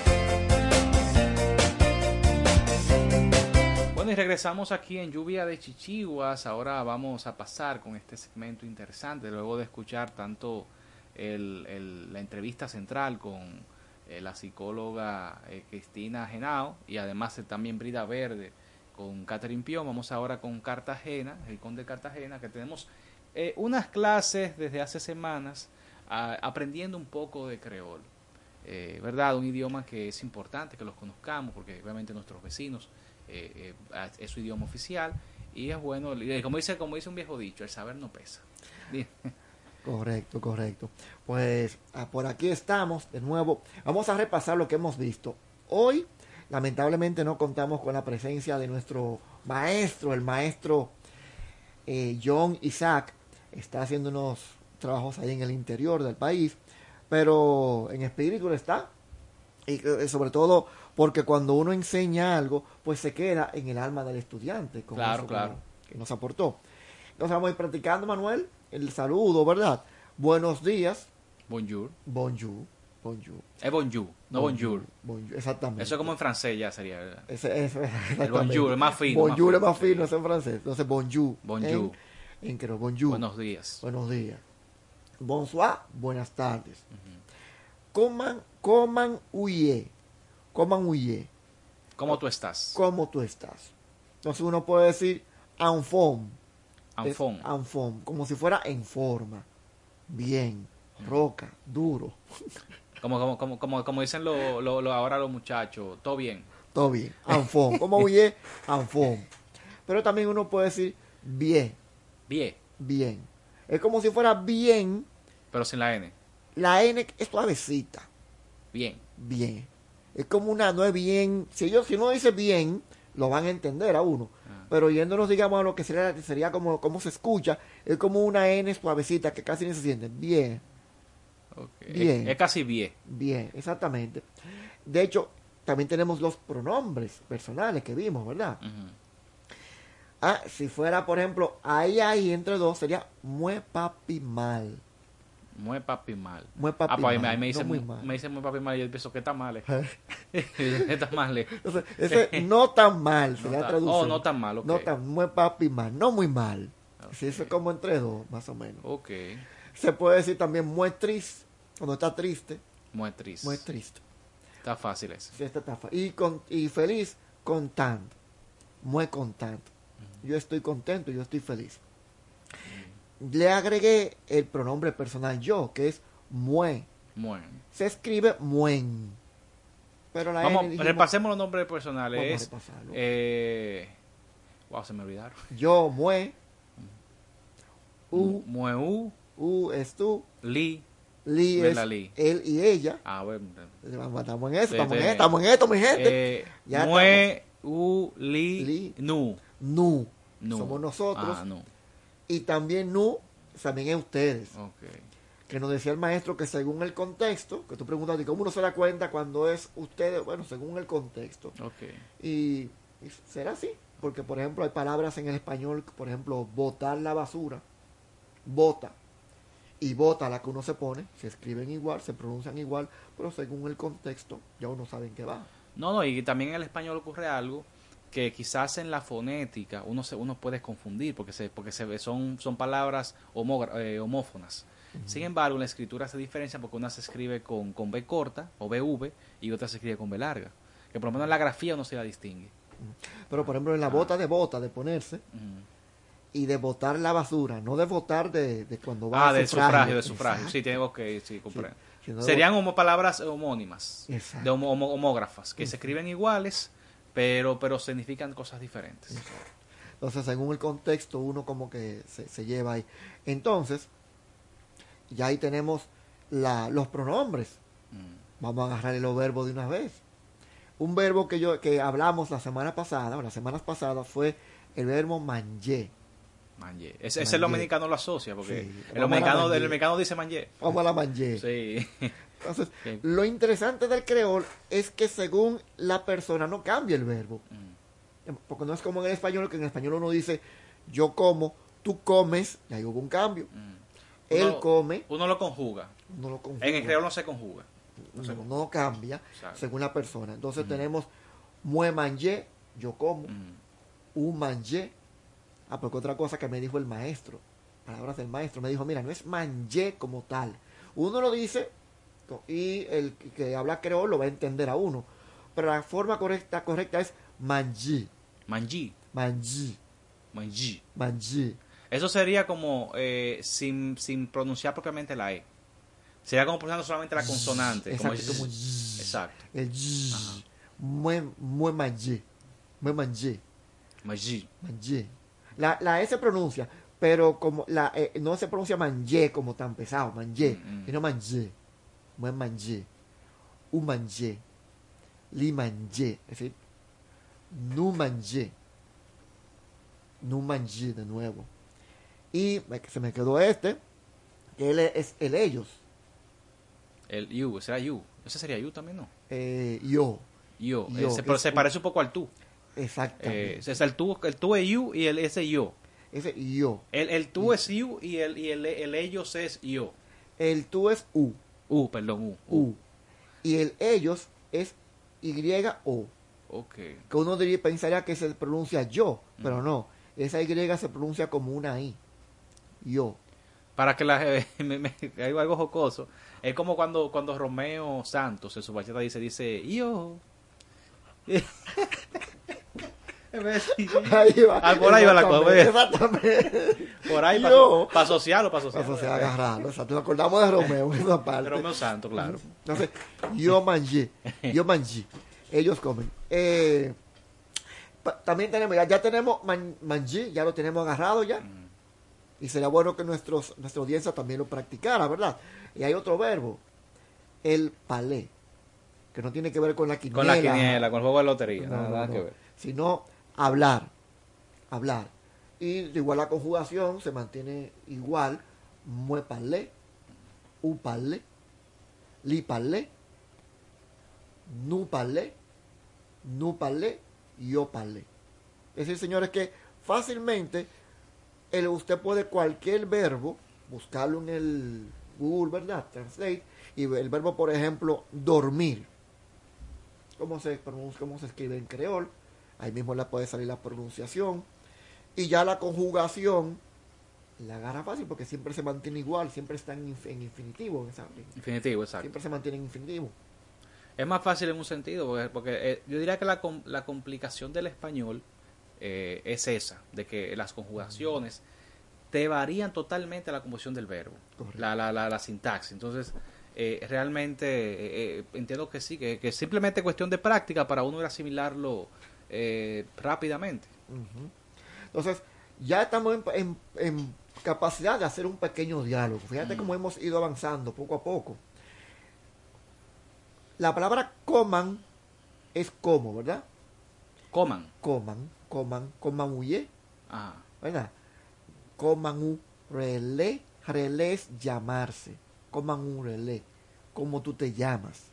Bueno, y regresamos aquí en Lluvia de Chichiguas. Ahora vamos a pasar con este segmento interesante, luego de escuchar tanto el, el, la entrevista central con eh, la psicóloga eh, Cristina Genao y además eh, también Brida Verde con Catherine Pion. Vamos ahora con Cartagena, el Rincón de Cartagena, que tenemos eh, unas clases desde hace semanas a, aprendiendo un poco de creol, eh, ¿verdad? Un idioma que es importante que los conozcamos porque obviamente nuestros vecinos eh, eh, es su idioma oficial y es bueno, como dice, como dice un viejo dicho, el saber no pesa. Correcto, correcto. Pues por aquí estamos de nuevo. Vamos a repasar lo que hemos visto. Hoy lamentablemente no contamos con la presencia de nuestro maestro, el maestro eh, John Isaac. Está haciendo unos trabajos ahí en el interior del país, pero en espíritu está. Y eh, sobre todo porque cuando uno enseña algo, pues se queda en el alma del estudiante. Con claro, eso claro. Que, que nos aportó. Entonces vamos a ir practicando, Manuel, el saludo, ¿verdad? Buenos días. Bonjour. Bonjour. Bonjour. Es bonjour, no bonjour. Bonjour. Bonjour. Exactamente. Eso es como en francés ya sería, ¿verdad? Ese, ese, el bonjour es más fino. Bonjour más es más fino, fino es en francés. Entonces, bonjour. Bonjour. En, en creo, bonjour. Buenos días. Buenos días. Bonsoir, buenas tardes. Uh-huh. Coman, coman huye. Coman huye. ¿Cómo tú estás? ¿Cómo tú estás? Entonces uno puede decir en forme. En forme. En forme, como si fuera en forma. Bien. Roca, duro. Como, como, como, como, como dicen lo, lo, lo ahora los muchachos, todo bien. Todo bien. En forme. ¿Cómo huye? En forme. Pero también uno puede decir bien. Bien. Bien. Es como si fuera bien. Pero sin la N. La N es suavecita. Bien. Bien. Es como una, no es bien. Si ellos, si uno dice bien, lo van a entender a uno. Ah. Pero yéndonos, digamos, a lo que sería, sería como, como se escucha, es como una N suavecita que casi ni se siente. Bien. Okay. Bien. Es, es casi bien. Bien, exactamente. De hecho, también tenemos los pronombres personales que vimos, ¿verdad? Uh-huh. Ah, si fuera, por ejemplo, ahí, ahí, entre dos, sería mue papi mal. Mue papi mal. Mue papi ah, pues mal. ahí me dice, no muy, mal. me dice mue papi mal y yo pienso que está mal. Está mal. Entonces, ese no tan mal, sería no traducción. Oh, no tan mal, ok. No tan, mue papi mal, no muy mal. Okay. Si eso es como entre dos, más o menos. Ok. Se puede decir también muy triste, cuando está triste. Muy triste. Muy triste. Está fácil eso. Sí, está, está fácil. Y, con, y feliz, contento. Muy contento. Uh-huh. Yo estoy contento, yo estoy feliz. Uh-huh. Le agregué el pronombre personal yo, que es mue. Mue. Se escribe muen. Pero la Vamos, N, dijimos, repasemos los nombres personales. Vamos es, a repasarlo. Eh, wow, se me olvidaron. Yo, mue. U. Mue, u. U es tú. Li. Li es li. él y ella. Ah, bueno. Estamos en eso, estamos en esto, estamos en esto, mi gente. Eh, ya mue, u, li, li, nu. Nu. Nu. Somos nosotros. Ah, nu. Y también nu, también es ustedes. Okay. Que nos decía el maestro que según el contexto, que tú preguntas, ¿cómo uno se da cuenta cuando es ustedes? Bueno, según el contexto. Okay. Y, y será así, porque por ejemplo hay palabras en el español, por ejemplo, botar la basura, bota, y bota la que uno se pone, se escriben igual, se pronuncian igual, pero según el contexto ya uno sabe en qué va. No, no, y también en el español ocurre algo que quizás en la fonética uno se uno puede confundir porque se porque se son son palabras homogra, eh, homófonas. Uh-huh. Sin embargo, en la escritura se diferencia porque una se escribe con, con B corta o B V y otra se escribe con B larga. Que por lo menos en la grafía uno se la distingue. Uh-huh. Pero por ejemplo en la bota de bota, de ponerse, uh-huh. y de botar la basura, no de botar de, de cuando va ah, a de sufragio. sufragio, de sufragio. Sí, tengo que sí, comprendo. Sí, si no Serían homo, palabras homónimas, Exacto. de homo, homo, homógrafas, que uh-huh. se escriben iguales, pero pero significan cosas diferentes. Exacto. Entonces, según el contexto, uno como que se, se lleva ahí. Entonces, ya ahí tenemos la, los pronombres. Mm. Vamos a agarrar los verbos de una vez. Un verbo que yo que hablamos la semana pasada, o las semanas pasadas, fue el verbo mangé. Mangé. Ese, ese el dominicano lo asocia, porque sí, el dominicano, el dominicano dice mangé. Vamos a la mangé. Sí. Entonces, sí. Lo interesante del creol es que según la persona no cambia el verbo. Mm. Porque no es como en el español, que en el español uno dice yo como, tú comes, ya ahí hubo un cambio. Mm. Él Uno- come. Uno lo conjuga. Uno lo conjuga. En el creol no se conjuga. No, no, no cambia Exacto. según la persona. Entonces Mm. tenemos mue mangé, yo como. Mm. Un mangé. Ah, porque otra cosa que me dijo el maestro, palabras del maestro, me dijo, mira, no es mangé como tal. Uno lo dice y el que habla creol lo va a entender a uno. Pero la forma correcta, correcta es mangí. Mangí. Mangí. Mangí. Mangí. Eso sería como eh, sin, sin pronunciar propiamente la E. Sería como pronunciando solamente la consonante. Exacto, como como zzz. Exacto. El y. Mue, mue mangé. Mue mangé. Mangí. Mangé. La, la E se pronuncia, pero como la E no se pronuncia mangé como tan pesado, mangé, Mm, mm. sino mangé. Mue mangé. Un mangé. Li mangé. Es decir, nu mangé. Nu mangé de nuevo. Y me- se me quedó este, que él es el ellos. El you, será you. Ese sería you también, ¿no? Eh, yo. Yo. Yo, Ese, pero es se un- parece un poco al tú. Exactamente. Eh, es el tú, el tú es you y el ese yo. Ese yo. El, el tú es you y el, y el, el ellos es yo. El tú es U. U, perdón, U. U. Y el ellos es Y O. Ok. Que uno diría, pensaría que se pronuncia yo, pero no. Esa Y se pronuncia como una I. Yo. Para que la me, me, hay algo jocoso. Es como cuando, cuando Romeo Santos en su bachata dice, dice, yo. En vez de decir- Ahí va. Ah, por ahí va la cosa. ¿ves? Exactamente. Por ahí, Yo. para asociarlo, para asociarlo. Para asociar, agarrarlo. Exacto. Nos acordamos de Romeo en esa parte. De Romeo Santos, claro. Entonces, yo mangé. Yo mangé. Ellos comen. Eh, pa- también tenemos, ya, ya tenemos man, mangé, ya lo tenemos agarrado ya. Y sería bueno que nuestros, nuestra audiencia también lo practicara, ¿verdad? Y hay otro verbo, el palé, que no tiene que ver con la quiniela. Con la quiniela, con el juego de lotería. No, nada no, nada no. que ver. Sino hablar, hablar. Y igual la conjugación se mantiene igual, mue palé, u palé, li palé, nu palé, nu palé, yo palé. Es decir, señores, que fácilmente el, usted puede cualquier verbo, buscarlo en el Google, ¿verdad? Translate, y el verbo, por ejemplo, dormir. ¿Cómo se pronuncia, cómo se escribe en creol? Ahí mismo le puede salir la pronunciación. Y ya la conjugación la agarra fácil porque siempre se mantiene igual, siempre está en, inf- en infinitivo. ¿Sabes? Infinitivo, exacto. Siempre se mantiene en infinitivo. Es más fácil en un sentido, porque, porque, eh, yo diría que la, com- la complicación del español eh, es esa, de que las conjugaciones te varían totalmente la composición del verbo, la, la, la, la sintaxis. Entonces, eh, realmente eh, eh, entiendo que sí, que, que es simplemente cuestión de práctica para uno ir a asimilarlo eh, rápidamente. Ujú. Entonces, ya estamos en, en- en capacidad de hacer un pequeño diálogo. Fíjate Mm. cómo hemos ido avanzando poco a poco. La palabra coman es como, ¿verdad? Coman. Coman, coman, coman huye, Ajá. ¿verdad? Coman un relé, relé es llamarse. Coman un relé, como tú te llamas.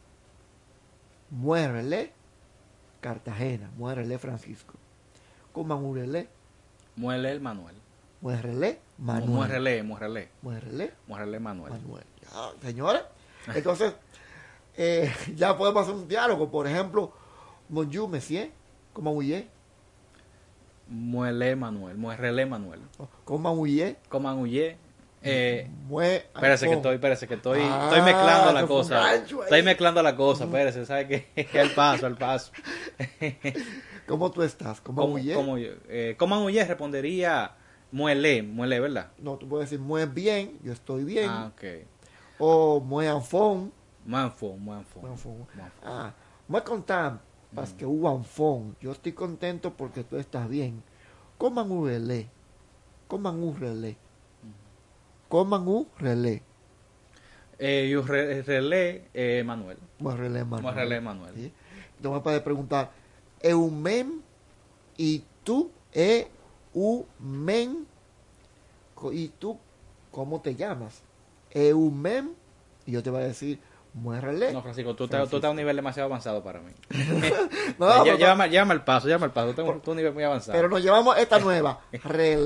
Muérele, Cartagena, muérele, Francisco. Coman un relé, Muele el Manuel. muérele, Manuel. Muérele, muérele. Muérele, Muérele Manuel. Manuel. Ya, señores, entonces eh, ya podemos hacer un diálogo. Por ejemplo, Bonjour, monsieur, ¿cómo huye? Muele Manuel. Muérele Manuel. ¿Cómo huye? Coman huye. Eh, Mue- espérese que ¿cómo? estoy, espérese que estoy, Ah, estoy mezclando la eso fue un cosa. gancho ahí. Estoy mezclando la cosa, espérese, ¿sabe qué? El paso, el paso. ¿Cómo tú estás? ¿Cómo ¿Cómo, huye? cómo, eh, coman huye respondería muele, muele, ¿verdad? No, tú puedes decir muy bien, yo estoy bien. Ah, ok. O muy enfón. Manfo, manfo. Manfo. Ah, muy content parce que hubo enfón. Yo estoy contento porque tú estás bien. Coman un relé. Coman un relé. Coman un relé. Eh, yo re, relé eh, Manuel. Muy relé Manuel. Muy relé Manuel. ¿Sí? Entonces me puedes preguntar, Eumen y tú, e u men, co- y tú, ¿cómo te llamas? Eumen, y yo te voy a decir, muérrele. No, Francisco, tú estás, tú estás a un nivel demasiado avanzado para mí. No, Lle- pero- llévame, llévame al paso, llévame al paso. Tengo un nivel muy avanzado. Pero nos llevamos esta nueva, relé.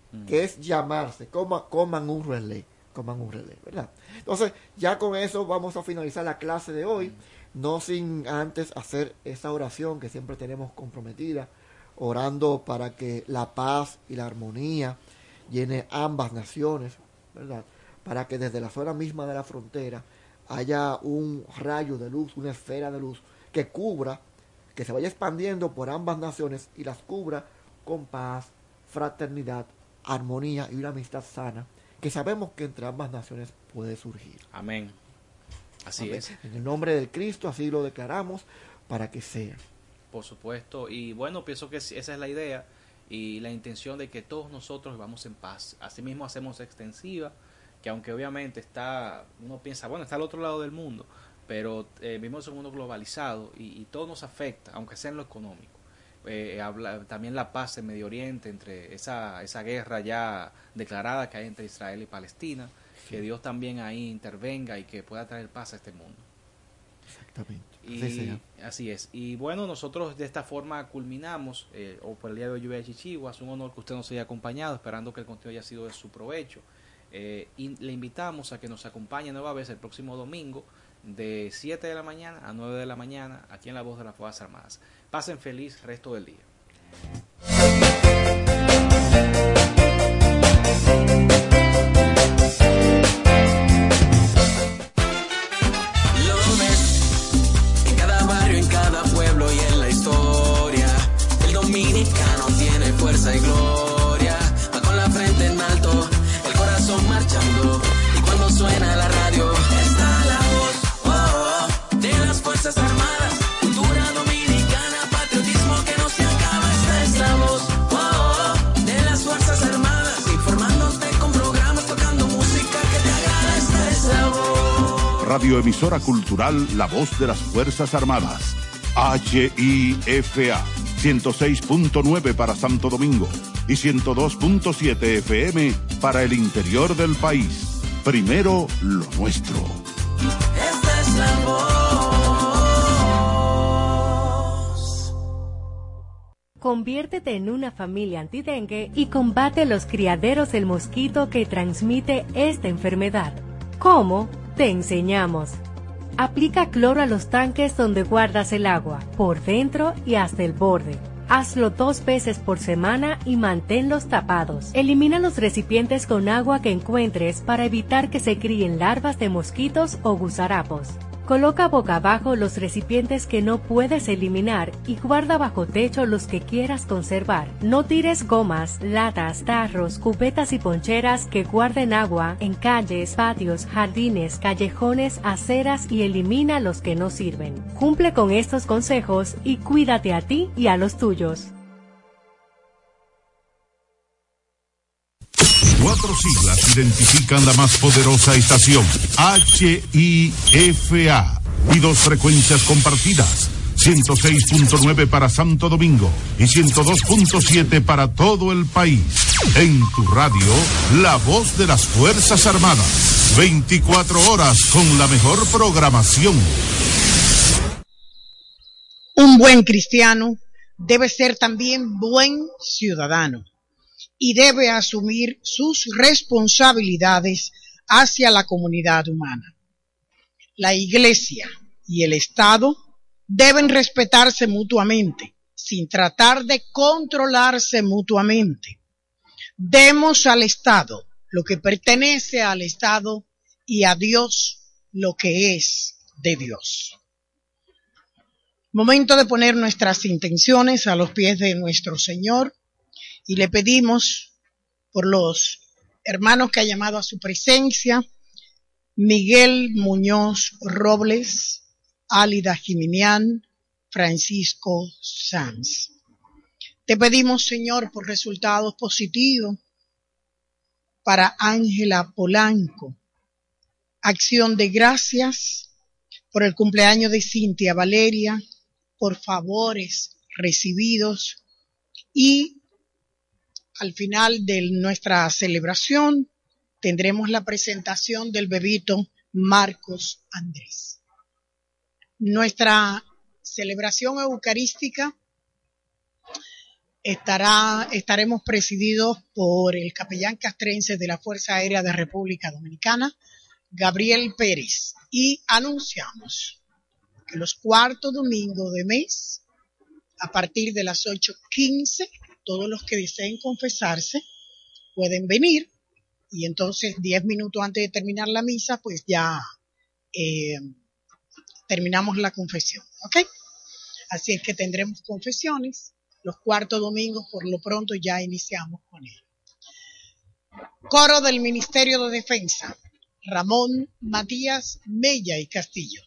mm. que es llamarse, coma, coman un relé, coman un relé, ¿verdad? Entonces, ya con eso vamos a finalizar la clase de hoy, mm. no sin antes hacer esa oración que siempre tenemos comprometida, orando para que la paz y la armonía llene ambas naciones, ¿verdad? Para que desde la zona misma de la frontera haya un rayo de luz, una esfera de luz que cubra, que se vaya expandiendo por ambas naciones y las cubra con paz, fraternidad, armonía y una amistad sana, que sabemos que entre ambas naciones puede surgir. Amén. Así Amén. es. En el nombre del Cristo, así lo declaramos, para que sea. Por supuesto, y bueno, pienso que esa es la idea y la intención de que todos nosotros vivamos en paz. Asimismo hacemos extensiva, que aunque obviamente está, uno piensa, bueno, está al otro lado del mundo, pero eh, vivimos en un mundo globalizado y, y todo nos afecta, aunque sea en lo económico. Eh, habla, también la paz en Medio Oriente, entre esa, esa guerra ya declarada que hay entre Israel y Palestina, sí. que Dios también ahí intervenga y que pueda traer paz a este mundo. Exactamente. Y sí, así es. Y bueno, nosotros de esta forma culminamos, eh, o por el día de hoy, Lluvia de Chichiguas, un honor que usted nos haya acompañado, esperando que el contenido haya sido de su provecho. Eh, y le invitamos a que nos acompañe nueva vez el próximo domingo de siete de la mañana a nueve de la mañana aquí en La Voz de las Fuerzas Armadas. Pasen feliz resto del día. Lo ves en cada barrio, en cada pueblo y en la historia. El dominicano tiene fuerza y gloria. Va con la frente en alto, el corazón marchando. Y cuando suena la radio, está la voz oh, oh, de las Fuerzas Armadas. Cultura dominicana, patriotismo que no se acaba. Esta es la voz oh, oh, de las Fuerzas Armadas. Informándote con programas, tocando música que te agrada. Esta es la voz. Radioemisora cultural La Voz de las Fuerzas Armadas. H I F A ciento seis punto nueve para Santo Domingo y ciento dos punto siete F M para el interior del país. Primero lo nuestro. Esta es la voz. Conviértete en una familia antidengue y combate los criaderos del mosquito que transmite esta enfermedad. ¿Cómo? Te enseñamos. Aplica cloro a los tanques donde guardas el agua, por dentro y hasta el borde. Hazlo dos veces por semana y manténlos tapados. Elimina los recipientes con agua que encuentres para evitar que se críen larvas de mosquitos o gusarapos. Coloca boca abajo los recipientes que no puedes eliminar y guarda bajo techo los que quieras conservar. No tires gomas, latas, tarros, cubetas y poncheras que guarden agua en calles, patios, jardines, callejones, aceras y elimina los que no sirven. Cumple con estos consejos y cuídate a ti y a los tuyos. Cuatro siglas identifican la más poderosa estación, H I F A, y dos frecuencias compartidas, ciento seis punto nueve para Santo Domingo y ciento dos punto siete para todo el país. En tu radio, la voz de las Fuerzas Armadas, veinticuatro horas con la mejor programación. Un buen cristiano debe ser también buen ciudadano y debe asumir sus responsabilidades hacia la comunidad humana. La Iglesia y el Estado deben respetarse mutuamente, sin tratar de controlarse mutuamente. Demos al Estado lo que pertenece al Estado y a Dios lo que es de Dios. Momento de poner nuestras intenciones a los pies de nuestro Señor. Y le pedimos por los hermanos que ha llamado a su presencia, Miguel Muñoz Robles, Álida Jiminián, Francisco Sanz. Te pedimos, Señor, por resultados positivos para Ángela Polanco. Acción de gracias por el cumpleaños de Cintia Valeria, por favores recibidos y al final de nuestra celebración tendremos la presentación del bebito Marcos Andrés. Nuestra celebración eucarística estará, estaremos presididos por el capellán castrense de la Fuerza Aérea de República Dominicana, Gabriel Pérez, y anunciamos que los cuartos domingos de mes, a partir de las ocho quince, todos los que deseen confesarse pueden venir, y entonces diez minutos antes de terminar la misa, pues ya eh, terminamos la confesión, ¿ok? Así es que tendremos confesiones los cuartos domingos, por lo pronto ya iniciamos con él. Coro del Ministerio de Defensa, Ramón Matías Mella y Castillo.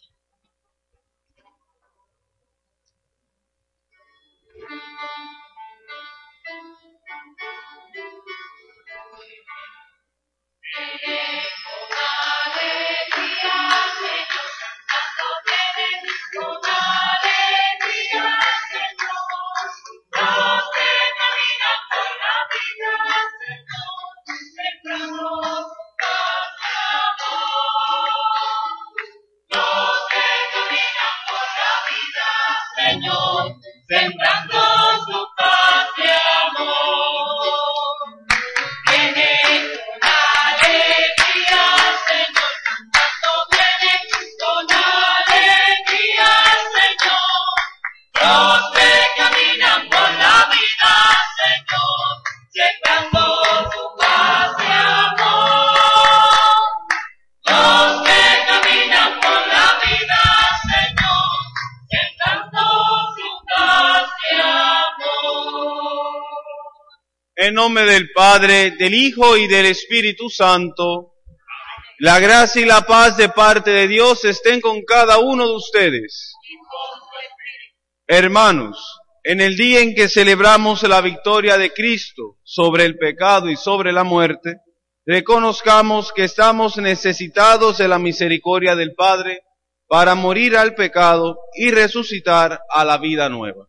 Señor, sembrando su paz y amor. Viene con alegría, Señor, cantando viene con alegría, Señor. Los que caminan por la vida, Señor, sembrando su paz y amor. Los que caminan por la vida, Señor, sembrando su paz y amor. En nombre del Padre, del Hijo y del Espíritu Santo, la gracia y la paz de parte de Dios estén con cada uno de ustedes. Hermanos, en el día en que celebramos la victoria de Cristo sobre el pecado y sobre la muerte, reconozcamos que estamos necesitados de la misericordia del Padre para morir al pecado y resucitar a la vida nueva.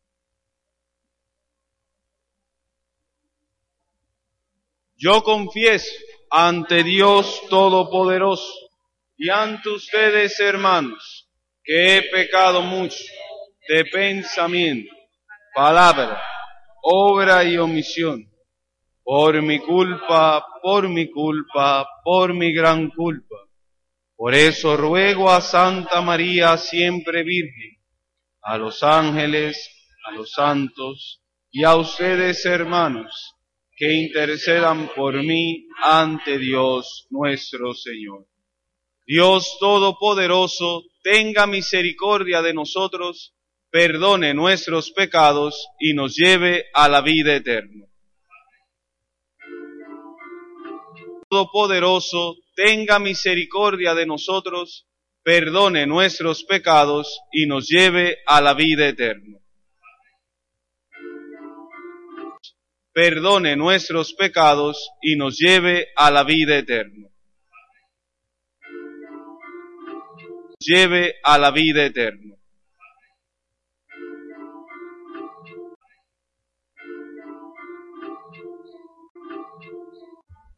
Yo confieso ante Dios Todopoderoso y ante ustedes, hermanos, que he pecado mucho de pensamiento, palabra, obra y omisión, por mi culpa, por mi culpa, por mi gran culpa. Por eso ruego a Santa María, siempre Virgen, a los ángeles, a los santos y a ustedes, hermanos, que intercedan por mí ante Dios nuestro Señor. Dios Todopoderoso, tenga misericordia de nosotros, perdone nuestros pecados y nos lleve a la vida eterna. Todopoderoso, tenga misericordia de nosotros, perdone nuestros pecados y nos lleve a la vida eterna. Perdone nuestros pecados y nos lleve a la vida eterna. Lleve a la vida eterna.